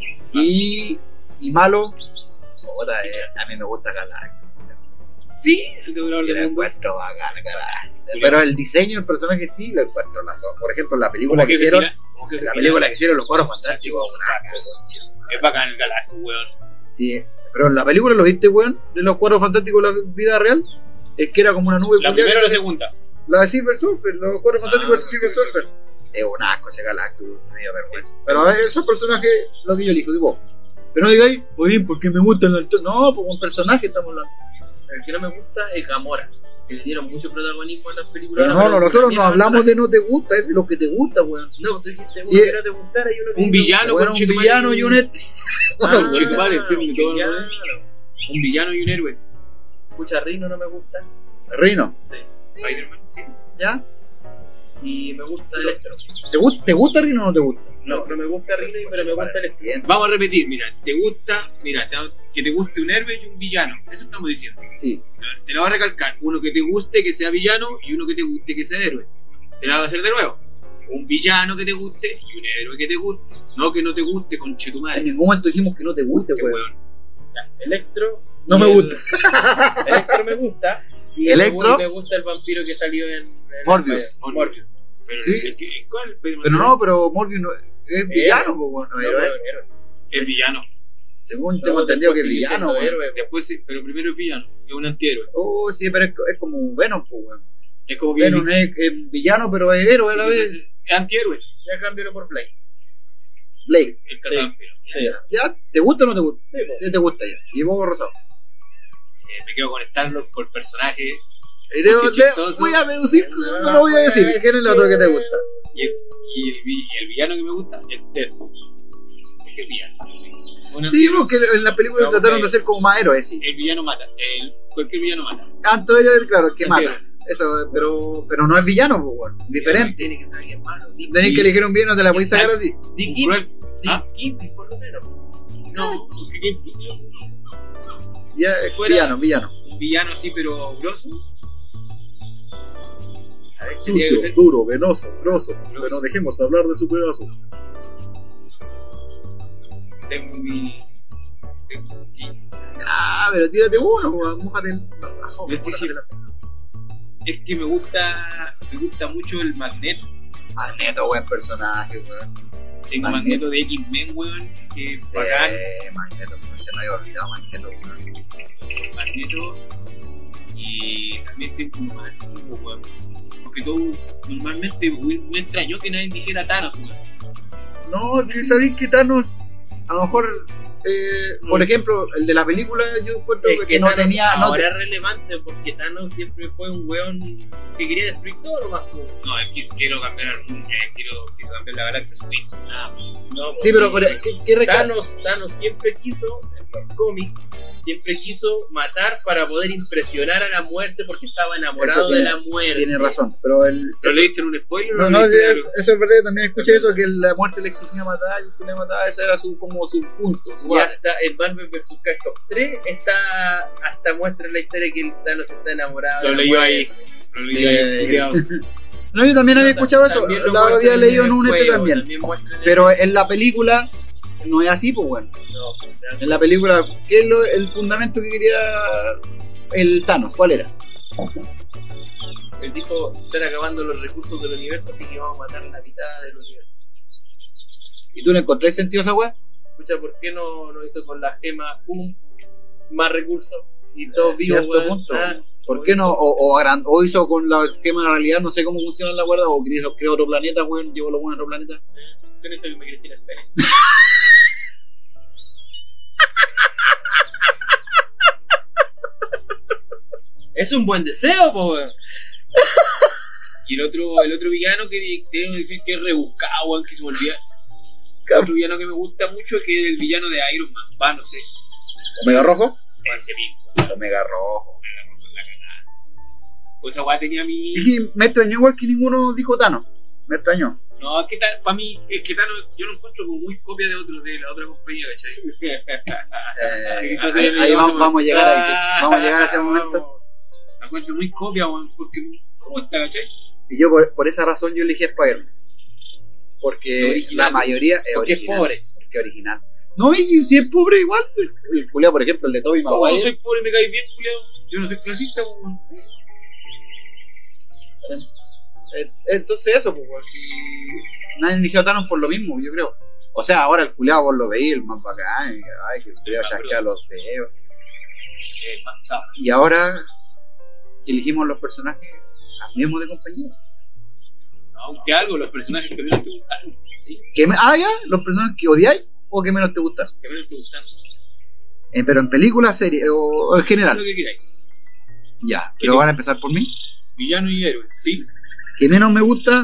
Y, y malo, puta, eh, a mí me gusta Galactus. Sí, el devorador Que de lo mundos. encuentro bacán, Galactus. Pero el diseño del personaje sí lo encuentro la zona. Por ejemplo, la película Como que jefe hicieron, final- como jefe la final. película que hicieron los Cuatro Fantásticos, una concha, Es bacán el Galactus, weón. sí, pero en la película lo viste, weón, de los Cuatro Fantásticos de la vida real, es que era como una nube La culiada primera o que la se- segunda. La de Silver Surfer, los Cuatro Fantásticos Ah, de Silver Silver Surfer. Es un asco ese Galactus, me dio vergüenza. Pero a ver, esos personajes, lo que yo elijo, digo. Pero no digáis, oye, porque me gustan los actores. No, pues un personaje estamos hablando. El que no me gusta es Gamora, que le dieron mucho protagonismo en las películas. Pero no, no, nosotros no hablamos de no te gusta, es de lo que te gusta, weón. No, tú dijiste uno Sí. que no te gustara y uno que Un no. villano, Bueno, un conchetumare. villano y un este. Ah, Un chico, vale, entiendo un todo, villano. Un villano y un héroe. Escucha, Rino no me gusta. Rino, Spider-Man, sí. ¿ya? Y me gusta Electro. ¿Te, gusta, ¿Te gusta Rino o no te gusta? No, no me gusta Rino, pero me gusta Electro. Bien. Vamos a repetir, mira, te gusta, mira, te- que te guste un héroe y un villano. Eso estamos diciendo. Sí. Te lo voy a recalcar. Uno que te guste que sea villano y uno que te guste que sea héroe. Te lo voy a hacer de nuevo. Un villano que te guste y un héroe que te guste. No que no te guste, En conchetumadre. ningún momento dijimos que no te guste, Qué weón. weón. Ya, Electro. No y me el- gusta. Electro me gusta. Y Electro. y me gusta el vampiro que salió en. en Morbius. en Morbius. Pero, Sí. ¿en qué- en cuál? Pero no, pero Morbius no, es villano, pues, weón. No, No, héroe. héroe, héroe. Es villano. Según No, tengo entendido que es después sigue villano, siendo weón. héroe. Después sí, pero primero es villano. Es un antihéroe. Oh, sí, pero es, es como Venom, pues, weón. Es como que Venom es, es villano, pero es héroe a la vez. es, es antihéroe. Ya cámbialo por Fly. Blake. El cazavampiro. Ya, Sí. ya. ¿Ya? ¿Te gusta o no te gusta? Sí, po. Sí, te gusta ya. Y vos, Rosado. Eh, me quedo con Star-Lord por personaje. Y te, Qué te- chistoso. voy a deducir, no lo voy a decir. ¿Quién es el otro que te gusta? Y el, y el, vi- y el villano que me gusta es Deadpool. Porque es villano. Un Sí, antihéroe, porque en la película No, trataron porque- de hacer como más héroes, sí. el villano mata. El, cualquier villano mata. Antonio, claro, el que mata. Antihéroe. Eso, pero, pero no es villano, pues, bueno. Diferente. Tiene que ser alguien malo. Dick, Tenés que elegir un bien, no te la podés sacar Exacto. así. Dick Un Kid- cruel. Dick ¿Ah? Kid, por lo menos. No, porque ¿qué- Ya, Si fuera- villano, villano. un villano así, pero grosso. A ver, tendría que Sucio, ser- duro, venoso, grosso. Grosso. Pero dejemos de hablar de su pedazo. tengo mi. Tengo mi- Ah, pero tírate uno, weón. Mójate el brazo, Es que sí. mójate la- Es que me gusta. Me gusta mucho el Magneto. Magneto, buen personaje, weón. Tengo Magneto. Magneto de X-Men, weón. Que es Sí, bacán. Magneto, pues, se me había olvidado Magneto, weón. Magneto. Y también tengo un más antiguo, weón. Porque todo. Normalmente weón, me extrañó que nadie dijera Thanos, weón. No, que sabéis que Thanos, a lo mejor, eh, por ejemplo, el de la película, yo encuentro Es que, que no Thanos tenía. No, ahora es relevante porque Thanos siempre fue un weón que quería destruir todo lo más puro. No, es que quiero cambiar el mundo. eh, quiero, quiso cambiar la galaxia Swing. Nada más. No, sí, pero, pero ¿qué, qué reca- Thanos, Thanos siempre quiso, en los cómics, siempre quiso matar para poder impresionar a la muerte porque estaba enamorado Eso tiene- de la muerte. Tiene razón, pero el. ¿Lo eso- leíste en un spoiler? o No, lo no, leíste eso, algo? eso es verdad, yo también escuché eso, que la muerte le exigía matar y que le mataba, ese era su, como su punto, su Y base. hasta en Marvel versus. Capcom tres está, hasta muestra la historia que el Thanos está enamorado. Lo de la leyó muerte. ahí. Lo leí Sí. ahí, culiao. No, yo también había No, escuchado eso, también lo lo muestra había en leído el en un este juego, también. muestra en el- Pero en la película no es así, pues bueno. No, En la película, ¿qué es lo- el fundamento que quería el Thanos? ¿Cuál era? él dijo: están acabando los recursos del universo, así que vamos a matar la mitad del universo. ¿Y tú le encontrás sentido a esa weá? Escucha, ¿por qué no lo hizo con la gema? ¡Pum! Más recursos y todos vivos, Cierto weón. punto. Ah, ¿Por qué no? O, o, agran- o hizo con la esquema de la realidad, no sé cómo funciona la weá, o creó, creó otro planeta, weón, llevó los buenos a otro planeta. ¿qué necesito que me quieres decir? Espere. Es un buen deseo, po, weón. Y el otro, el otro villano que tiene un que es rebuscado, weón, que se me olvida. El otro villano que me gusta mucho es que es el villano de Iron Man. Va, no sé. ¿Omega Rojo? Ese mismo. Omega Rojo. Me agarró con la cagada. Pues esa weá tenía mi. Y me extrañó igual que ninguno dijo Thanos. Me extrañó. No, es que para mí, es que Thanos, yo lo encuentro como muy copia de otro, de la otra compañía, ¿cachai? Eh, Entonces, ahí ahí yo vamos, se me- vamos a llegar a ese, vamos a llegar a ese momento. La encuentro muy copia, weón, porque me gusta, ¿cachai? Y yo por, por esa razón yo elegí a Spider-Man. Porque Original. la mayoría es Porque es original. pobre. Porque es original. No, y si es pobre igual. El, el culiao, por ejemplo, el de Tobey ¿Cómo no Maguire. soy pobre y me caes bien, culiao? Yo no soy clasista, weón. Eh, Entonces eso, pues, weón, si nadie eligió a Thanos por lo mismo, yo creo. O sea, ahora el culiao vos lo veis, el más bacán, y, ay, que el culiao más chasquea los dedos. Eh, más cabrón. Y ahora que elegimos los personajes, cambiemos de compañía. Aunque algo, los personajes que menos te gustaron, ¿sí? ¿Qué me, ah, ya, los personajes que odiáis o que menos te gustan. Que menos te gustaron. Eh, pero en películas, series o, o en Haz general. lo que queráis. Ya, ¿Qué pero te- van a empezar por mí. Villano y héroe, ¿sí? Que menos me gusta.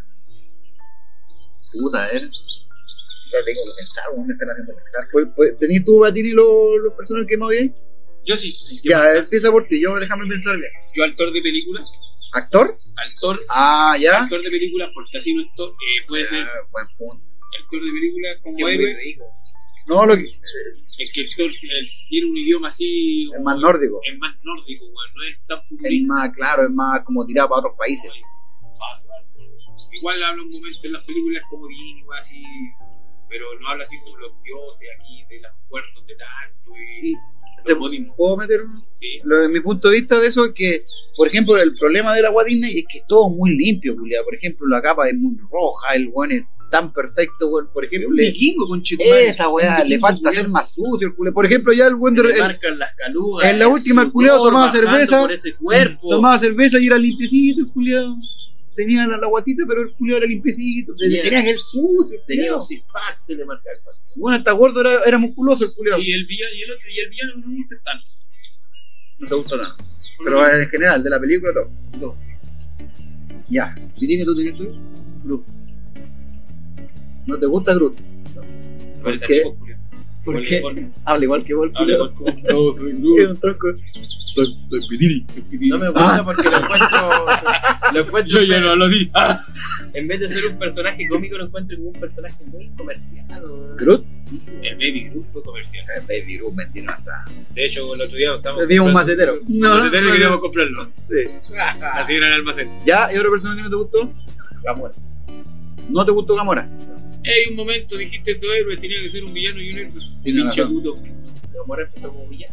Puta, a ver. Ya tengo que pensar, weón, me están haciendo pensar. ¿Pues, pues, ¿Tenís tú, Batini, los, los personajes que más odiáis? Yo sí. Ya, empieza por ti, yo déjame pensar bien. Yo actor de películas, ¿Actor? actor, Ah, ya. actor de películas, porque así no estoy, eh, puede ser Ah, buen punto. actor de películas como Qué muy héroe. rico. No, lo que, Es que el actor eh, tiene un idioma así. es más nórdico. Es más nórdico, weón. No es tan Es futurista. más, claro, es más como tirado para otros países. Paso, weón. Igual habla un momento en las películas como Disney, weón, así. Pero no habla así como los dioses aquí, de los cuernos de tanto y. ¿Te Los modismos. puedo meter uno? Sí. Lo de mi punto de vista de eso es que, por ejemplo, el problema de la Walt Disney es que es todo muy limpio, culiao. Por ejemplo, la capa es muy roja, el weón es tan perfecto, weón. Por Es ejemplo, un le- vikingo, conchetumare. esa weá, Un le vikingo, falta weón. ser más sucio el culiao. Por ejemplo, ya el weón de- Le el- marcan las calugas. en la última el sudor culiao tomaba bajando cerveza, por ese cuerpo. tomaba cerveza y era limpiecito el culiao. tenía la, la guatita, pero el culiao era limpiecito. Tenía- Tenía el sucio. el Tenía culiao. un six pack, se le marcaba el pack. Bueno, está gordo, era, era musculoso el culiao. Y el villano, y el otro, y el villano no me gusta es Thanos. No te gustó nada. Pero en general, de la película, todo. No. Ya. Virginia, ¿tú tenías tú? Groot. ¿No te gusta Groot? Se parece qué? a mí, Julio. ¿Por Con el qué? uniforme. Habla igual que vos, Habla culiao. igual como, no, soy Es Groot. un tronco. Soy, soy Virginia. No me gusta Ah. porque lo encuentro. Lo encuentro Yo ya no lo di. Ah. En vez de ser un personaje cómico, lo encuentro como un personaje muy comercial. ¿Groot? El Baby Groot fue comercial. Eh, Baby Groot, mentira, hasta. De hecho, el otro día estábamos. Vimos un comprando- macetero. Un macetero y queríamos comprarlo. Sí. Así era el almacén. ¿Ya? ¿Y otra persona que no te gustó? Gamora. ¿No te gustó Gamora? Hey, un momento, dijiste dos héroes, tenía que ser un villano y un héroe. Tiene Pinche razón. puto. Gamora empezó como villano.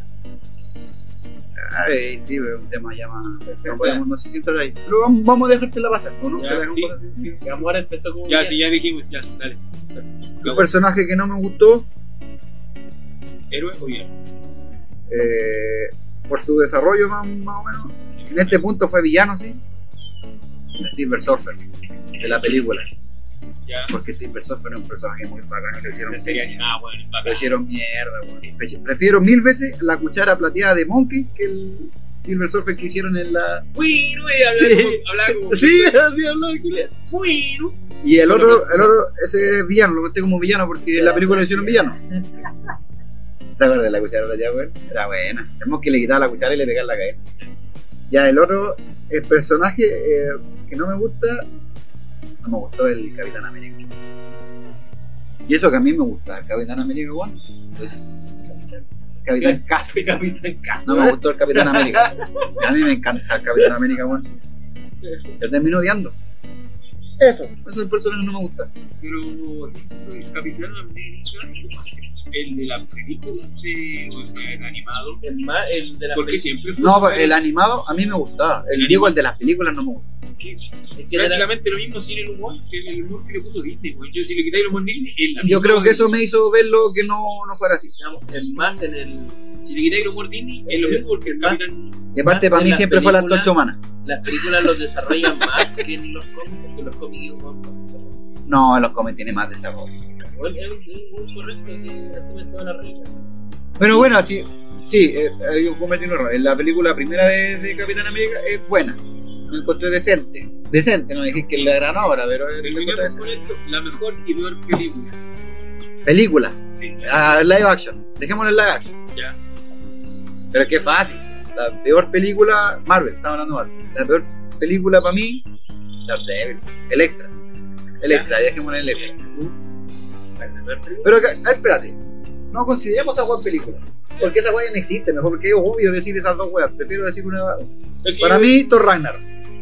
Ay, sí, pero es un tema ya más. No podemos, no sé si entrar ahí. Pero vamos, vamos a dejártela pasar, ¿o no? Ya, Te la dejamos sí, pasar. sí. Gamora empezó como Ya, villano. sí, ya dijimos, ya, dale. Un personaje que no me gustó ¿Héroe o villano? eh, por su desarrollo, más, más o menos. En este punto fue villano, sí. El Silver Surfer de la película. Ya. Porque Silver Surfer es un personaje muy bacano. Lo hicieron, La serie animada, bueno, lo bacán. hicieron mierda, weón. Sí. Pre- Prefiero mil veces la cuchara plateada de Monkey que el Silver Surfer que hicieron en la. Uy, no, hablaba Sí. como, hablaba como. Sí, así hablaba el culiao. Bueno. Y el Bueno, otro, pues, el otro, ese es villano, lo conté como villano porque en la película lo hicieron villano. ¿Te acuerdas de la cuchara plateada, weón? Era buena. Tenemos que le quitaba la cuchara y le pegaba en la cabeza. Ya, el otro, el personaje eh, que no me gusta, no me gustó el Capitán América. Y eso que a mí me gusta, el Capitán América, weón. Entonces, Capitán Cas. Fue Capitán Caso. No me gustó el Capitán América. Y a mí me encanta el Capitán América, weón. Yo termino odiando. Eso, eso es el personaje que no me gusta. Pero el Capitán América, el de las películas de, o el del animado, Es más, el de la porque película. siempre fue No, el animado a mí me gustaba. El digo, el de las películas no me gusta. que- Es que de la- prácticamente lo mismo sin el humor que el humor que le puso Disney. Güey. Yo, si le quitáis el humor Disney, es la Yo misma creo que güey. eso me hizo verlo que no, no fuera así. digamos, es más en el. Si le quitáis el humor Disney, es lo mismo porque el Más- Capitán. Y aparte, Más para en mí las siempre fue la películas- antorcha humana. Las películas los desarrollan más que en los cómics, porque los cómics son. No, los cómics tienen más desarrollo. Bueno, es un- es un correcto que asume toda la regla. Pero bueno, sí, sí, eh, eh, yo cometí un error. En la película primera de, de Capitán América es buena. Me encontré decente. Decente, no dije que es la gran obra, pero es Terminamos con esto, la mejor y peor película. película. Sí, Ah, live action. Dejémoslo en live action. ya. Pero es que es fácil. La peor película, Marvel, estamos hablando de Marvel. La peor película para mí, Daredevil, Electra. Electra, dejémosla en Electra. Pero, que- ah, espérate, no consideremos esa wea película. Porque esa wea ya no existe, mejor porque es obvio decir esas dos weas. Prefiero decir una. Es que Para yo- mí, Thor Ragnarok.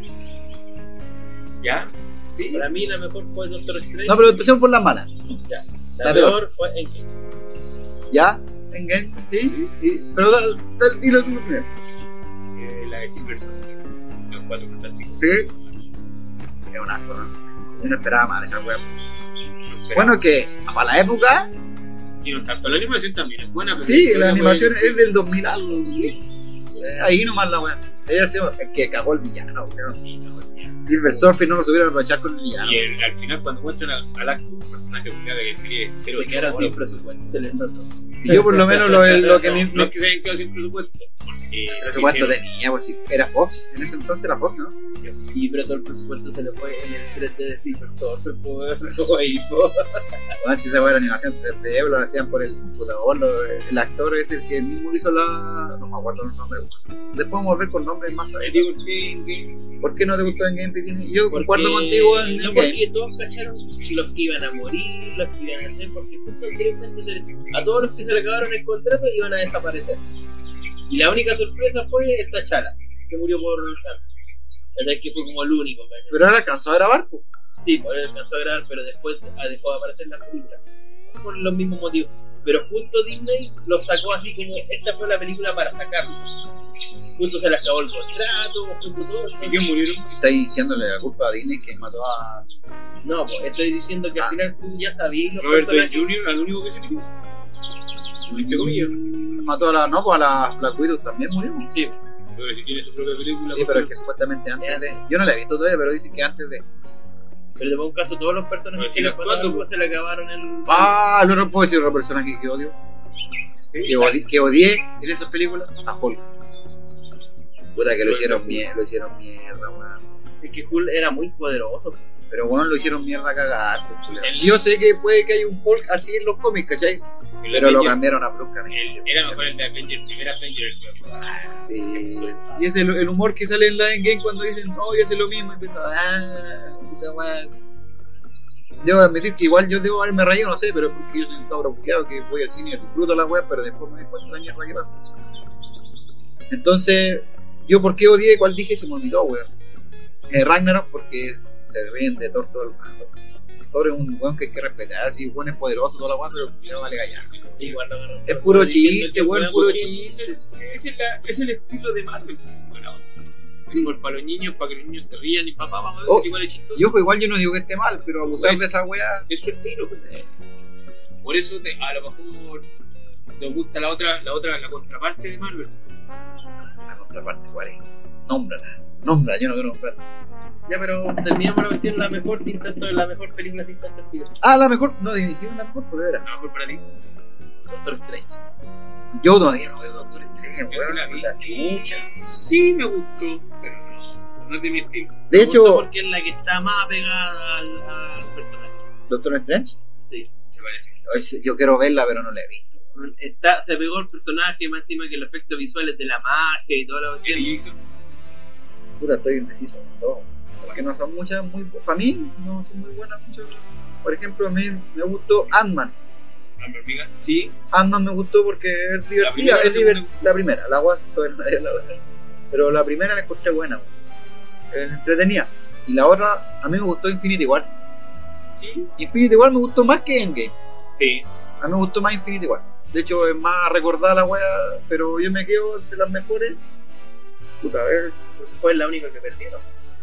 ya. Sí. Para mí la mejor fue Doctor Strange. No, pero empecemos por las malas. la, la peor fue Endgame. ¿Ya? ¿Endgame? ¿Sí? Sí. Pero dale, dale, dilo tú primero. Eh, la de Silver Surfer. Los cuatro fantásticos. Sí. Es un asco, ¿no? Yo no esperaba mal esa wea. Pero- Bueno, que para la época, Y no tanto, la animación también es buena. Pero sí, historia, la animación güey, es del dos mil algo. Eh, Ahí nomás la wea. Ella se- es que cagó el villano, weón. sí, no, ya. Silver Surfer no lo supieron aprovechar con el villano. Y el- al final, cuando muestran al, al acto, un personaje culiado de la serie, pero Se quedaron sin presupuesto, se les notó. Y yo por lo menos lo, lo que no, me, no es que se hayan quedado sin presupuesto, porque presupuesto hicieron- tenía, pues si era Fox, en ese entonces era Fox, ¿no? Sí, pero todo el presupuesto se le fue en el tres D de Silver Surfer, pues, como ahí, pues. Bueno, si esa fue la animación tres D, lo hacían por el computador, lo- el actor es el que mismo hizo la... no me acuerdo los nombres. Después vamos a ver con nombres más Eh, adelante. digo que, que- ¿Por qué no te gustó en Gameplay? Yo Porque- concuerdo contigo en no, el game. porque todos cacharon los que iban a morir, los que iban a hacer, porque justo anteriormente se le- a todos los que se le acabaron el contrato iban a desaparecer. Y la única sorpresa fue esta Chala, que murió por cáncer. O sea, que fue como el único. ¿cachai? Pero ahora alcanzó a grabar, pues. Sí, por él alcanzó a grabar, pero después ah, dejó de aparecer en la película. Por los mismos motivos. Pero justo Disney lo sacó así como esta fue la película para sacarlo. Justo se le acabó el contrato, justo todo. ¿y quién murieron? Estáis diciéndole la culpa a Disney que mató a... No, pues estoy diciendo que Ah. al final tú ya sabías los Robert Downey personajes. junior, al único que se tiró. Entre comillas. Mató a la... no, pues a la Black Widow también murió. Sí, Pero si tiene su propia película. Sí, ¿por pero qué es que supuestamente antes de. Yo no la he visto todavía, pero dicen que antes de. Pero te pongo un caso, todos los personajes Pero que sigue le pasaron actuando, algo se le acabaron el... Ah, no, no puedo decir otro personaje que odio. Que, odi- que odié en esas películas. A Hulk. Puta que lo hicieron mierda, lo hicieron mierda, weón. Es que Hulk era muy poderoso. Pero bueno, lo hicieron mierda a cagar. pues, culero. Yo sé que puede que haya un Hulk así en los cómics, ¿cachai? El Pero lo Avenger- cambiaron abruptamente. el- Era mejor el de Avenger, el primer Avenger. el- ah, Sí. Y es el, el humor que sale en la Endgame cuando dicen, no, yo sé lo mismo. Y empieza, ah, esa weá. Debo admitir que igual yo debo haberme reído, no sé, pero es porque yo soy un cabro culiado que voy al cine y disfruto la weá, pero después me doy cuenta de la mierda que pasa. Entonces, yo por qué odié, cuál dije, se me olvidó, weón. Eh, Ragnarok, porque se ríen de Thor todo el rato. Thor es un weón que hay que respetar, así, weón es poderoso, toda la weá, pero le vale gallar. Igual lo agarraron. Es puro Diciendo chiste, que weón, fue puro porque- chiste. Es el, es el estilo de Marvel. Bueno, humor para los niños, para que los niños se rían y papá, vamos a ver Oh, que es igual es chistoso. Y ojo, igual yo no digo que esté mal, pero abusar Pues, de esa weá. Es su estilo. eh, Por eso te- a lo mejor te gusta la otra, la otra, la contraparte de Marvel. La contraparte, ¿cuál es? Nómbrala. Nombra, yo no quiero nombrar. Ya, pero terminamos la cuestión, la mejor sin tanto, la mejor película sin tanto estilo. Ah, la mejor. No, dijimos la mejor, pero A era. lo mejor para ti. Doctor Strange. Yo todavía no veo Doctor Strange, Yo sí weón. la vi. La y chucha. sí me gustó, pero no, no es de mi estilo. De Me gusta hecho, porque es la que está más apegada al, al personaje. Doctor Strange, Sí. Se parece. ay, sí, yo quiero verla, pero no la he visto. Está, se pegó el personaje, más encima que los efectos visuales de la magia y toda la cuestión. Eric Jason. Puta, estoy indeciso con todo. Porque no son muchas, muy. Para mí, no son muy buenas muchas. Por ejemplo, a mí me gustó Ant-Man. La hormiga. Sí. Ant-Man me gustó porque es divertida. primera o la es diver- segunda? la primera, la agua todavía no la otra. Pero la primera la encontré buena, weón. Eh, entretenida. Y la otra, a mí me gustó Infinity War. Sí. Infinity War me gustó más que Endgame. Sí. A mí me gustó más Infinity War. De hecho, es más recordada la wea, pero yo me quedo de las mejores. Puta, a ver. Porque fue la única que perdieron.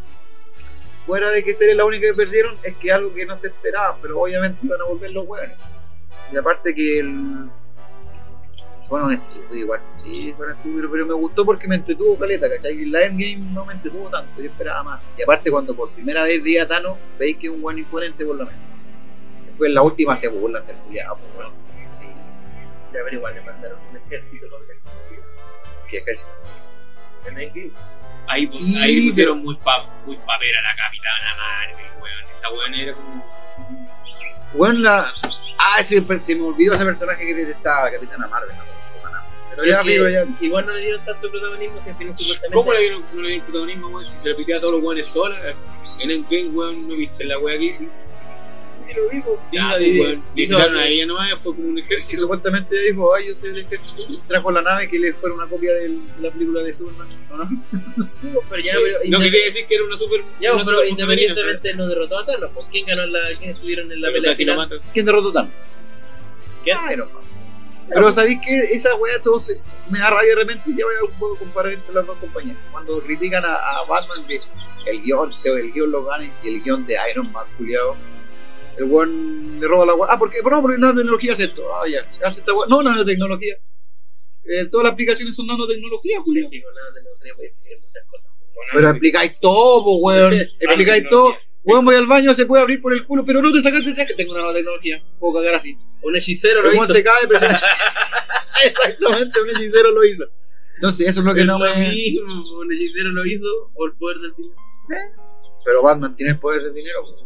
Fuera de que ser la única que perdieron, es que algo que no se esperaba, pero obviamente iban a volver los weones. Y aparte que el. Bueno, un estúpido igual, sí, fue un estúpido, pero me gustó porque me entretuvo caleta, ¿cachai? Y la Endgame no me entretuvo tanto, yo esperaba más. Y aparte, cuando por primera vez vi a Thanos, veis que es un buen imponente por lo menos. Después en la última se burlan del culiado, pues bueno. Sí, Ya, pero igual le mandaron un ejército con el qué ejército. en Endgame. Ahí, pu- Sí, ahí pero- pusieron muy pa, muy papera a la Capitana Marvel, weón. Esa weón era como. Bueno, la. Ah, ese, se me olvidó ese personaje que detestaba, la Capitana Marvel. No, no, no. Pero ya, Es que amigo, ya. igual no le dieron tanto protagonismo, si al final supuestamente. ¿Cómo le dieron, no le dieron protagonismo, weón? Si se le pidió a todos los weones sola. En Endgame, weón, ¿no viste la wea que hizo? Sí, lo vi, pues. Ya, Hizo- pues, weón. hizo- Visitaron a ella nomás, fue como un Que ejército. supuestamente dijo, ay, yo soy del ejército. Y trajo la nave que le fuera una copia de la película de Superman. ¿No? ¿No? Sí, pues, pero ya, pero. No quería decir que era una super. Ya, una pero super independientemente no derrotó a Thanos, pues ¿quién ganó en la, quién estuvieron en la pero pelea casi lo final? mata. ¿Quién derrotó Thanos? ¿Quién? Iron Man. Pero sabéis que esa weá todo se, me da rabia de repente y ya voy a puedo comparar entre las dos compañías. Cuando critican a, a Batman de el guión, que el guión lo gana y el guión de Iron Man, culiado. El weón le roba la weá. Ah, ¿por qué? No, porque nanotecnología hace esto. Ah, ya. Hace esta weá. No, nanotecnología. Eh, todas las aplicaciones son nanotecnología, culiado. Sí, con la tecnología podéis explicar muchas cosas. Pero explicáis todo, po, weón. Explicáis todo. Weón, voy al baño, se puede abrir por el culo, pero no te sacaste el traje. Tengo una nanotecnología. Puedo cagar así. Un hechicero lo El weón hizo. se cae, pero exactamente, un hechicero lo hizo. Entonces, eso es lo que Es no lo me. mismo, un hechicero lo hizo, o el poder del dinero. Pero Batman tiene el poder del dinero. po.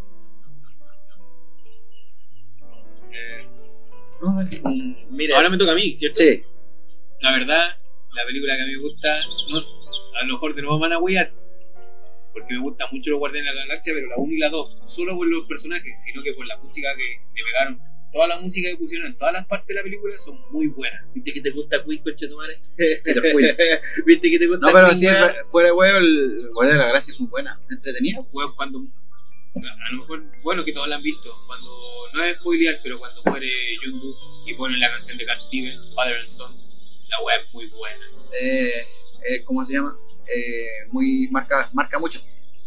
No, dale. Mira, Ahora me toca a mí, ¿cierto? Sí. La verdad, la película que a mí me gusta, no, es- a lo mejor de nuevo me van a huear, porque me gustan mucho los Guardianes de la Galaxia, pero la uno y la dos, no solo por los personajes, sino que por la música que le pegaron. Toda la música que pusieron en todas las partes de la película son muy buenas. ¿viste que te gusta Quick, conchetumare? Peter Quill. ¿Viste que te gusta No, pero Quick, sí, weón? fuera de huevo, el Guardia de la Gracia es muy buena. Entretenida. Weón, cuando, a lo mejor, bueno, que todos la han visto, cuando, no es spoilear, pero cuando muere Yondu y ponen la canción de Cat Steven, Father and Son, la weá es muy buena. Eh, eh, ¿Cómo se llama? Eh, muy marca, marca mucho.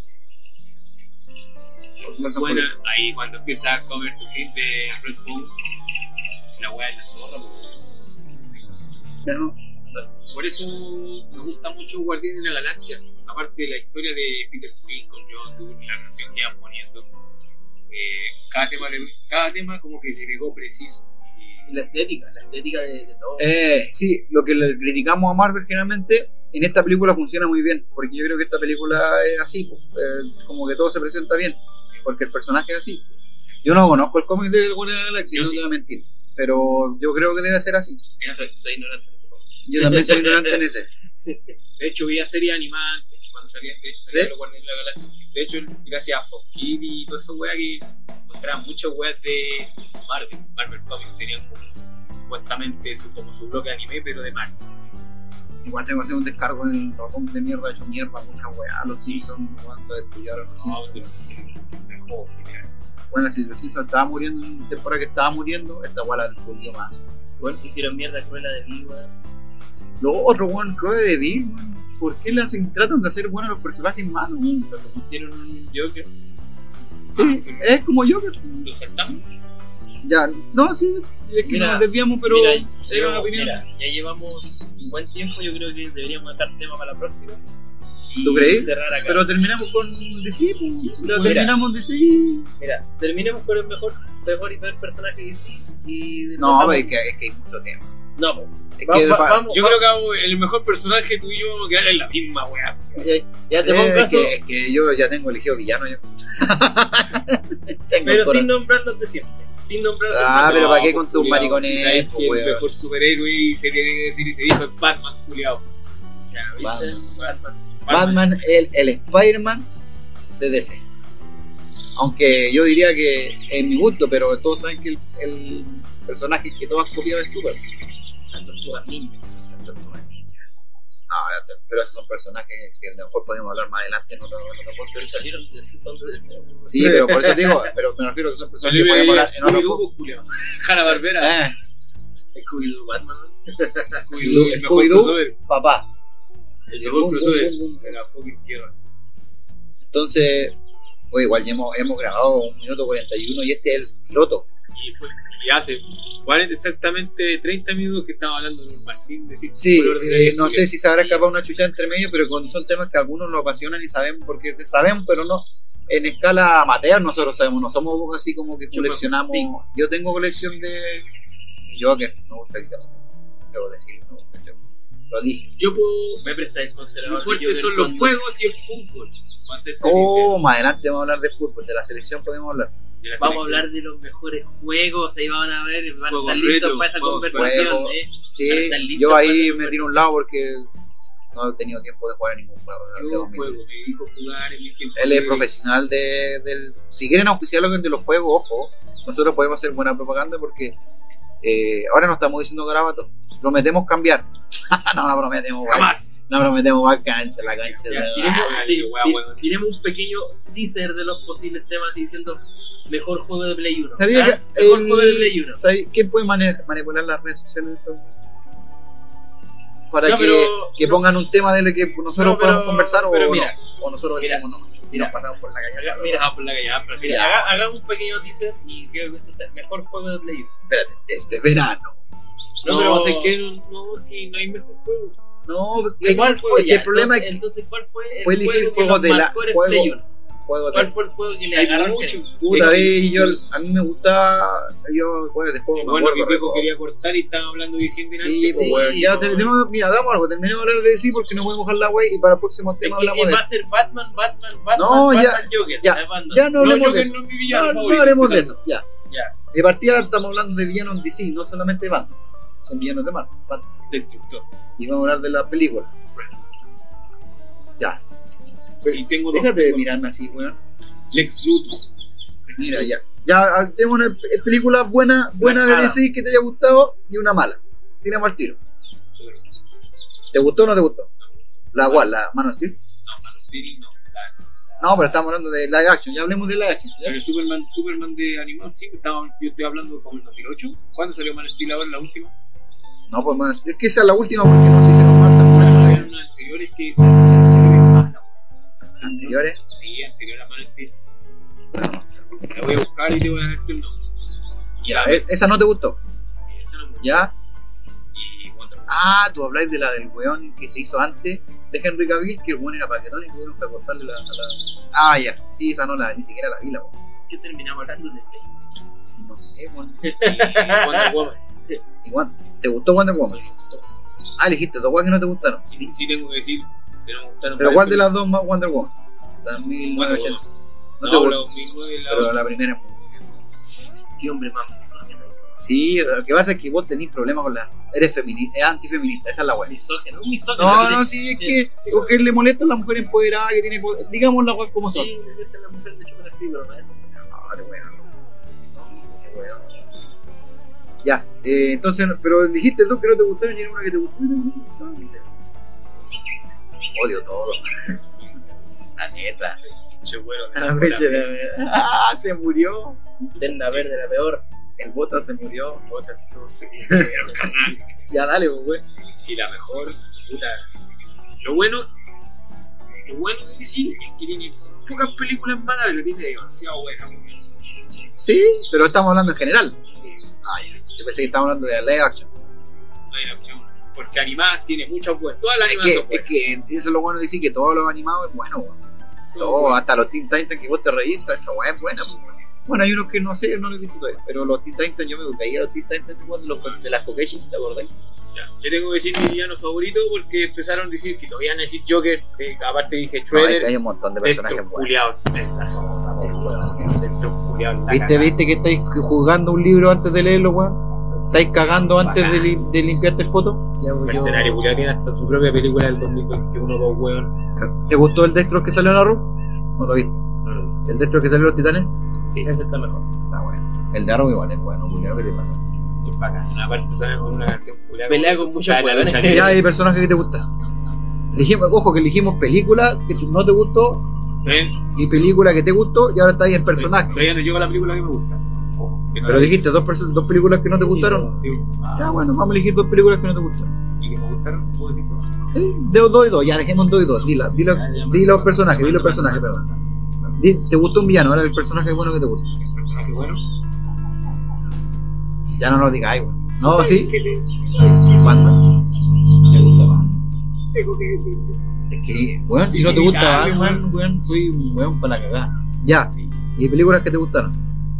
Muy buena, ahí cuando empieza a comer tu hit de Red Bull, la weá es la zorra, pues, weón. Ya no. por eso me gusta mucho Guardianes de la Galaxia. Aparte de la historia de Peter Quill con John Doe, la canción que iban poniendo. Eh, cada, tema le- cada tema como que le pegó preciso. Y Y la estética, la estética de, de todo. Eh, sí, lo que le criticamos a Marvel generalmente, en esta película funciona muy bien, porque yo creo que esta película es así, pues, eh, como que todo se presenta bien, porque el personaje es así. Yo no conozco el cómic de Guardianes de la Galaxia, Yo no sí. te voy a mentir, pero yo creo que debe ser así. Mira, soy, soy ignorante. Yo también soy ignorante en ese. de hecho, veía series animadas antes, cuando salían, de hecho, salían ¿Sí? los Guardianes de la Galaxia. De hecho, gracias a Fox Kids y todas esas weas que mostraban muchas weas de Marvel. Marvel Comics tenían como su- supuestamente su, como su bloque de anime, pero de Marvel. Igual tengo que hacer un descargo en el ratón de mierda, hecho mierda, mucha weá, los Simpsons, cuando destruyeron los No, Simpsons. se- se- dejó, literal. Bueno, si los Simpsons estaban muriendo en la temporada que estaba muriendo, esta weá la destruyó más. Bueno, hicieron mierda Cruella de Vil, weón. Lo otro, weón, Cruella de Vil, weón. ¿Por qué le hacen, tratan de hacer buenos los personajes malos, weón? Lo que pusieron un Joker. Sí, es como yo, pero... ¿Lo saltamos? Ya, no, sí, es que Mira, nos desviamos, pero Mira, era yo- una opinión. mira, ya llevamos un buen tiempo, yo creo que deberíamos dar tema para la próxima. Y ¿Tú crees? cerrar acá. Pero terminamos con D C, pues. Sí, Pero mira. terminamos D C. Mira, terminemos con el mejor, mejor y peor personaje de sí y No, vamos- pero es que, es que hay mucho tiempo. No, po. Es Vamos, que va- pa- vamos, Yo va- creo que vamos- el mejor personaje tú y yo vamos a quedar en la misma wea. ya, ya te eh, pongo es, caso, que, es que yo ya tengo elegido villano. Yo. Tengo pero por- sin nombrar los de siempre. Sin nombrar los Ah, siempre. pero No, ¿para qué pues, con tus culiao, maricones, si sabes pues, que el weón? mejor superhéroe y se tiene que decir y se dijo es Batman, culiao. Ya, ¿viste? Batman. Batman. Batman, el, el Spider-Man de D C. Aunque yo diría que es mi gusto, pero todos saben que el, el personaje que todos han copiado es Super. Las tortugas ninja. Las tortugas ninja. No, pero esos son personajes que a lo mejor podemos hablar más adelante en otro, en otro podcast. Pero salieron de son de- Sí, pero por eso te digo, pero me refiero a que son personas que Salió podemos de hablar en otro Scooby-Doo, podcast. culiao. Jala Barbera. Eh, Scooby-Doo, Batman. Scooby-Doo, el mejor Scooby-Doo, crossover. papá. El Y mejor bum, crossover bum, bum, bum. de la fucking tierra. Entonces, oye, igual ya hemos, hemos grabado un minuto cuarenta y uno y este es el piloto. Y, fue, y hace cuarenta, exactamente treinta minutos que estamos hablando normal, sin decir Sí, color de la eh, no historia. sé si se habrá escapado una chucha entre medio, pero con- son temas que a algunos nos apasionan y sabemos, porque sabemos, pero no en escala amateur nosotros sabemos, no somos así como que Chupa coleccionamos. pico. Yo tengo colección de Joker, me gusta el Joker, debo decir, me gusta el Joker. Lo dije. Yo puedo. Me presta el conservador. Lo de fuerte Joker son los con- juegos y el fútbol. Para serte Oh, sincero. más adelante vamos a hablar de fútbol, de la selección podemos hablar. De la Vamos a selección. hablar de los mejores juegos, ahí van a ver, van a Juegos estar listos retro, para esa juegos conversación. retro. eh. Sí, Para estar listos yo para ahí esa me conversación. tiro a un lado porque no he tenido tiempo de jugar a ningún juego. Yo debo admitir. juego, me dedico a jugar en mi tiempo. Él es libre. profesional de, del... Si quieren auspiciar algo de los juegos, ojo, nosotros podemos hacer buena propaganda porque eh, ahora no estamos diciendo garabato, prometemos cambiar. no, no prometemos, guay. Jamás. No prometemos vacanza, la cancha. Ya, de- tiremos, Ah, ti- qué wea, ti- bueno. tiremos un pequeño teaser de los posibles temas diciendo mejor juego de Play uno. ¿Sabía ¿ah? que Mejor el- juego de Play uno. ¿sabía- ¿Quién puede mane- manipular las redes sociales de esto? Para No, que, pero- que pongan un tema de lo que nosotros No, pero- podemos conversar pero o, mira, no, o nosotros mira, venimos, no, y mira. nos pasamos por la calle. Haga- mira, Ah, por la calle, ah, pero Mira, Ya. haga, haga un pequeño teaser y creo que este es el mejor juego de Play uno. Espérate, este verano. No, No, pero pero- es que no, no, es que no hay mejor juego. No, ¿Cuál fue? el Ya, problema entonces, es que entonces, ¿cuál fue el fue elegir juego que juegos los de la- marcó en el juego- Play uno? juego de ¿Cuál fue el juego que le Hay agarró mucho. el- puta Es que- vez, yo, a mí me gusta, yo juego de juego, me Bueno, acuerdo, que Peco recuerdo. quería cortar y estaba hablando diciendo Sí, pues Sí, weón, ya no. tenemos, mira, hagamos algo, terminemos de hablar de sí porque no podemos dejar la wey y para el próximo Es tema que hablamos de va a ser Batman, Batman, Batman, No, ya, Batman, Joker. ya, Es Batman. ya no No, hablemos de Joker eso, no es mi villano no, no favorito. hablemos de empezando. eso, ya. Ya. De partida estamos hablando de villanos D C, no solamente Batman, son villanos de Marvel, Batman. Destructor. Y vamos a hablar de la película, ya. Y tengo dos. Déjate de mirarme así, weón. Lex Luthor. Mira, ya. Ya tenemos una pe- película buena, buena de Mala. D C que te haya gustado y una mala. Tiramos al tiro. Superman. ¿Te gustó o no te gustó? La cual, la Man of Steel. No, Man of Steel no. La- No, pero estamos hablando de live action. Ya hablemos de live action. ¿ya? Pero Superman, Superman de animación, sí, estaba, yo estoy hablando como el dos mil ocho. ¿Cuándo salió Man of Steel ahora, la última? No, pues Man of Steel. Es que esa es la última porque no se hicieron más Bueno, temporadas. eran unas anteriores que se, se, se ve mala. Anteriores. Sí, anterior a Man of Steel. La voy a buscar y te voy a dar el nombre. Ya, e- esa no te gustó. Sí, esa no me gusta. Ya. Y Wonder Woman. Ah, tú habláis de la del weón que se hizo antes de Henry Cavill, que el weón era paquetón y tuvieron que cortarle la, la... Ah, ya, sí, esa no la, ni siquiera la vi, la weón. ¿Qué terminamos hablando de Play? No sé, weón. Y Wonder Woman. Igual, ¿te gustó Wonder Woman? Ah, elegiste dos weas que no te gustaron. Sí, sí tengo que decir que no me gustaron. Pero varias ¿cuál de películas. las dos más Wonder Woman? La mil Wonder novecientos ochenta. Woman. No, No, te la gustó. dos mil nueve, la Pero otra. la primera es muy ¿Qué hombre más misógino? Sí, lo que pasa es que vos tenés problemas con la... Eres feminista, es antifeminista, esa es la wea. Misógino, un misógino. No, no, sí, es que, es que le molesta a la mujer empoderada que tiene poder. Digamos la wea como son. Sí, le gusta la mujer de chocolate, pero no es. Ah, qué weón. Qué weón. Ya, eh, entonces, pero dijiste tú que no te gustaron y era una que te gustó. Odio todo. La neta. Sí, pinche güero. A la vez era- Ah, se murió. Linterna verde, la peor. El bota se murió. Botas, no sé qué, era un carnal. Ya dale, pues, güey. Y la mejor, puta. Lo bueno, lo bueno de D C es que tiene pocas películas malas, pero tiene demasiado buenas. weón. Sí, pero estamos hablando en general. Sí, Ah, ya. Yo pensé que estábamos hablando de live action. no hay opción. Porque animadas tiene muchas buenas. Todas las Es animadas que, son es buenas. que eso es lo bueno de decir que todos los animados es bueno, güey. Todo, hasta los Teen Titans que vos te reís, toda esa weá es buena, pues, weón. Bueno, hay unos que no sé, no los he visto todavía, pero los Teen Titans yo me caía a los Teen Titans de, los, de las Kokeshi, ¿te acordás? Ya. Yo tengo que decir mi villano favorito porque empezaron a decir que todavía no decir Joker. eh, aparte dije No, es Shredder. que hay un montón de Dentro personajes buenos. culiao en la sombra, por weón. Dentro culiao en la ¿Viste, cagada. viste que estáis jugando un libro antes de leerlo, weón? ¿Estáis cagando antes de, li- de limpiarte el poto? Ya, pues, Mercenario culiao tiene hasta su propia película del dos mil veintiuno, pues weón. yo- ¿Te gustó el Destro que salió en la Ru? No lo viste. No lo vi. ¿El Destro que salió en los Titanes? Sí, Ese está mejor. Está bueno. El de Arrow igual es bueno, culiao, ¿qué te pasa? es bacán. Aparte sale con una canción culiao. Pelea con muchos Está en la hueones. lucha Ya libre. hay personajes que te gustan. Elegimos, ojo que elegimos película que no te gustó Ven, y película que te gustó y ahora está ahí en personaje. todavía no llego a la película que me gusta. Ojo, que no Pero la- dijiste dos, perso- dos películas que no te gustaron. Sí. Ah, Ya bueno, vamos a elegir dos películas que no te gustan. y que me gustaron, puedo decir todo. Sí, de dos y dos, ya dejemos dos y dos. Dila, dila, Ya, ya, di los me- personajes, me- di los me- personajes, me- perdón. Di- ¿Te gustó un villano? Ahora el personaje bueno que te gusta. El personaje bueno. Ya no lo digáis, güey. No, sí. ¿Qué le- Batman. ¿Te gusta Batman? Tengo que decirlo. Es que, bueno, si no te gusta Inevitable, Batman, weón, soy un weón para la cagada. Ya, Sí. ¿y películas que te gustaron?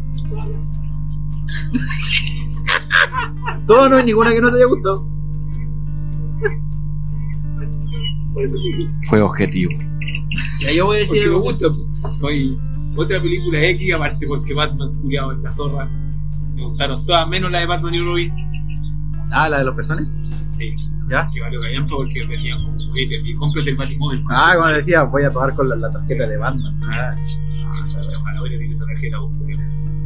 ¿Todas no hay ninguna que no te haya gustado? Por eso te digo. Fue objetivo. Ya yo voy a Porque decir. me gusta. Soy otra película X, aparte porque Batman culiado en la zorra. Me gustaron todas, menos la de Batman y Robin. Ah, la de los personajes. Sí, ¿Ya? que valió callampa porque vendían como juguetes así. Cómprate el Batimóvil. Ah, cuando decía, voy a pagar con la, la tarjeta de Batman. Ah, Esa esa zanahoria tiene esa tarjeta, vos, culiao.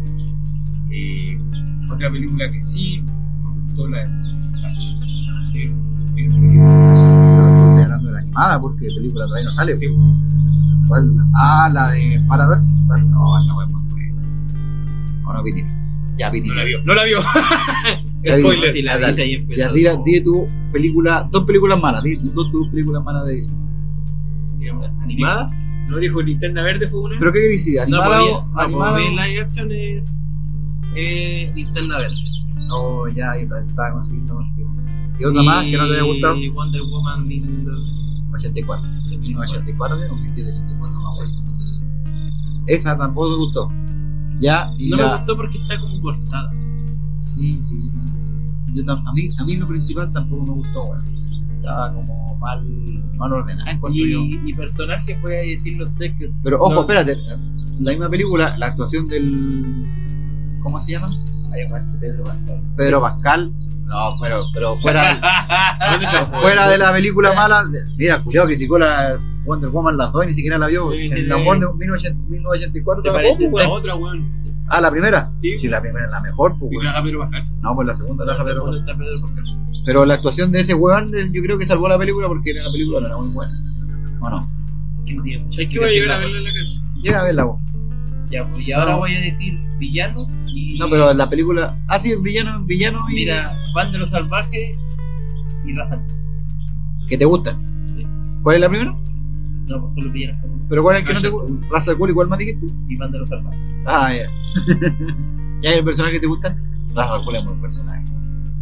Y otra película que sí me gustó, la de Flash. Que- que es un- pero estoy hablando de la animada porque película todavía no sale. Sí, ¿Cuál? Ah, la de Paradox. No, esa weá es muy buena. O no, Piti. Ya, Piti. no la vio. No la vio. Ya vi. Spoiler. Y la Ya, vida dale. y empezó. Ya, dile, dile tu película, dos películas malas, di dos tus películas malas de Disney. ¿Animada? No dijo Linterna Verde fue una. ¿Pero qué querés decir? No, ¿Animada pues, o no, animada? pues, o- live action es. Eh, Linterna Verde. Oh, ya, ahí está, estaba consiguiendo. ¿Y otra más que no te haya gustado? Y Wonder Woman mil ochenta y cuatro. mil novecientos ochenta y cuatro, aunque sí, de ochenta y cuatro más bueno. Esa tampoco te gustó. Ya, y No la... me gustó porque está como cortada. Sí, sí. Yo tam- a, mí, a mí lo principal tampoco me gustó, bueno. Estaba como mal, mal ordenada en cuanto yo. Y, y personajes, voy a decir los tres que. Pero ojo, no. espérate. La misma película, la actuación del. ¿Cómo se llama? Pedro Pascal. Pedro Pascal. No, pero, pero fuera, ¿Dónde está? fuera de la película mala. de- Mira, cuidado, criticó la Wonder Woman las dos y ni siquiera la vio. Sí, sí, En la sí. Wonder mil novecientos ochenta y cuatro ¿Te tampoco, parece? weón. La otra, weón. Ah, la primera. Sí. Sí, la primera es la mejor, pues, Y weón. traga Pedro Pascal. No, pues la segunda la Pedro ¿Dónde Pascal. está Pedro Pascal? Pero la actuación de ese weón, eh, yo creo que salvó la película porque la película no era muy buena. ¿O no? Que no tiene mucha Es que voy a llegar a explicación, verla en la casa. Llega a verla vos. Ya, pues, y ahora No. voy a decir villanos y. No, pero la película. Ah, sí, villano, villano y. Mira, Van de los Salvajes y Rafa. Que te gustan. Sí. ¿Cuál es la primera? No, pues son los villanos con- ¿Pero cuál es el que no te Raza gusta? Raza de culo, ¿y cuál más dijiste? y Van de los Salvajes. Ah, ya. ¿Y hay el personaje que te gusta? Raza de culo es muy personaje.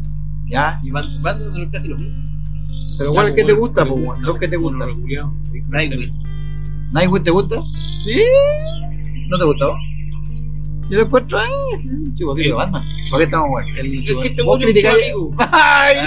Ya, Y Batman, Batman no es casi lo mismo. pero igual, Ya, ¿qué te bueno, gusta, pero pues, bueno, weón? ¿Lo que te gusta? bueno, culiao. Nightwing. ¿Nightwing te gusta? Sí. ¿No te gustó? Yo lo encuentro, eh, es un chupapico de Batman. ¿Por qué estamos buenos? El Es que este vos bueno es un criticáis- chupapico. ¡Ay!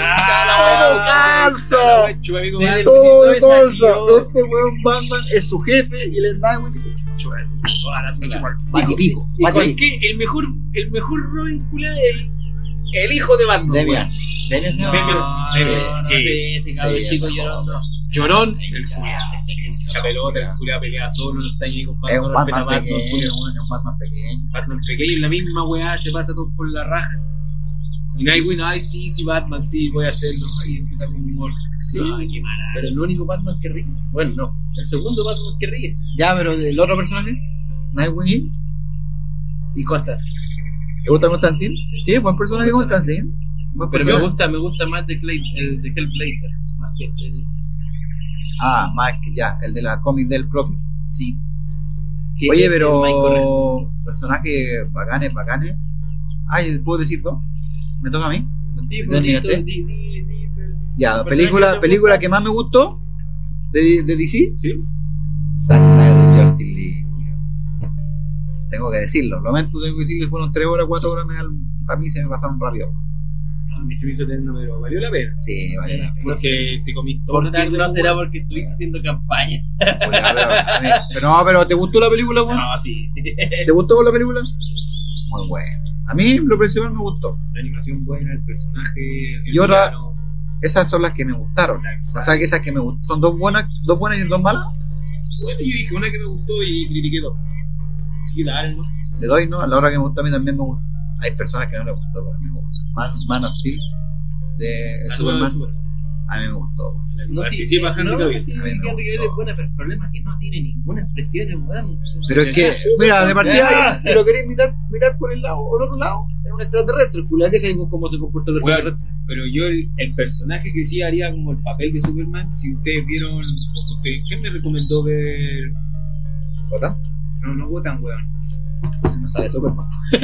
Ah, ¡Calza! Chupapico Desde de el- Todo Todo el esa calza. tío. Este weón Batman es su jefe y él es Nightwing. toda la tula. Batipico. ¿Y Batipico. con qué? El mejor, el mejor Robin culiao es el, el hijo de Batman. Demian. weón. Demian se llama. Demian. No, Demian, no, no, sí. ese cabrón Sí, chico no. llorando. Llorón, el culiao. Mucha pelota, el culiao pelea solo, no está ahí con Es Batman, un no respeta a Batman Batman, pequeño, culiao. weón, es un Batman pequeño. Batman pequeño en la misma weá, se pasa todo por la raja. Y Nightwing, ay, sí, sí, Batman, sí, voy a hacerlo. Ahí empieza con humor. Sí. Ay, qué mala. Pero el único Batman que ríe. Bueno, no. El segundo Batman que ríe. Ya, pero del otro personaje, Nightwing, Y Consta. ¿te gusta Constantine? Sí, buen personaje Constantine. Buen Pero personaje. me gusta, me gusta más de Clay, el de Hellblazer. Más que el. Ah, más que ya, el de la cómic del propio. Sí. Que Oye, es el más correcto. pero personajes bacanes, bacanes. Ay, ¿puedo decir dos? ¿Me toca a mí? Sí, ¿De pues, Niñate? di- di- di- di- Ya, personaje película, que te película gusta. que más me gustó de, de D C, ¿Sí? Zack Snyder, Justice League. Tengo que decirlo, lo lamento, tengo que decirlo, fueron tres horas, cuatro horas, me dan- para mí se me pasaron rápido. A mí se me hizo eterno, pero valió la pena. Sí, vale la pena. Porque te comí toda la Porque tarde. no será weón. porque estuviste haciendo campaña. Pues ya, pero, a mí- pero no, pero ¿te gustó la película, weón? No, sí. ¿Te gustó la película? Muy bueno. A mí lo principal me gustó. La animación buena, el personaje. El Y otra- villano, Esas son las que me gustaron. la O sea que esas que me gustan. Son dos buenas, dos buenas y dos malas. Bueno, yo dije una que me gustó y critiqué dos. Así que dale, ¿no? Le doy, ¿no? A la hora que me gustó a mí también me gusta. Hay personas que no les gustó, pero a mí me gustó. Man, Man of Steel de La Superman. nueva de Superman. A mí me gustó. La que No, sí, participa Henry no, Cavill. sí, A mí me Henry Cavill gustó. es buena, pero el problema es que no tiene ninguna expresión, weón. Pero es que, Es mira, de partida, Ya. si lo queréis mirar, mirar por el lado o el otro lado, es un extraterrestre. Culia, que sabemos cómo se comporta el Bueno, extraterrestre. pero yo, el, el personaje que sí haría como el papel de Superman, si ustedes vieron. o usted- ¿Quién me recomendó ver? ¿Verdad? No, no votan, weón. No sale Superman.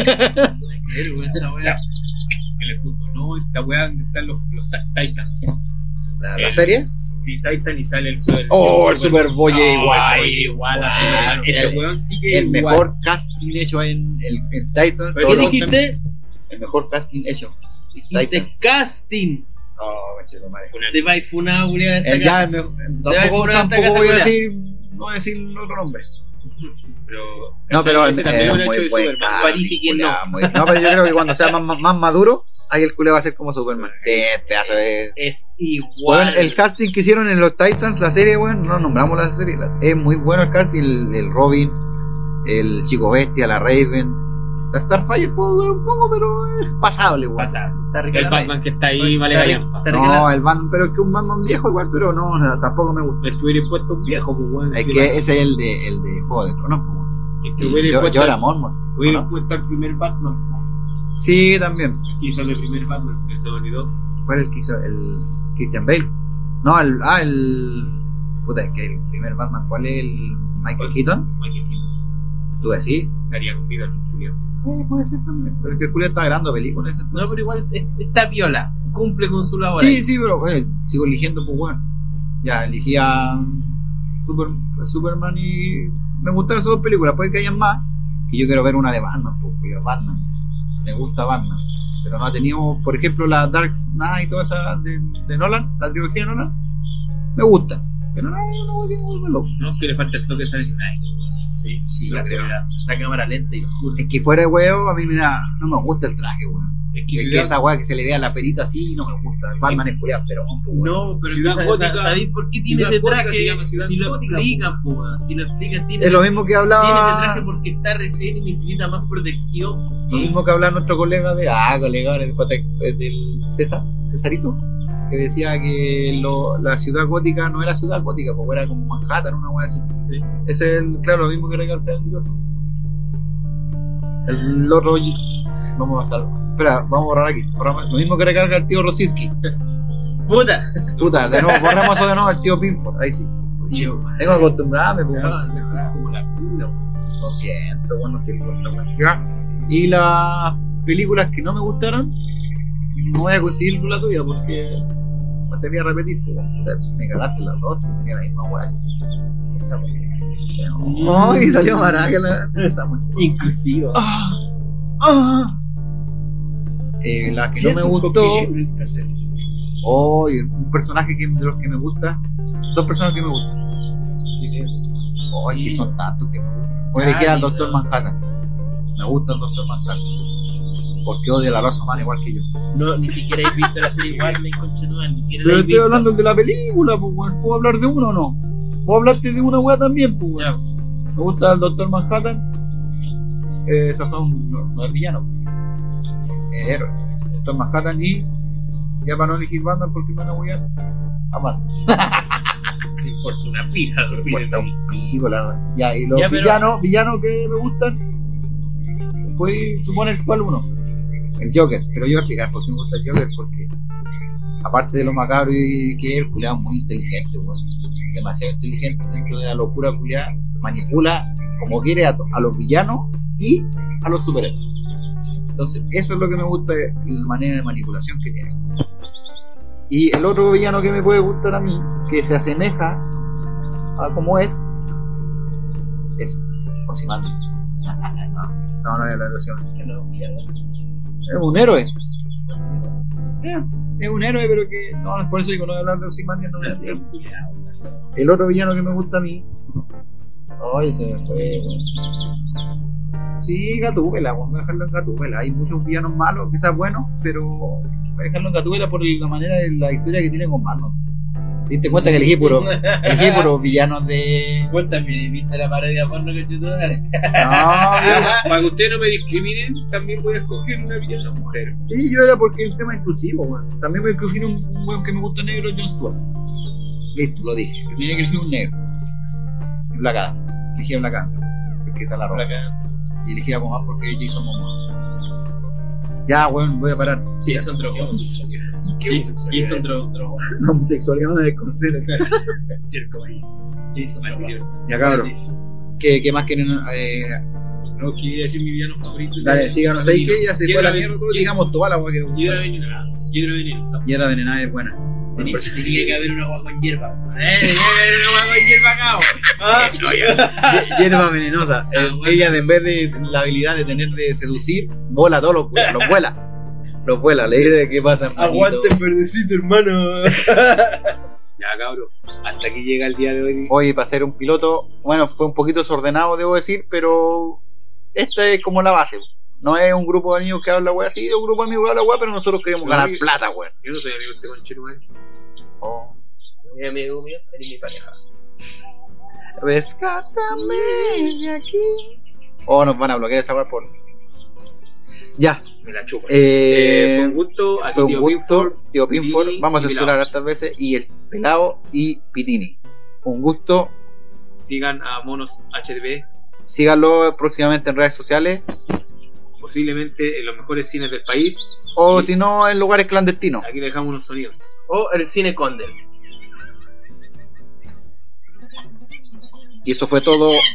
Pero, weón, esa weá. En el punto, no, esta weá donde están los, los ti- Titans. La, la El- serie. Sí, Titan y sale el sol. Oh, el Superboy es No, igual. el igual a Ah, Superman. Ese el- weón sí que es El igual. mejor casting hecho en, el, en Titan. Pero ¿Qué todos los- dijiste? El mejor casting hecho. Dijiste casting. Oh, manchero, madre. Fue una- Te vais funado, culiado. El ya, el mejor- tampoco, funar esta tampoco voy a casa, decir, no voy a decir otro nombre. Pero, No, pero ese eh, también lo han hecho muy de buen Superman. casting, París y quién no. culiao, muy- no, pero yo creo que cuando sea más, más, más maduro, ahí el culé va a ser como Superman. Sí, el pedazo de... Es igual. Bueno, el casting que hicieron en los Titans, la serie, bueno, no nombramos la serie, la- es muy bueno el casting, el, el Robin, el Chico Bestia, la Raven. La Starfire puede durar un poco, pero es pasable, weón. pasa. Está rica El la Batman que está ahí Oye, vale está gallampa. rica- está rica No, la- el Batman, pero es que un Batman viejo igual, pero no, o sea, tampoco me gusta. El que hubiera impuesto un viejo, pues weón. Es que ese es el de, el de Juego de Tronos, pues, weón. El que hubiera Yo, impuesto, yo era Mormon. hubiera ¿no? impuesto al primer Batman. Sí, también. Aquí sale el primer Batman, el se me olvidó. ¿Cuál es el que hizo? El Christian Bale. No, el. Ah, el. Puta, es que el primer Batman, ¿cuál es? El Michael Keaton. Michael Keaton. Tú decís. Estaría con vida al Julio. Eh, puede ser también. Pero es que el Julio está grabando películas. No, entonces. pero igual es- está piola. Cumple con su labor. Sí, sí, pero bueno, sigo eligiendo, pues bueno. Ya, elegí a Super, Superman y me gustaron esas dos películas. Puede que hayan más. Y yo quiero ver una de Batman, pues cuidado, Batman. Me gusta Batman. Pero no ha tenido, por ejemplo, la Dark Knight y toda esa de, de Nolan, la trilogía de Nolan. Me gusta. Pero no, no voy a volverlo. No, que le falta el toque de Silent Night. Sí, Sí, la yo creo. realidad. La cámara lenta y oscura. Es que fuera de huevo, a mí me da. No me gusta el traje, weón. Es que Es que Ciudad, esa weá que se le vea la perita así no me gusta. Batman es culiado, pero un poco. No, pero Ciudad ¿sabes- Gótica- ¿sabéis por qué tiene Ciudad ese Gótica traje? se llama Ciudad si lo Gótica, explican, po, weón. Si lo explican, tiene, Es lo mismo que tiene ese traje hablaba. porque está recién y necesita más protección. Lo mismo que hablaba nuestro colega de. Ah, colega del, del César, Cesarito. Que decía que lo, la ciudad gótica no era ciudad gótica, porque era como Manhattan, una weá así. Sí. Ese es el, claro, lo mismo que recalca el York. El otro. Vamos a pasarlo. Espera, vamos a borrar aquí. Borramos- Lo mismo que recarga el tío Rosinski. Puta. Puta, de nuevo, borramos eso de nuevo al tío Pinford. Ahí sí. Chido. Tengo que acostumbrarme, pues. Ah, como la cuna. Lo siento, bueno, sí, bueno, bueno. Ya. Y las películas que no me gustaron, no voy a coincidir con la tuya porque me sería repetir, pues, me cagaste las dos y tenía la misma weá. Esa weá. Ay, salió maraca la. Esa weá. Inclusivo. Ah, ah. Eh, la que no me gustó. Oh, y un personaje que, de los que me gusta. Dos personajes que me gustan. Sí, Oh, que son tantos que me gustan. Voy a elegir al Doctor Manhattan. Me gusta el Doctor Manhattan. Porque odia a la raza humana igual que yo. No, ni siquiera he visto la serie igual, me conchetuman, ni siquiera la Pero he estoy visto. hablando de la película, pues, weón. ¿Puedo hablar de uno o no? ¿Puedo hablarte de una weá también, pues, Ya. weón? Me gusta el Doctor Manhattan. Eh, esos son. No, no es villano. Es héroe. Doctor Manhattan y. Ya para no elegir bandas porque me van a huear. A Batman. Me importa una pija, Me miren. importa un pico, la verdad. Ya, y los Ya, pero- villanos, villanos que me gustan. Puedes suponer cuál uno. El Joker. Pero yo voy a explicar por qué me gusta el Joker. Porque. Aparte de lo macabro y que es el culiado muy inteligente, weón. Demasiado inteligente dentro de la locura culiada. Manipula como quiere a, to- a los villanos y a los superhéroes. Entonces, eso es lo que me gusta, la manera de manipulación que tiene. Y el otro villano que me puede gustar a mí, que se asemeja a como es, es Ozymandias. No, no es la ilusión. Es un héroe. Eh, Es un héroe, pero que. No, por eso digo, no voy a hablar de Ozymandias. No voy a hablar. El otro villano que me gusta a mí. Ay, se me fue. Sí, Gatúbela, vamos a dejarlo en Gatúbela. Hay muchos villanos malos, quizás buenos, pero voy a dejarlo en Gatúbela por la manera de la historia que tiene con Batman. ¿Te diste cuenta que elegí puro, elegí puros villanos de. Cuéntame, ¿viste la parodia porno que yo te daré? No, Para que ustedes no me discriminen, también voy a escoger una villana mujer. sí, yo era porque el tema es inclusivo, weón. También voy a elegir un, un weón que me gusta negro, Jon Stewart. Listo, lo dije. Yo tenía que elegir un negro. Y Black Adam. Elegí a Black Adam. Porque esa es la ropa. Y elegí a Momoa porque es Jason Momoa. Ya, weón, voy a parar. Sí, son drogos. ¿Qué Sí, son drogos. drogos. La homosexualidad me desconcentra. Circo ahí. Sí, son maldición. Ya, cabrón. ¿Qué, qué más quieren? Eh, No, quería decir mi villano favorito. dale, síganos. ¿Sabéis qué? Ya se fue la Hiedra mierda todo. ven- Digamos toda la agua que Hiedra venenosa. Hiedra venenosa. Hiedra venenada es buena. Tenía tenía que haber una agua con hierba. Eh, tenía que haber una agua con hierba acá. Ah, Hi- Hierba venenosa. Eh, bueno. Ella, en vez de la habilidad de tener de seducir, bola a todos los culos, los vuela. Los vuela. Le dice qué pasa, hermanito. aguante verdecito, hermano. Ya, cabrón. Hasta aquí llega el día de hoy. Oye, para ser un piloto, bueno, fue un poquito desordenado, debo decir, pero esta es como la base. No es un grupo de amigos que habla weá, sí, es un grupo de amigos que habla weá, pero nosotros queremos No, ganar yo- plata, weón. Yo no soy amigo de este conchetumal. Oh. Mi amigo mío, eres mi pareja. Rescátame de aquí. Oh, nos van a bloquear esa weá por. Ya. Me la chupa. Eh, Eh, fue un gusto. Aquí Fue un tío gusto, Pinford. tío Pinford. Pitini Vamos a y censurar Pelao. hartas veces. Y el pelado y Pitini. Un gusto. Sigan a Monos H D B. Síganlo próximamente en redes sociales. Posiblemente en los mejores cines del país. O Y- si no, en lugares clandestinos. Aquí le dejamos unos sonidos. O el cine Condel. Y eso fue todo.